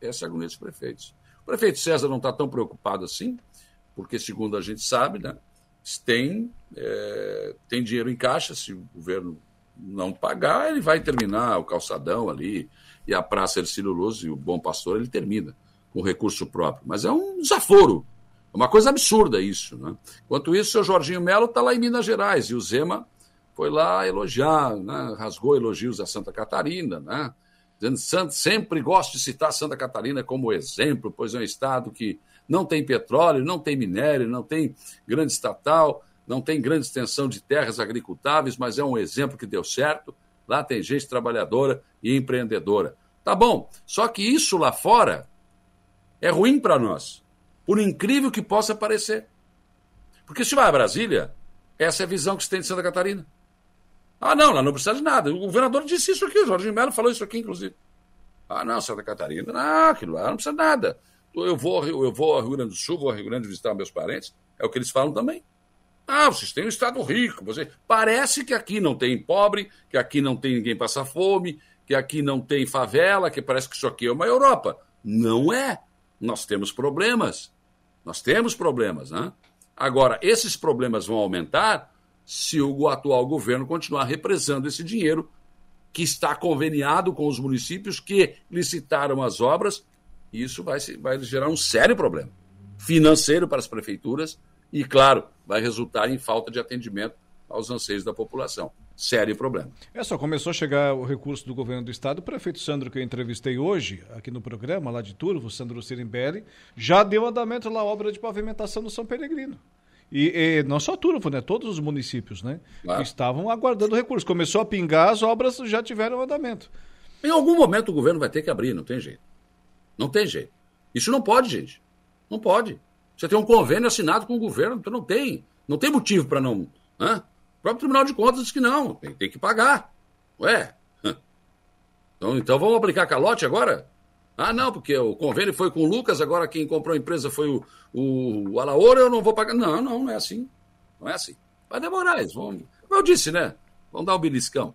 O prefeito César não está tão preocupado assim, porque, segundo a gente sabe, né, tem dinheiro em caixa. Se o governo não pagar, ele vai terminar o calçadão ali, e a Praça Hercílio Luz e o Bom Pastor, ele termina com recurso próprio. Mas é um desaforo, é uma coisa absurda isso, né? Enquanto isso, o seu Jorginho Melo está lá em Minas Gerais, e o Zema foi lá elogiar, né? Rasgou elogios a Santa Catarina, né? Dizendo, sempre gosto de citar Santa Catarina como exemplo, pois é um estado que não tem petróleo, não tem minério, não tem grande estatal, não tem grande extensão de terras agricultáveis, mas é um exemplo que deu certo. Lá tem gente trabalhadora e empreendedora. Tá bom, só que isso lá fora é ruim para nós, por incrível que possa parecer. Porque se vai a Brasília, essa é a visão que se tem de Santa Catarina. Não, lá não precisa de nada. O governador disse isso aqui, o Jorginho Melo falou isso aqui, inclusive. Não, Santa Catarina, não, aquilo lá não precisa de nada. Eu vou ao Rio Grande do Sul, vou ao Rio Grande visitar meus parentes, é o que eles falam também. Vocês têm um estado rico. Parece que aqui não tem pobre, que aqui não tem ninguém passar fome, que aqui não tem favela, que parece que isso aqui é uma Europa. Não é. Nós temos problemas. Né? Agora, esses problemas vão aumentar se o atual governo continuar represando esse dinheiro que está conveniado com os municípios que licitaram as obras, e isso vai gerar um sério problema financeiro para as prefeituras e, claro, vai resultar em falta de atendimento aos anseios da população. Sério problema. Só começou a chegar o recurso do governo do estado. O prefeito Sandro, que eu entrevistei hoje, aqui no programa, lá de Turvo, Sandro Sirimbelli, já deu andamento na obra de pavimentação do São Peregrino. E não só Turvo, né? Todos os municípios, né? Claro. Estavam aguardando recurso. Começou a pingar, as obras já tiveram andamento. Em algum momento o governo vai ter que abrir, não tem jeito. Não tem jeito. Isso não pode, gente. Não pode. Você tem um convênio assinado com o governo, então não tem motivo para não... O próprio Tribunal de Contas diz que não, tem que pagar. Ué? Então vamos aplicar calote agora? Não, porque o convênio foi com o Lucas, agora quem comprou a empresa foi o Alaoura, eu não vou pagar. Não é assim. Não é assim. Vai demorar, eles vão... Como eu disse, né? Vão dar o beliscão.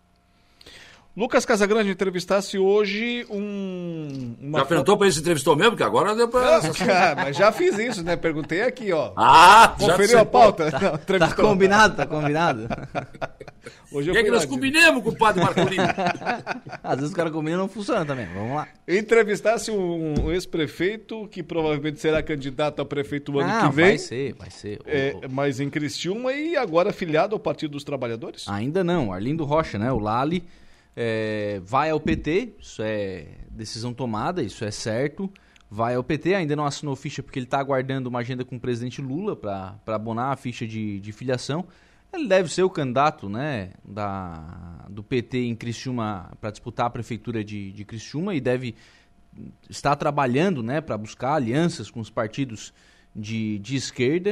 Lucas Casagrande entrevistasse hoje Já perguntou para ele se entrevistou mesmo? Porque agora deu para... Mas já fiz isso, né? Perguntei aqui, ó. Conferiu a pauta? Não, tá combinado. Hoje que nós combinamos com o padre Marcolino? Às vezes os caras combinam e não funciona também. Vamos lá. Entrevistasse um ex-prefeito que provavelmente será candidato a prefeito o ano que vem. Vai ser. Mas em Criciúma e agora afiliado ao Partido dos Trabalhadores? Ainda não. Arlindo Rocha, né? O Lali... vai ao PT, isso é decisão tomada, isso é certo. Vai ao PT, ainda não assinou ficha porque ele está aguardando uma agenda com o presidente Lula para abonar a ficha de filiação. Ele deve ser o candidato, né, do PT em Criciúma para disputar a prefeitura de Criciúma e deve estar trabalhando, né, para buscar alianças com os partidos de esquerda.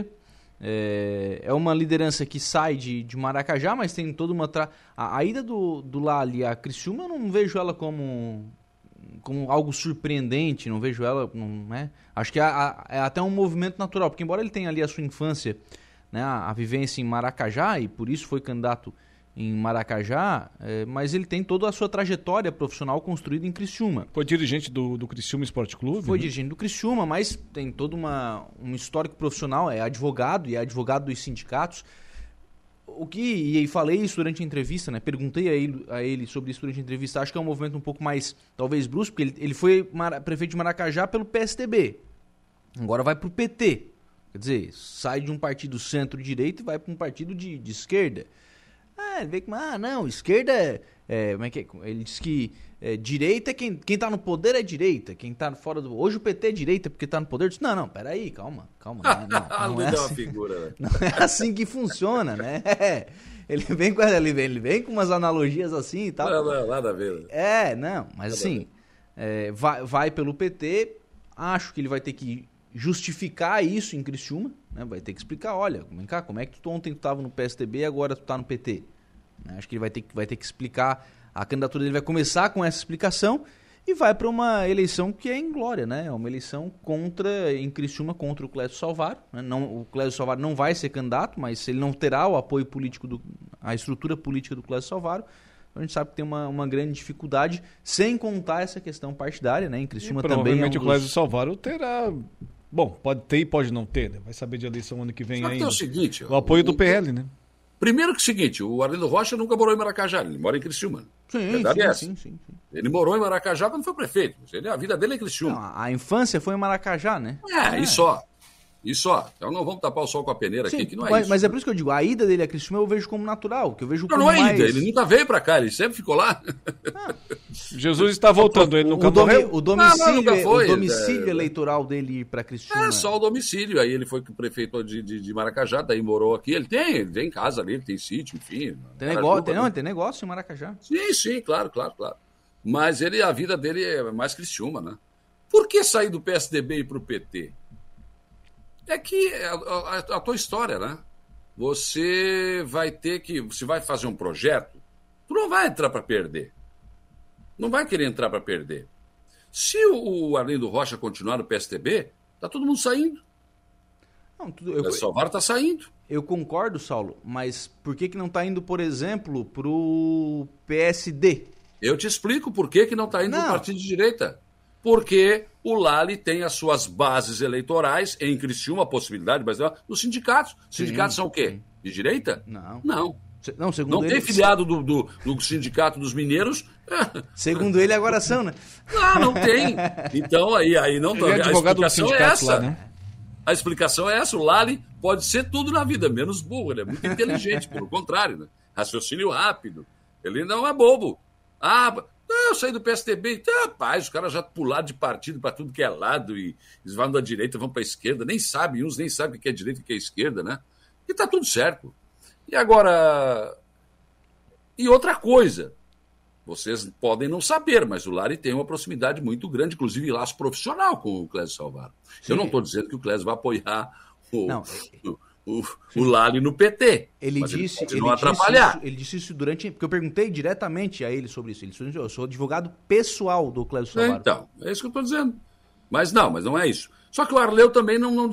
É uma liderança que sai de Maracajá, mas tem toda uma... A ida do Lali a Criciúma, eu não vejo ela como algo surpreendente, não vejo ela... né? Acho que é até um movimento natural, porque embora ele tenha ali a sua infância, né, a vivência em Maracajá, e por isso foi candidato em Maracajá, mas ele tem toda a sua trajetória profissional construída em Criciúma. Foi dirigente do Criciúma Esporte Clube? Foi dirigente do Criciúma, mas tem todo um histórico profissional, é advogado e é advogado dos sindicatos. E falei isso durante a entrevista, né? Perguntei a ele sobre isso durante a entrevista. Acho que é um movimento um pouco mais, talvez, brusco, porque ele foi prefeito de Maracajá pelo PSDB. Agora vai pro PT. Quer dizer, sai de um partido centro-direita e vai para um partido de esquerda. Ele vem com, não, esquerda como é que é? Ele diz que direita, quem tá no poder é direita, quem tá fora do... Hoje o PT é direita porque tá no poder. Eu disse, não, peraí, calma. Não é assim, figura, né? Não é assim que funciona, né? Ele vem com umas analogias assim e tal. Não, nada a ver. Mas assim, vai pelo PT, acho que ele vai ter que justificar isso em Criciúma, né? Vai ter que explicar, olha, vem cá, como é que tu ontem tu estava no PSDB e agora tu tá no PT? Acho que ele vai ter que explicar, a candidatura dele vai começar com essa explicação e vai para uma eleição que é inglória, né? É uma eleição em Criciúma contra o Clésio Salvaro, né? O Clésio Salvaro não vai ser candidato, mas ele não terá o apoio político, a estrutura política do Clésio Salvaro. A gente sabe que tem uma grande dificuldade, sem contar essa questão partidária, né? Em Criciúma também provavelmente o Clésio Salvaro terá... Bom, pode ter e pode não ter, né? Vai saber de eleição ano que vem ainda. É o seguinte... O apoio do PL, né? Primeiro que é o seguinte, o Arlindo Rocha nunca morou em Maracajá, ele mora em Criciúma. Sim. Ele morou em Maracajá quando foi prefeito. A vida dele é Criciúma. Não, a infância foi em Maracajá, né? E só. Então não vamos tapar o sol com a peneira aqui, que não é isso. Mas é por isso que eu digo, a ida dele a Criciúma eu vejo como natural, que eu vejo como não é ida, ele nunca veio pra cá, ele sempre ficou lá. Jesus está voltando, ele nunca morreu. O domicílio eleitoral dele ir pra Criciúma. É só o domicílio, aí ele foi prefeito de Maracajá, daí morou aqui, ele tem casa ali, ele tem sítio, enfim. Tem negócio em Maracajá. Sim, claro. Mas a vida dele é mais Criciúma, né? Por que sair do PSDB e ir pro PT? É que a tua história, né? Você vai fazer um projeto, tu não vai entrar para perder. Não vai querer entrar para perder. Se o Arlindo Rocha continuar no PSDB, tá todo mundo saindo. O Salvaro tá saindo. Eu concordo, Saulo, mas por que não tá indo, por exemplo, pro PSD? Eu te explico por que não tá indo pro partido de direita. Porque o Lali tem as suas bases eleitorais em Criciúma, a possibilidade, mas nos sindicatos. Os sindicatos são o quê? De direita? Não. Segundo ele, tem filiado do sindicato dos mineiros. Segundo ele, agora são, né? Não tem. Então, aí não... Ele é advogado do sindicato lá, né? A explicação é essa. O Lali pode ser tudo na vida, menos burro. Ele é muito inteligente, pelo contrário, né? Raciocínio rápido. Ele não é bobo. Eu saí do PSDB, rapaz, os caras já pularam de partido para tudo que é lado e eles vão da direita, vão para a esquerda, uns nem sabem o que é direita e o que é esquerda, né? E tá tudo certo. E agora... E outra coisa, vocês podem não saber, mas o Lali tem uma proximidade muito grande, inclusive laço profissional com o Clésio Salvaro. Sim. Eu não estou dizendo que o Clésio vai apoiar o Lali no PT. Ele disse isso durante... Porque eu perguntei diretamente a ele sobre isso. Ele disse, eu sou advogado pessoal do Clésio Salvaro. Então, é isso que eu estou dizendo. Mas não é isso. Só que o Arleu também não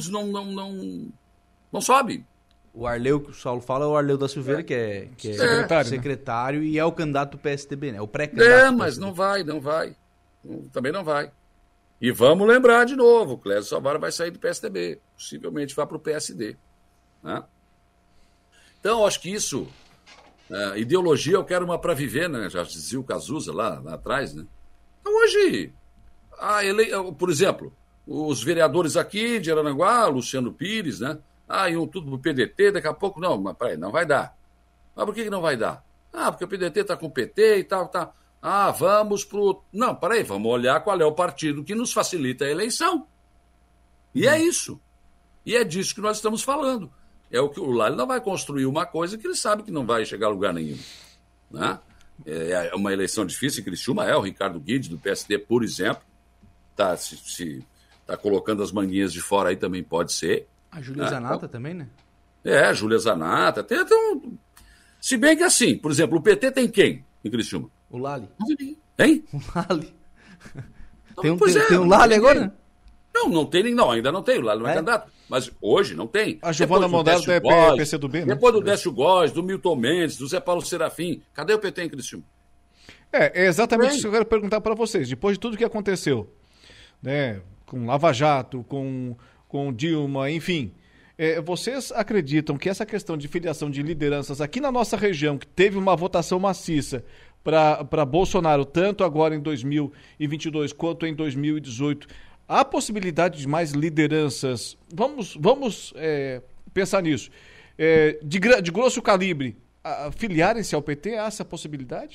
sobe. O Arleu que o Saulo fala é o Arleu da Silveira, que é secretário, né? E é o candidato do PSDB, né? O pré-candidato. Mas não vai. Também não vai. E vamos lembrar de novo, o Clésio Salvaro vai sair do PSDB, possivelmente vai para o PSD. Né? Então, acho que isso, ideologia eu quero uma para viver, né? Já dizia o Cazuza lá atrás, né? Então, hoje, por exemplo, os vereadores aqui de Araranguá, Luciano Pires, né? Iam tudo pro PDT, daqui a pouco, não vai dar. Mas por que não vai dar? Porque o PDT está com o PT e tal, tá. Vamos pro... Não, peraí, vamos olhar qual é o partido que nos facilita a eleição. E é isso. E é disso que nós estamos falando. É o que o Lali não vai construir uma coisa que ele sabe que não vai chegar a lugar nenhum. Né? É uma eleição difícil em Criciúma, o Ricardo Guedes, do PSD, por exemplo, tá colocando as manguinhas de fora aí, também pode ser. A Júlia Zanata também, né? A Júlia Zanata. Se bem que assim, por exemplo, o PT tem quem em Criciúma? O Lali. Hein? O Lali. Tem um Lali agora? Não tem nem. Não, ainda não tem. O Lali não é candidato. Mas hoje não tem. A Giovana Mondaro é PCdoB, né? Depois do Décio Góes, do Milton Mendes, do Zé Paulo Serafim. Cadê o PT em Criciúma? É exatamente isso que eu quero perguntar para vocês. Depois de tudo que aconteceu, né, com Lava Jato, com Dilma, enfim, Vocês acreditam que essa questão de filiação de lideranças aqui na nossa região, que teve uma votação maciça para Bolsonaro, tanto agora em 2022 quanto em 2018, há possibilidade de mais lideranças? Vamos pensar nisso. De grosso calibre, filiarem-se ao PT, há essa possibilidade?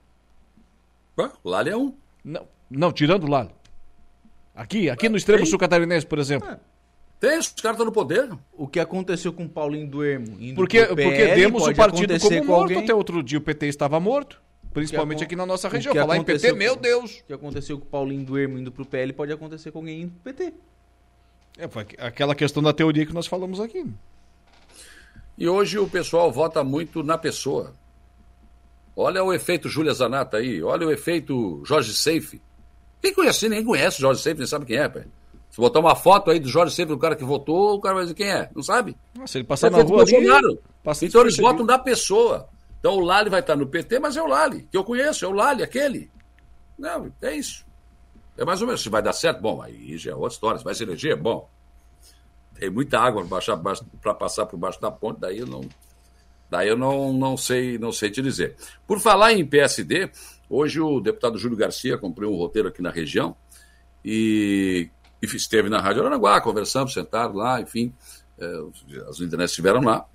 O Lali é um. Não, tirando o Lali. Aqui no extremo sul catarinense, por exemplo. Tem, os caras estão no poder. O que aconteceu com o Paulinho do Ermo? Porque demos o partido como morto até outro dia. O PT estava morto, principalmente aqui na nossa região. Falar em PT, meu Deus! O que aconteceu com o Paulinho do Ermo indo pro PL pode acontecer com alguém indo pro PT. Foi aquela questão da teoria que nós falamos aqui. E hoje o pessoal vota muito na pessoa. Olha o efeito Júlia Zanata aí, olha o efeito Jorge Seife. Quem conhece? Ninguém conhece o Jorge Seife, nem sabe quem é, pai. Se botar uma foto aí do Jorge Seife, do cara que votou, o cara vai dizer quem é, não sabe? Se ele passar na rua Bolsonaro. Então eles votam na pessoa. Então o Lali vai estar no PT, mas é o Lali, que eu conheço, é o Lali, aquele. Não, é isso. É mais ou menos, se vai dar certo, bom, aí já é outra história, se vai se eleger, bom. Tem muita água para passar por baixo da ponte, daí eu não sei te dizer. Por falar em PSD, hoje o deputado Júlio Garcia cumpriu um roteiro aqui na região e esteve na Rádio Aranaguá, conversamos, sentaram lá, enfim, as lideranças estiveram lá.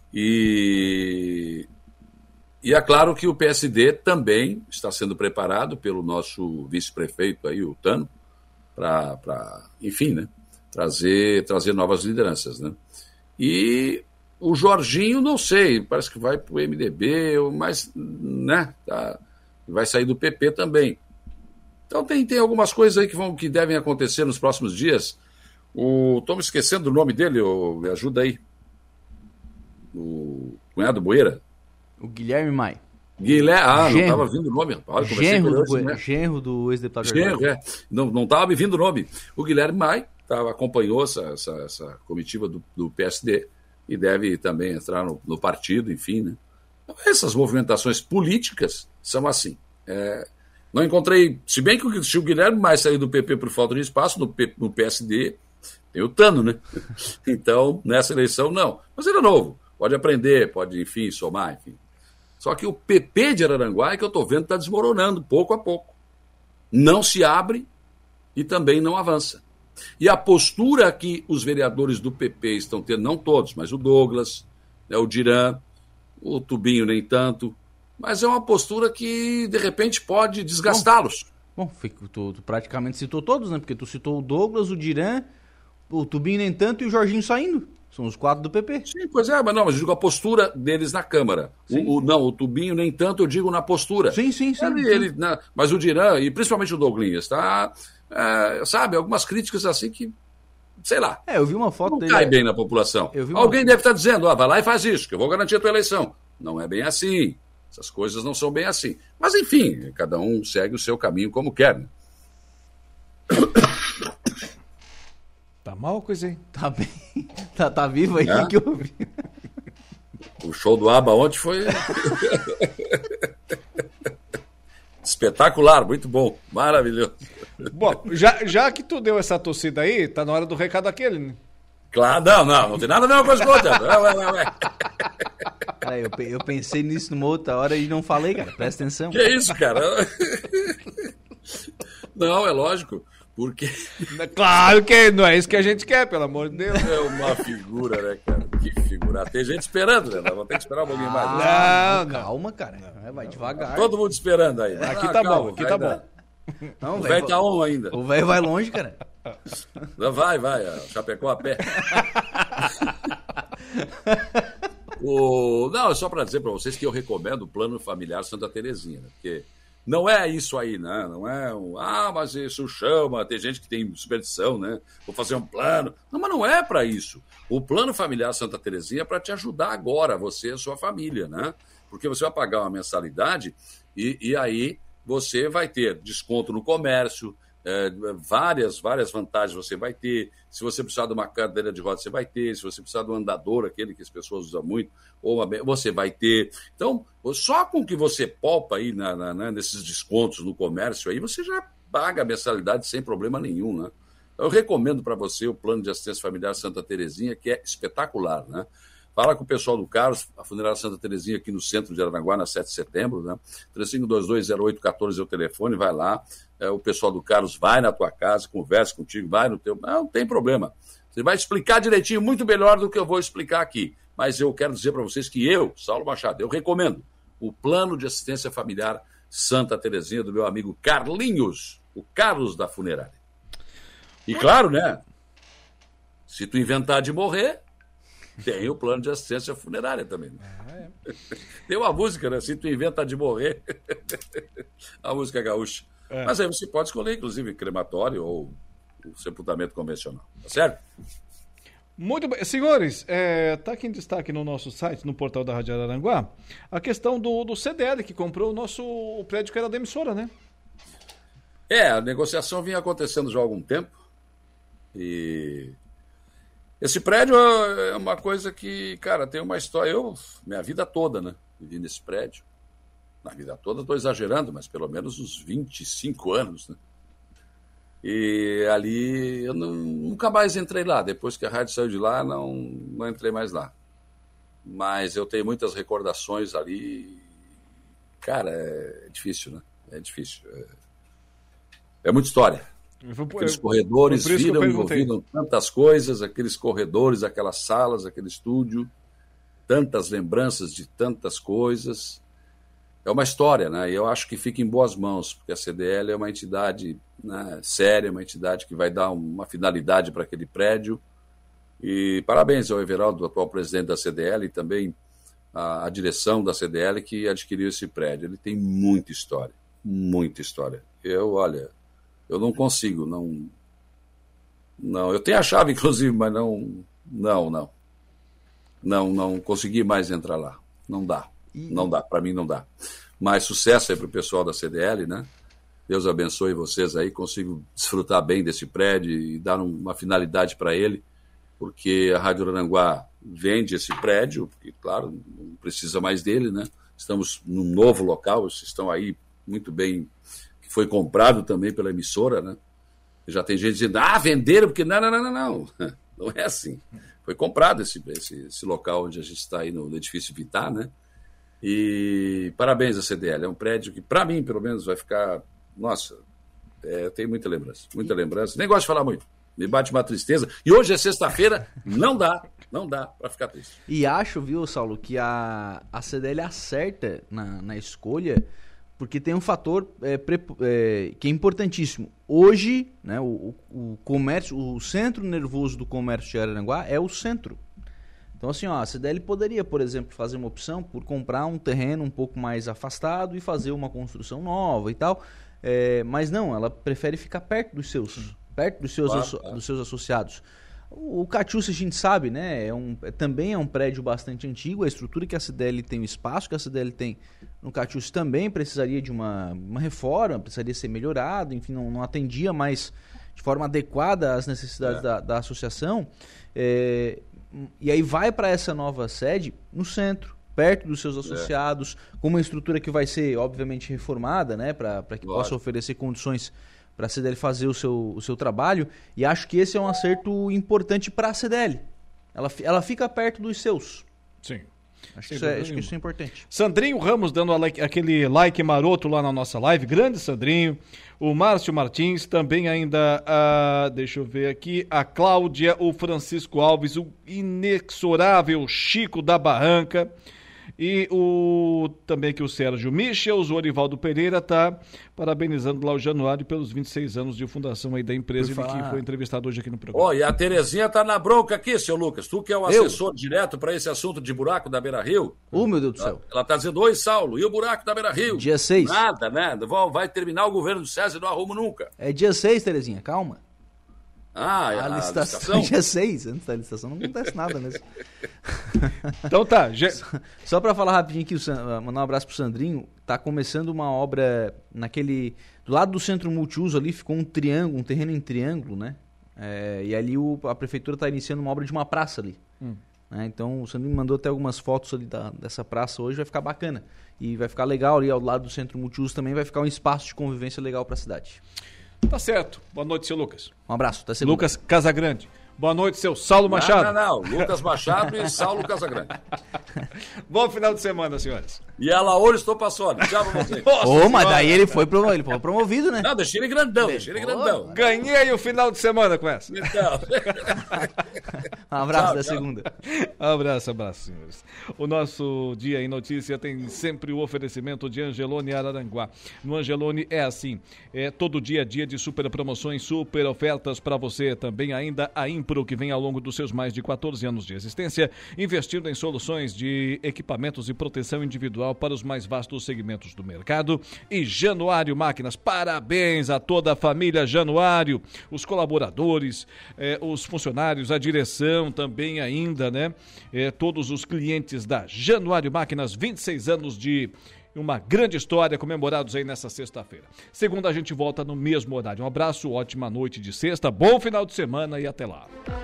E é claro que o PSD também está sendo preparado pelo nosso vice-prefeito aí, o Tano, para enfim, né, trazer novas lideranças, né? E o Jorginho, não sei, parece que vai para o MDB, mas, né, vai sair do PP também. Então tem algumas coisas aí que devem acontecer nos próximos dias. Estou me esquecendo do nome dele, me ajuda aí. O cunhado Boeira. O Guilherme Maia. Não estava vindo o nome, rapaz. Genro do ex-deputado. Genro, não estava me vindo o nome. O Guilherme Maia acompanhou essa comitiva do PSD e deve também entrar no partido, enfim, né? Então, essas movimentações políticas são assim. Não encontrei, se bem que se o Guilherme Maia sair do PP por falta de espaço, no PSD tem o Tano, né? Então, nessa eleição, não. Mas ele é novo, pode aprender, pode, enfim, somar, enfim. Só que o PP de Araranguá é que eu estou vendo está desmoronando, pouco a pouco. Não se abre e também não avança. E a postura que os vereadores do PP estão tendo, não todos, mas o Douglas, né, o Diran, o Tubinho nem tanto, mas é uma postura que, de repente, pode desgastá-los. Bom, tu praticamente citou todos, né? Porque tu citou o Douglas, o Diran, o Tubinho nem tanto e o Jorginho saindo. São os 4 do PP. Sim, pois é, mas eu digo a postura deles na Câmara. O Tubinho nem tanto, eu digo na postura. Sim. Mas o Diran, e principalmente o Douglinhas, sabe, algumas críticas assim que, sei lá. Eu vi uma foto dele. Não cai bem na população. Alguém deve estar dizendo, vai lá e faz isso, que eu vou garantir a tua eleição. Não é bem assim. Essas coisas não são bem assim. Mas, enfim, cada um segue o seu caminho como quer, né? Tá mal a coisa, hein? Tá bem. Tá vivo aí, que eu vi. O show do ABBA ontem foi espetacular, muito bom, maravilhoso. Bom, já que tu deu essa torcida aí, tá na hora do recado aquele, né? Claro, não tem nada a ver com a coisa com outra. Cara, eu pensei nisso numa outra hora e não falei, cara, presta atenção. Que isso, cara? Não, é lógico. Porque... Claro que não é isso que a gente quer, pelo amor de Deus. É uma figura, né, cara? Que figura. Tem gente esperando, né? Vamos ter que esperar um pouquinho mais. Calma, cara. Vai devagar. Todo mundo esperando aí. Aqui tá bom, aqui tá bom. Não, o velho tá on ainda. O velho vai longe, cara. Vai. Chapecó a pé. Não, é só para dizer para vocês que eu recomendo o Plano Familiar Santa Terezinha, né? Porque não é isso aí, né? Não é mas isso chama, tem gente que tem superstição, né? Vou fazer um plano. Não, mas não é para isso. O Plano Familiar Santa Terezinha é para te ajudar agora, você e a sua família, né? Porque você vai pagar uma mensalidade e aí você vai ter desconto no comércio, várias vantagens você vai ter. Se você precisar de uma cadeira de rodas, você vai ter. Se você precisar de um andador, aquele que as pessoas usam muito, você vai ter. Então, só com que você poupa aí nesses descontos no comércio, aí você já paga a mensalidade sem problema nenhum, né? Eu recomendo para você o plano de assistência familiar Santa Terezinha, que é espetacular, né? Fala com o pessoal do Carlos, a Funerária Santa Terezinha aqui no centro de Araranguá, na 7 de setembro, né? 3522-0814 é o telefone, vai lá, o pessoal do Carlos vai na tua casa, conversa contigo, vai no teu... Não tem problema. Você vai explicar direitinho, muito melhor do que eu vou explicar aqui. Mas eu quero dizer para vocês que eu, Saulo Machado, eu recomendo o plano de assistência familiar Santa Terezinha do meu amigo Carlinhos, o Carlos da Funerária. E claro, né? Se tu inventar de morrer, tem o plano de assistência funerária também. Tem uma música, né? Se tu inventa de morrer, a música gaúcha. Mas aí você pode escolher, inclusive, crematório ou o sepultamento convencional. Tá certo? Muito bem. Senhores, está aqui em destaque no nosso site, no portal da Rádio Araranguá, a questão do CDL, que comprou o prédio que era da emissora, né? A negociação vinha acontecendo já há algum tempo. E esse prédio é uma coisa que, cara, tem uma história. Minha vida toda, né? Vivi nesse prédio. Na vida toda, estou exagerando, mas pelo menos uns 25 anos, né? E ali eu nunca mais entrei lá. Depois que a rádio saiu de lá, não entrei mais lá. Mas eu tenho muitas recordações ali. Cara, é difícil, né? É difícil. É muita história. Aqueles corredores envolviram tantas coisas, aqueles corredores, aquelas salas, aquele estúdio, tantas lembranças de tantas coisas. É uma história, né? E eu acho que fica em boas mãos, porque a CDL é uma entidade, né, séria, uma entidade que vai dar uma finalidade para aquele prédio. E parabéns ao Everaldo, atual presidente da CDL, e também a direção da CDL que adquiriu esse prédio. Ele tem muita história, muita história. Eu não consigo, não, eu tenho a chave, inclusive, mas não consegui mais entrar lá. Não dá, para mim não dá. Mas sucesso aí para o pessoal da CDL, né? Deus abençoe vocês aí, consigo desfrutar bem desse prédio e dar uma finalidade para ele, porque a Rádio Araranguá vende esse prédio, porque, claro, não precisa mais dele, né? Estamos num novo local, vocês estão aí muito bem... Foi comprado também pela emissora, né? Já tem gente dizendo, venderam, porque não. Não é assim. Foi comprado esse local onde a gente está aí no edifício Vittar, né? E parabéns à CDL. É um prédio que, para mim, pelo menos, vai ficar... Nossa, eu tenho muita lembrança. Nem gosto de falar muito. Me bate uma tristeza. E hoje é sexta-feira, não dá para ficar triste. E acho, viu, Saulo, que a CDL acerta na escolha... Porque tem um fator que é importantíssimo. Hoje, né, o comércio, o centro nervoso do comércio de Araranguá é o centro. Então, assim, a CDL poderia, por exemplo, fazer uma opção por comprar um terreno um pouco mais afastado e fazer uma construção nova e tal. Mas não, ela prefere ficar perto dos seus associados. O Catiúcia, a gente sabe, né? Também é um prédio bastante antigo. A estrutura que a CDL tem, o espaço que a CDL tem no Catiúcia também precisaria de uma reforma, precisaria ser melhorado, enfim, não atendia mais de forma adequada às necessidades da associação. E aí vai para essa nova sede no centro, perto dos seus associados, com uma estrutura que vai ser, obviamente, reformada, né? Para que possa oferecer condições para a CDL fazer o seu trabalho, e acho que esse é um acerto importante para a CDL. Ela fica perto dos seus. Sim. Acho que isso é importante. Sandrinho Ramos dando aquele like maroto lá na nossa live. Grande Sandrinho. O Márcio Martins, também ainda, deixa eu ver aqui, a Cláudia, o Francisco Alves, o inexorável Chico da Barranca. E também aqui o Sérgio Michels, o Orivaldo Pereira está parabenizando lá o Januário pelos 26 anos de fundação aí da empresa, que foi entrevistado hoje aqui no programa. E a Terezinha está na bronca aqui, seu Lucas. Tu que é o assessor direto para esse assunto de buraco da Beira-Rio. Meu Deus do céu. Ela está dizendo, oi, Saulo, e o buraco da Beira-Rio? Dia 6. Nada, né? Vai terminar o governo do César e não arrumo nunca. É dia 6, Terezinha, calma. A licitação? Dia 6, antes da licitação, não acontece nada mesmo. Então tá. Só para falar rapidinho aqui, mandar um abraço pro Sandrinho, tá começando uma obra do lado do centro multiuso ali, ficou um terreno em triângulo, né? E ali a prefeitura tá iniciando uma obra de uma praça ali. Né? Então o Sandrinho mandou até algumas fotos ali dessa praça hoje, vai ficar bacana. E vai ficar legal ali ao lado do centro multiuso também, vai ficar um espaço de convivência legal para a cidade. Tá certo. Boa noite, seu Lucas. Um abraço. Até segunda. Lucas Casagrande. Boa noite, seu Saulo Machado. Não. Lucas Machado e Saulo Casagrande. Bom final de semana, senhores. E ela hoje estou passando. Tchau pra vocês. Mas daí ele foi promovido, né? Não, deixei ele grandão, grandão. Ganhei o final de semana com essa. Então. Um abraço da segunda. Abraço, senhores. O nosso Dia em Notícia tem sempre o oferecimento de Angelone Araranguá. No Angelone é assim, todo dia de super promoções, super ofertas para você. Também ainda a Impro, que vem ao longo dos seus mais de 14 anos de existência, investindo em soluções de equipamentos e proteção individual para os mais vastos segmentos do mercado. E Januário Máquinas, parabéns a toda a família Januário, os colaboradores, os funcionários, a direção também ainda, né? Todos os clientes da Januário Máquinas, 26 anos de uma grande história, comemorados aí nessa sexta-feira. Segunda a gente volta no mesmo horário. Um abraço, ótima noite de sexta, bom final de semana e até lá.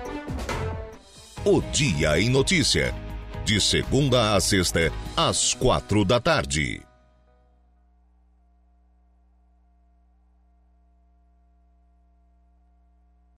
O Dia em Notícia. De segunda a sexta, às 4 da tarde.